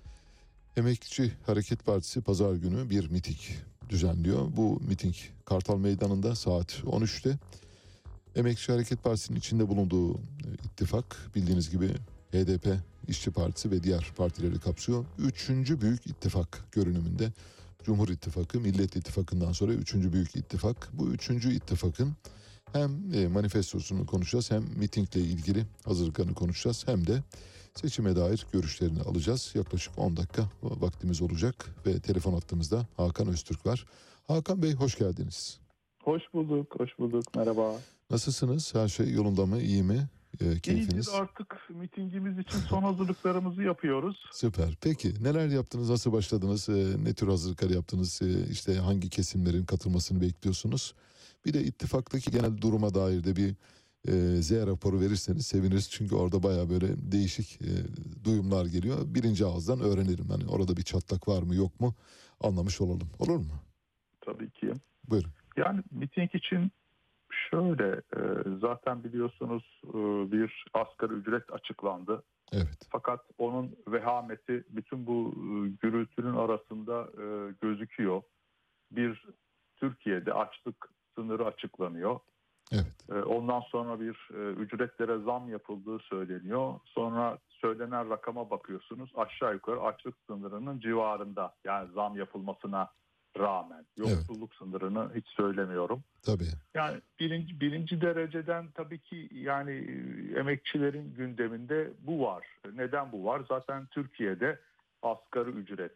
S2: Emekçi Hareket Partisi pazar günü bir miting düzenliyor. Bu miting Kartal Meydanı'nda saat 13'te. Emekçi Hareket Partisi'nin içinde bulunduğu ittifak bildiğiniz gibi HDP, İşçi Partisi ve diğer partileri kapsıyor. Üçüncü büyük ittifak görünümünde. Cumhur İttifakı, Millet İttifakı'ndan sonra üçüncü büyük ittifak. Bu üçüncü ittifakın hem manifestosunu konuşacağız, hem mitingle ilgili hazırlıklarını konuşacağız, hem de seçime dair görüşlerini alacağız. Yaklaşık 10 dakika vaktimiz olacak ve telefon hattımızda Hakan Öztürk var. Hakan Bey, hoş geldiniz.
S6: Hoş bulduk. Merhaba.
S2: Nasılsınız? Her şey yolunda mı? İyi mi? Keyfiniz?
S6: İyidir, artık mitingimiz için son hazırlıklarımızı yapıyoruz.
S2: Süper. Peki neler yaptınız? Nasıl başladınız? Ne tür hazırlıklar yaptınız? İşte hangi kesimlerin katılmasını bekliyorsunuz? Bir de ittifaktaki genel duruma dair de bir Z raporu verirseniz seviniriz. Çünkü orada baya böyle değişik duyumlar geliyor. Birinci ağızdan öğrenelim. Hani orada bir çatlak var mı yok mu anlamış olalım. Olur mu?
S6: Tabii ki.
S2: Buyurun.
S6: Yani miting için şöyle, zaten biliyorsunuz bir asgari ücret açıklandı.
S2: Evet.
S6: Fakat onun vehameti bütün bu gürültünün arasında gözüküyor. Bir Türkiye'de açlık sınırı açıklanıyor.
S2: Evet.
S6: Ondan sonra bir ücretlere zam yapıldığı söyleniyor. Sonra söylenen rakama bakıyorsunuz, aşağı yukarı açlık sınırının civarında. Yani zam yapılmasına rağmen. Yoksulluk sınırını hiç söylemiyorum.
S2: Tabii.
S6: Yani birinci dereceden tabii ki yani emekçilerin gündeminde bu var. Neden bu var? Zaten Türkiye'de asgari ücret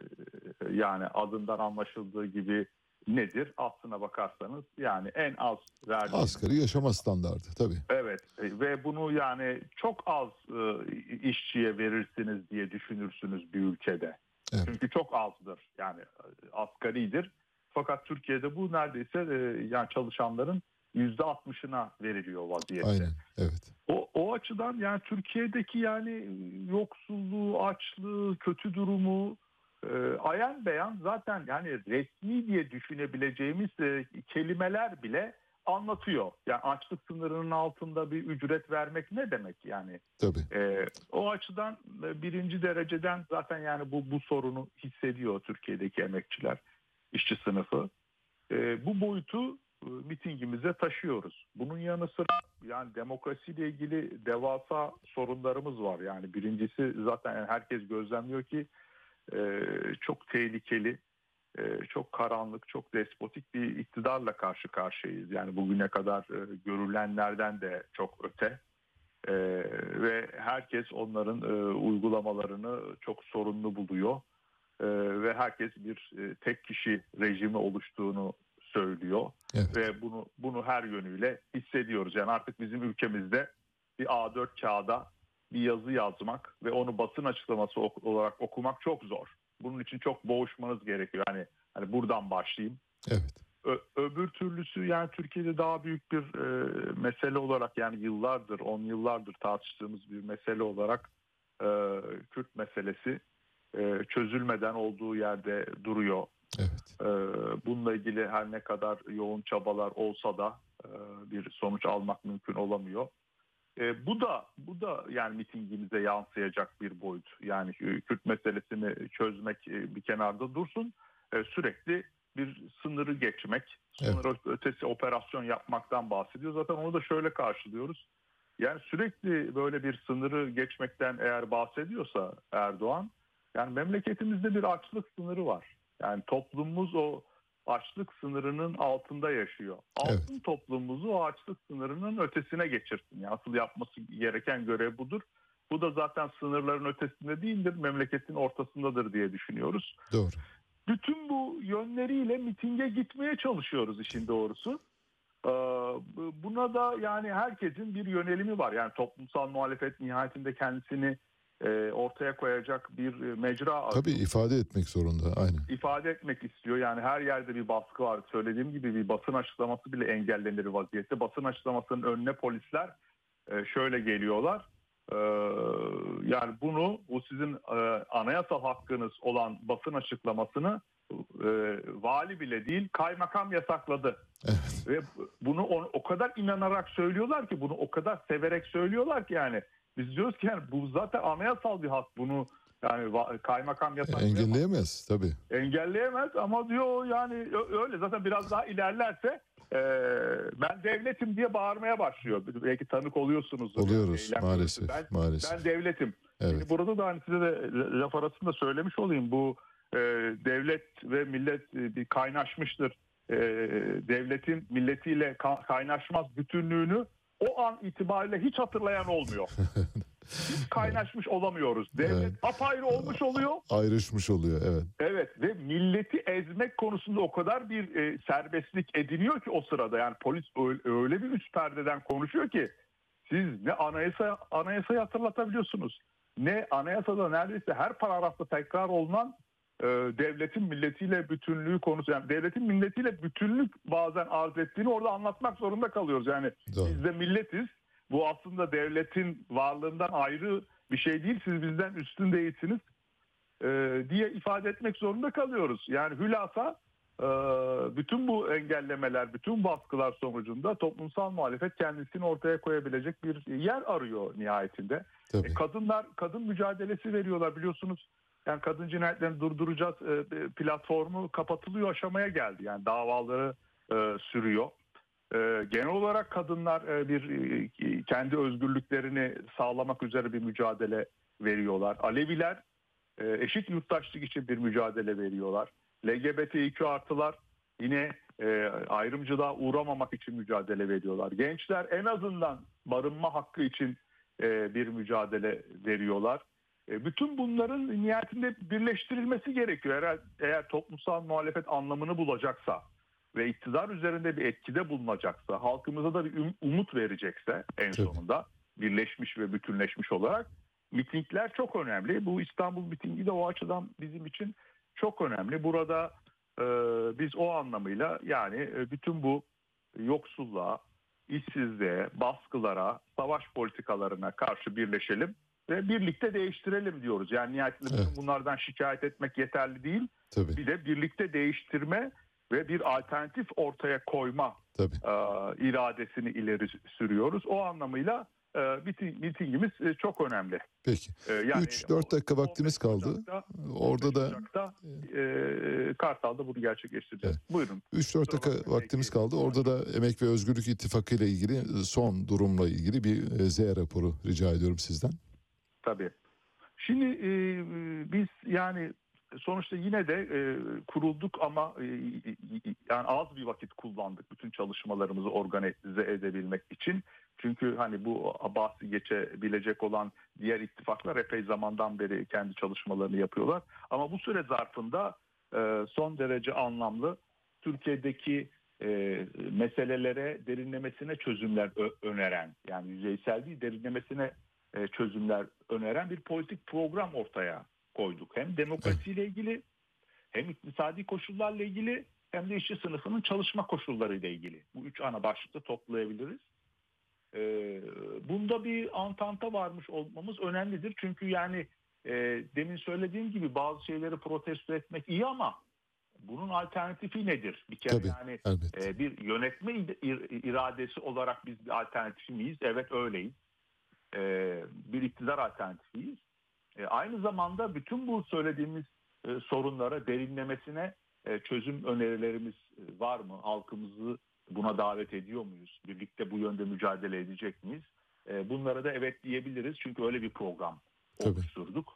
S6: yani adından anlaşıldığı gibi nedir? Aslına bakarsanız yani en az verdiğiniz...
S2: Asgari yaşama standardı tabii.
S6: Evet ve bunu yani çok az işçiye verirsiniz diye düşünürsünüz bir ülkede.
S2: Evet.
S6: Çünkü çok azdır yani asgaridir. Fakat Türkiye'de bu neredeyse yani çalışanların %60'ına veriliyor vaziyette.
S2: Aynen, evet.
S6: O açıdan yani Türkiye'deki yani yoksulluğu, açlığı, kötü durumu ayan beyan zaten yani resmi diye düşünebileceğimiz kelimeler bile anlatıyor. Yani açlık sınırının altında bir ücret vermek ne demek yani?
S2: Tabii.
S6: O açıdan birinci dereceden zaten yani bu sorunu hissediyor Türkiye'deki emekçiler, işçi sınıfı. Bu boyutu mitingimize taşıyoruz. Bunun yanı sıra yani demokrasiyle ilgili devasa sorunlarımız var. Yani birincisi zaten herkes gözlemliyor ki çok tehlikeli çok karanlık, çok despotik bir iktidarla karşı karşıyayız. Yani bugüne kadar görülenlerden de çok öte. Ve herkes onların uygulamalarını çok sorunlu buluyor. Ve herkes bir tek kişi rejimi oluştuğunu söylüyor.
S2: Evet.
S6: Ve bunu her yönüyle hissediyoruz. Yani artık bizim ülkemizde bir A4 kağıda bir yazı yazmak ve onu basın açıklaması olarak okumak çok zor. Bunun için çok boğuşmanız gerekiyor. Hani buradan başlayayım.
S2: Evet.
S6: Öbür türlüsü yani Türkiye'de daha büyük bir mesele olarak, yani yıllardır, 10 yıllardır tartıştığımız bir mesele olarak Kürt meselesi çözülmeden olduğu yerde duruyor.
S2: Evet.
S6: Bununla ilgili her ne kadar yoğun çabalar olsa da bir sonuç almak mümkün olamıyor. Bu da yani mitingimize yansıyacak bir boyut. Yani Kürt meselesini çözmek bir kenarda dursun. Sürekli bir sınırı geçmek, sınır ötesi operasyon yapmaktan bahsediyor. Zaten onu da şöyle karşılıyoruz. Yani sürekli böyle bir sınırı geçmekten eğer bahsediyorsa Erdoğan, yani memleketimizde bir açlık sınırı var. Yani toplumumuz o açlık sınırının altında yaşıyor. Altın toplumumuzu o açlık sınırının ötesine geçirsin. Yani asıl yapması gereken görev budur. Bu da zaten sınırların ötesinde değildir, memleketin ortasındadır diye düşünüyoruz.
S2: Doğru.
S6: Bütün bu yönleriyle mitinge gitmeye çalışıyoruz işin doğrusu. Buna da yani herkesin bir yönelimi var. Yani toplumsal muhalefet nihayetinde kendisini ortaya koyacak bir mecra arıyor.
S2: Tabii ifade etmek zorunda, aynen.
S6: İfade etmek istiyor. Yani her yerde bir baskı var. Söylediğim gibi bir basın açıklaması bile engellenir vaziyette. Basın açıklamasının önüne polisler şöyle geliyorlar. Yani bu sizin anayasal hakkınız olan basın açıklamasını vali bile değil kaymakam yasakladı.
S2: Evet.
S6: Ve bunu o kadar inanarak söylüyorlar ki, bunu o kadar severek söylüyorlar ki yani biz diyoruz ki yani bu zaten anayasal bir hak, bunu yani kaymakam yasaklayamaz.
S2: Engelleyemez tabii.
S6: Engelleyemez ama diyor yani öyle zaten biraz daha ilerlerse ben devletim diye bağırmaya başlıyor. Belki tanık oluyorsunuz.
S2: Oluyoruz maalesef.
S6: Ben devletim.
S2: Evet.
S6: Şimdi burada da hani size de laf arasında söylemiş olayım. Bu devlet ve millet bir kaynaşmıştır. Devletin milletiyle kaynaşmaz bütünlüğünü o an itibariyle hiç hatırlayan olmuyor. Hiç kaynaşmış olamıyoruz. Devlet apayrı olmuş oluyor.
S2: Ayrışmış oluyor, evet.
S6: Evet ve milleti ezmek konusunda o kadar bir serbestlik ediniyor ki o sırada. Yani polis öyle bir üst perdeden konuşuyor ki siz ne anayasayı hatırlatabiliyorsunuz, ne anayasada neredeyse her paragrafta tekrar olunan devletin milletiyle bütünlüğü konusu, yani devletin milletiyle bütünlük bazen arz ettiğini orada anlatmak zorunda kalıyoruz. Yani
S2: Doğru.
S6: biz de milletiz. Bu aslında devletin varlığından ayrı bir şey değil. Siz bizden üstün değilsiniz diye ifade etmek zorunda kalıyoruz. Yani hülasa bütün bu engellemeler, bütün baskılar sonucunda toplumsal muhalefet kendisini ortaya koyabilecek bir yer arıyor nihayetinde. Kadın mücadelesi veriyorlar biliyorsunuz. Yani kadın cinayetlerini durduracağız platformu kapatılıyor aşamaya geldi. Yani davaları sürüyor. Genel olarak kadınlar kendi özgürlüklerini sağlamak üzere bir mücadele veriyorlar. Aleviler eşit yurttaşlık için bir mücadele veriyorlar. LGBTİQ artılar yine ayrımcılığa uğramamak için mücadele veriyorlar. Gençler en azından barınma hakkı için bir mücadele veriyorlar. Bütün bunların nihayetinde birleştirilmesi gerekiyor. Eğer toplumsal muhalefet anlamını bulacaksa ve iktidar üzerinde bir etkide bulunacaksa, halkımıza da bir umut verecekse en sonunda birleşmiş ve bütünleşmiş olarak mitingler çok önemli. Bu İstanbul mitingi de o açıdan bizim için çok önemli. Burada biz o anlamıyla yani bütün bu yoksulluğa, işsizliğe, baskılara, savaş politikalarına karşı birleşelim ve birlikte değiştirelim diyoruz. Yani nihayetinde bunlardan şikayet etmek yeterli değil.
S2: Tabii.
S6: Bir de birlikte değiştirme ve bir alternatif ortaya koyma iradesini ileri sürüyoruz. O anlamıyla mitingimiz çok önemli.
S2: Peki. Yani 3-4 dakika vaktimiz kaldı. Orada da
S6: Kartal'da bunu gerçekleştireceğiz.
S2: Evet.
S6: Buyurun.
S2: 3-4 dakika vaktimiz kaldı. Orada da Emek ve Özgürlük İttifakı ile ilgili son durumla ilgili bir Z raporu rica ediyorum sizden.
S6: Tabii. Şimdi biz yani sonuçta yine de kurulduk ama yani az bir vakit kullandık bütün çalışmalarımızı organize edebilmek için. Çünkü hani bu bahsi geçebilecek olan diğer ittifaklar epey zamandan beri kendi çalışmalarını yapıyorlar. Ama bu süre zarfında son derece anlamlı Türkiye'deki meselelere derinlemesine çözümler öneren, yani yüzeysel değil derinlemesine çözümler öneren bir politik program ortaya koyduk. Hem demokrasiyle ilgili, hem iktisadi koşullarla ilgili, hem de işçi sınıfının çalışma koşullarıyla ilgili. Bu 3 ana başlıkta toplayabiliriz. Bunda bir antanta varmış olmamız önemlidir. Çünkü yani demin söylediğim gibi bazı şeyleri protesto etmek iyi ama bunun alternatifi nedir? Bir kere
S2: Tabii,
S6: yani bir yönetme iradesi olarak biz bir alternatif miyiz? Evet öyleyiz. Bir iktidar alternatifiyiz. Aynı zamanda bütün bu söylediğimiz sorunlara derinlemesine çözüm önerilerimiz var mı? Halkımızı buna davet ediyor muyuz? Birlikte bu yönde mücadele edecek miyiz? Bunlara da evet diyebiliriz. Çünkü öyle bir program oluşturduk.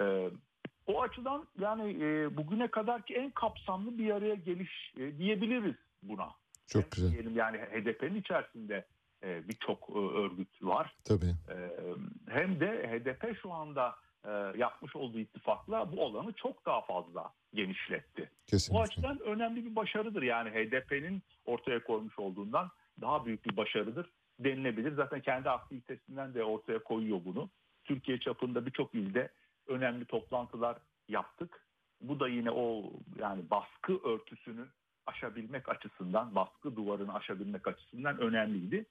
S6: O açıdan yani bugüne kadarki en kapsamlı bir araya geliş diyebiliriz buna.
S2: Çok güzel.
S6: Diyelim yani HDP'nin içerisinde birçok örgüt var.
S2: Tabii.
S6: Hem de HDP şu anda yapmış olduğu ittifakla bu alanı çok daha fazla genişletti.
S2: Kesinlikle.
S6: Bu açıdan önemli bir başarıdır. Yani HDP'nin ortaya koymuş olduğundan daha büyük bir başarıdır denilebilir. Zaten kendi aktivitesinden de ortaya koyuyor bunu. Türkiye çapında birçok ilde önemli toplantılar yaptık. Bu da yine o yani baskı örtüsünü aşabilmek açısından, baskı duvarını aşabilmek açısından önemliydi.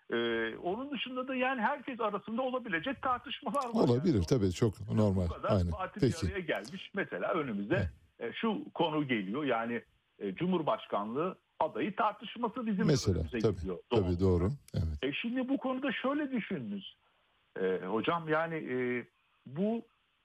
S6: Onun dışında da yani herkes arasında olabilecek tartışmalar var.
S2: Olabilir
S6: yani.
S2: tabii, çok normal.
S6: Bu kadar
S2: Aynen.
S6: parti
S2: Peki.
S6: bir araya gelmiş. Mesela önümüzde şu konu geliyor. Yani Cumhurbaşkanlığı adayı tartışması bizim
S2: Mesela
S6: önümüze
S2: tabii,
S6: geliyor.
S2: tabii doğru. Evet.
S6: Şimdi bu konuda şöyle düşününüz. Hocam yani bu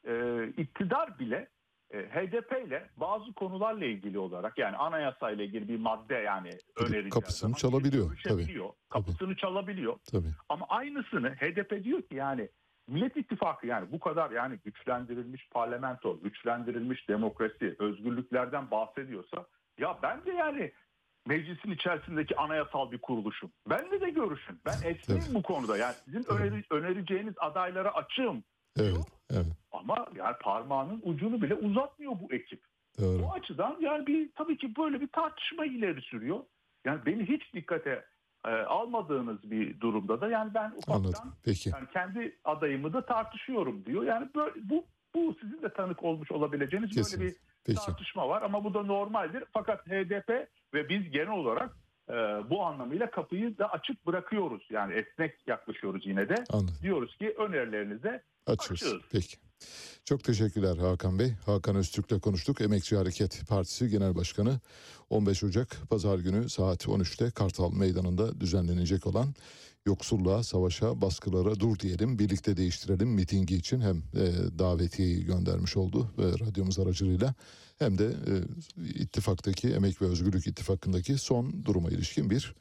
S6: iktidar bile HDP ile bazı konularla ilgili olarak yani anayasayla ilgili bir madde yani önereceği
S2: kapısını
S6: zaman
S2: çalabiliyor.
S6: görüşebiliyor. Kapısını çalabiliyor.
S2: Tabii.
S6: Ama aynısını HDP diyor ki yani Millet İttifakı yani bu kadar yani güçlendirilmiş parlamento, güçlendirilmiş demokrasi, özgürlüklerden bahsediyorsa ya ben de yani meclisin içerisindeki anayasal bir kuruluşum. Benle de görüşün. Ben esneyim bu konuda. Yani sizin önereceğiniz adaylara açığım.
S2: Evet, evet.
S6: Ama yani parmağının ucunu bile uzatmıyor bu ekip.
S2: Doğru.
S6: O açıdan yani tabii ki böyle bir tartışma ileri sürüyor. Yani beni hiç dikkate almadığınız bir durumda da yani ben ufaktan yani kendi adayımı da tartışıyorum diyor. Yani böyle, bu sizin de tanık olmuş olabileceğiniz
S2: Kesinlikle.
S6: böyle bir tartışma var ama bu da normaldir. Fakat HDP ve biz genel olarak bu anlamıyla kapıyı da açık bırakıyoruz. Yani esnek yaklaşıyoruz yine de.
S2: Anladım.
S6: Diyoruz ki önerilerinize açığız.
S2: Peki. Çok teşekkürler Hakan Bey. Hakan Öztürk'le konuştuk. Emekçi Hareket Partisi Genel Başkanı. 15 Ocak Pazar günü saat 13'te Kartal Meydanı'nda düzenlenecek olan yoksulluğa, savaşa, baskılara dur diyelim, birlikte değiştirelim mitingi için hem davetiyeyi göndermiş oldu radyomuz aracılığıyla hem de ittifaktaki Emek ve Özgürlük İttifakı'ndaki son duruma ilişkin bir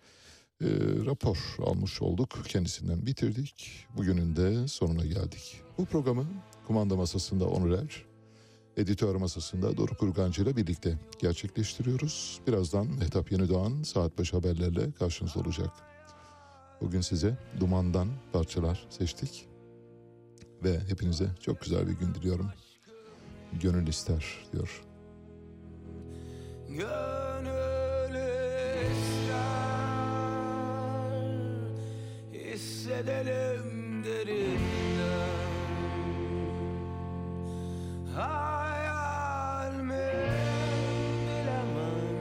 S2: rapor almış olduk. Kendisinden bitirdik. Bugünün de sonuna geldik. Bu programı kumanda masasında Onur Er, editör masasında Doruk Urgancı ile birlikte gerçekleştiriyoruz. Birazdan Mehtap Yenidoğan saat 5 haberlerle karşınızda olacak. Bugün size Duman'dan parçalar seçtik. Ve hepinize çok güzel bir gün diliyorum. Gönül ister diyor.
S3: Gönül ister, hissedelim derinden. Hayal mi bilemem,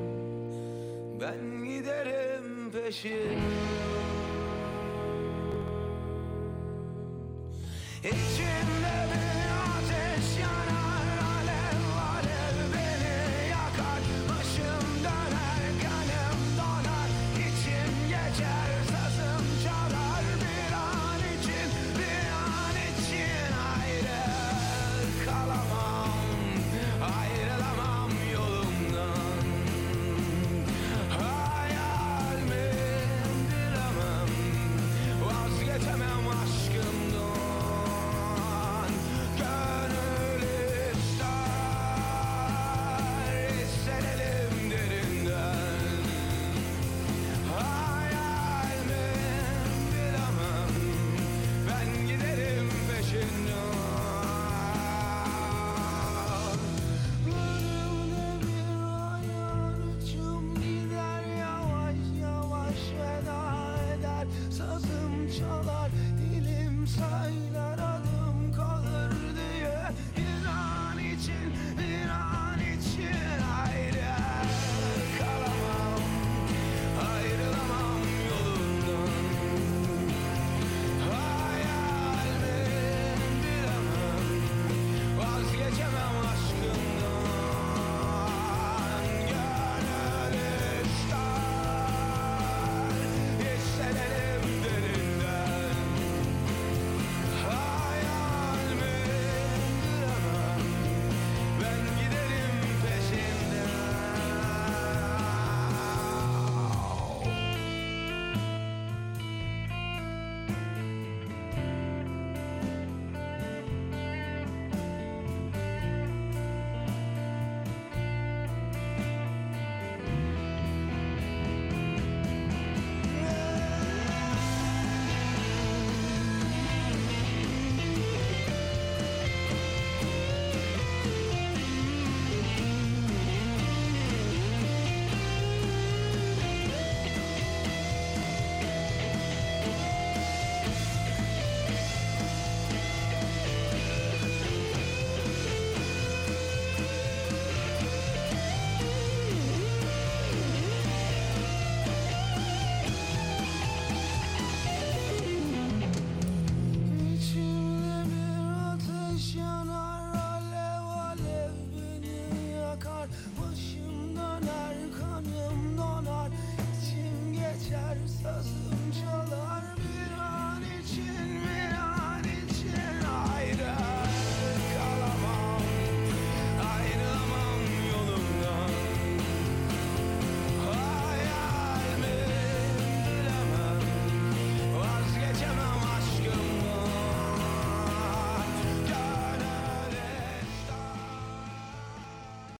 S3: ben giderim peşinden. İçimde bir ateş yanar.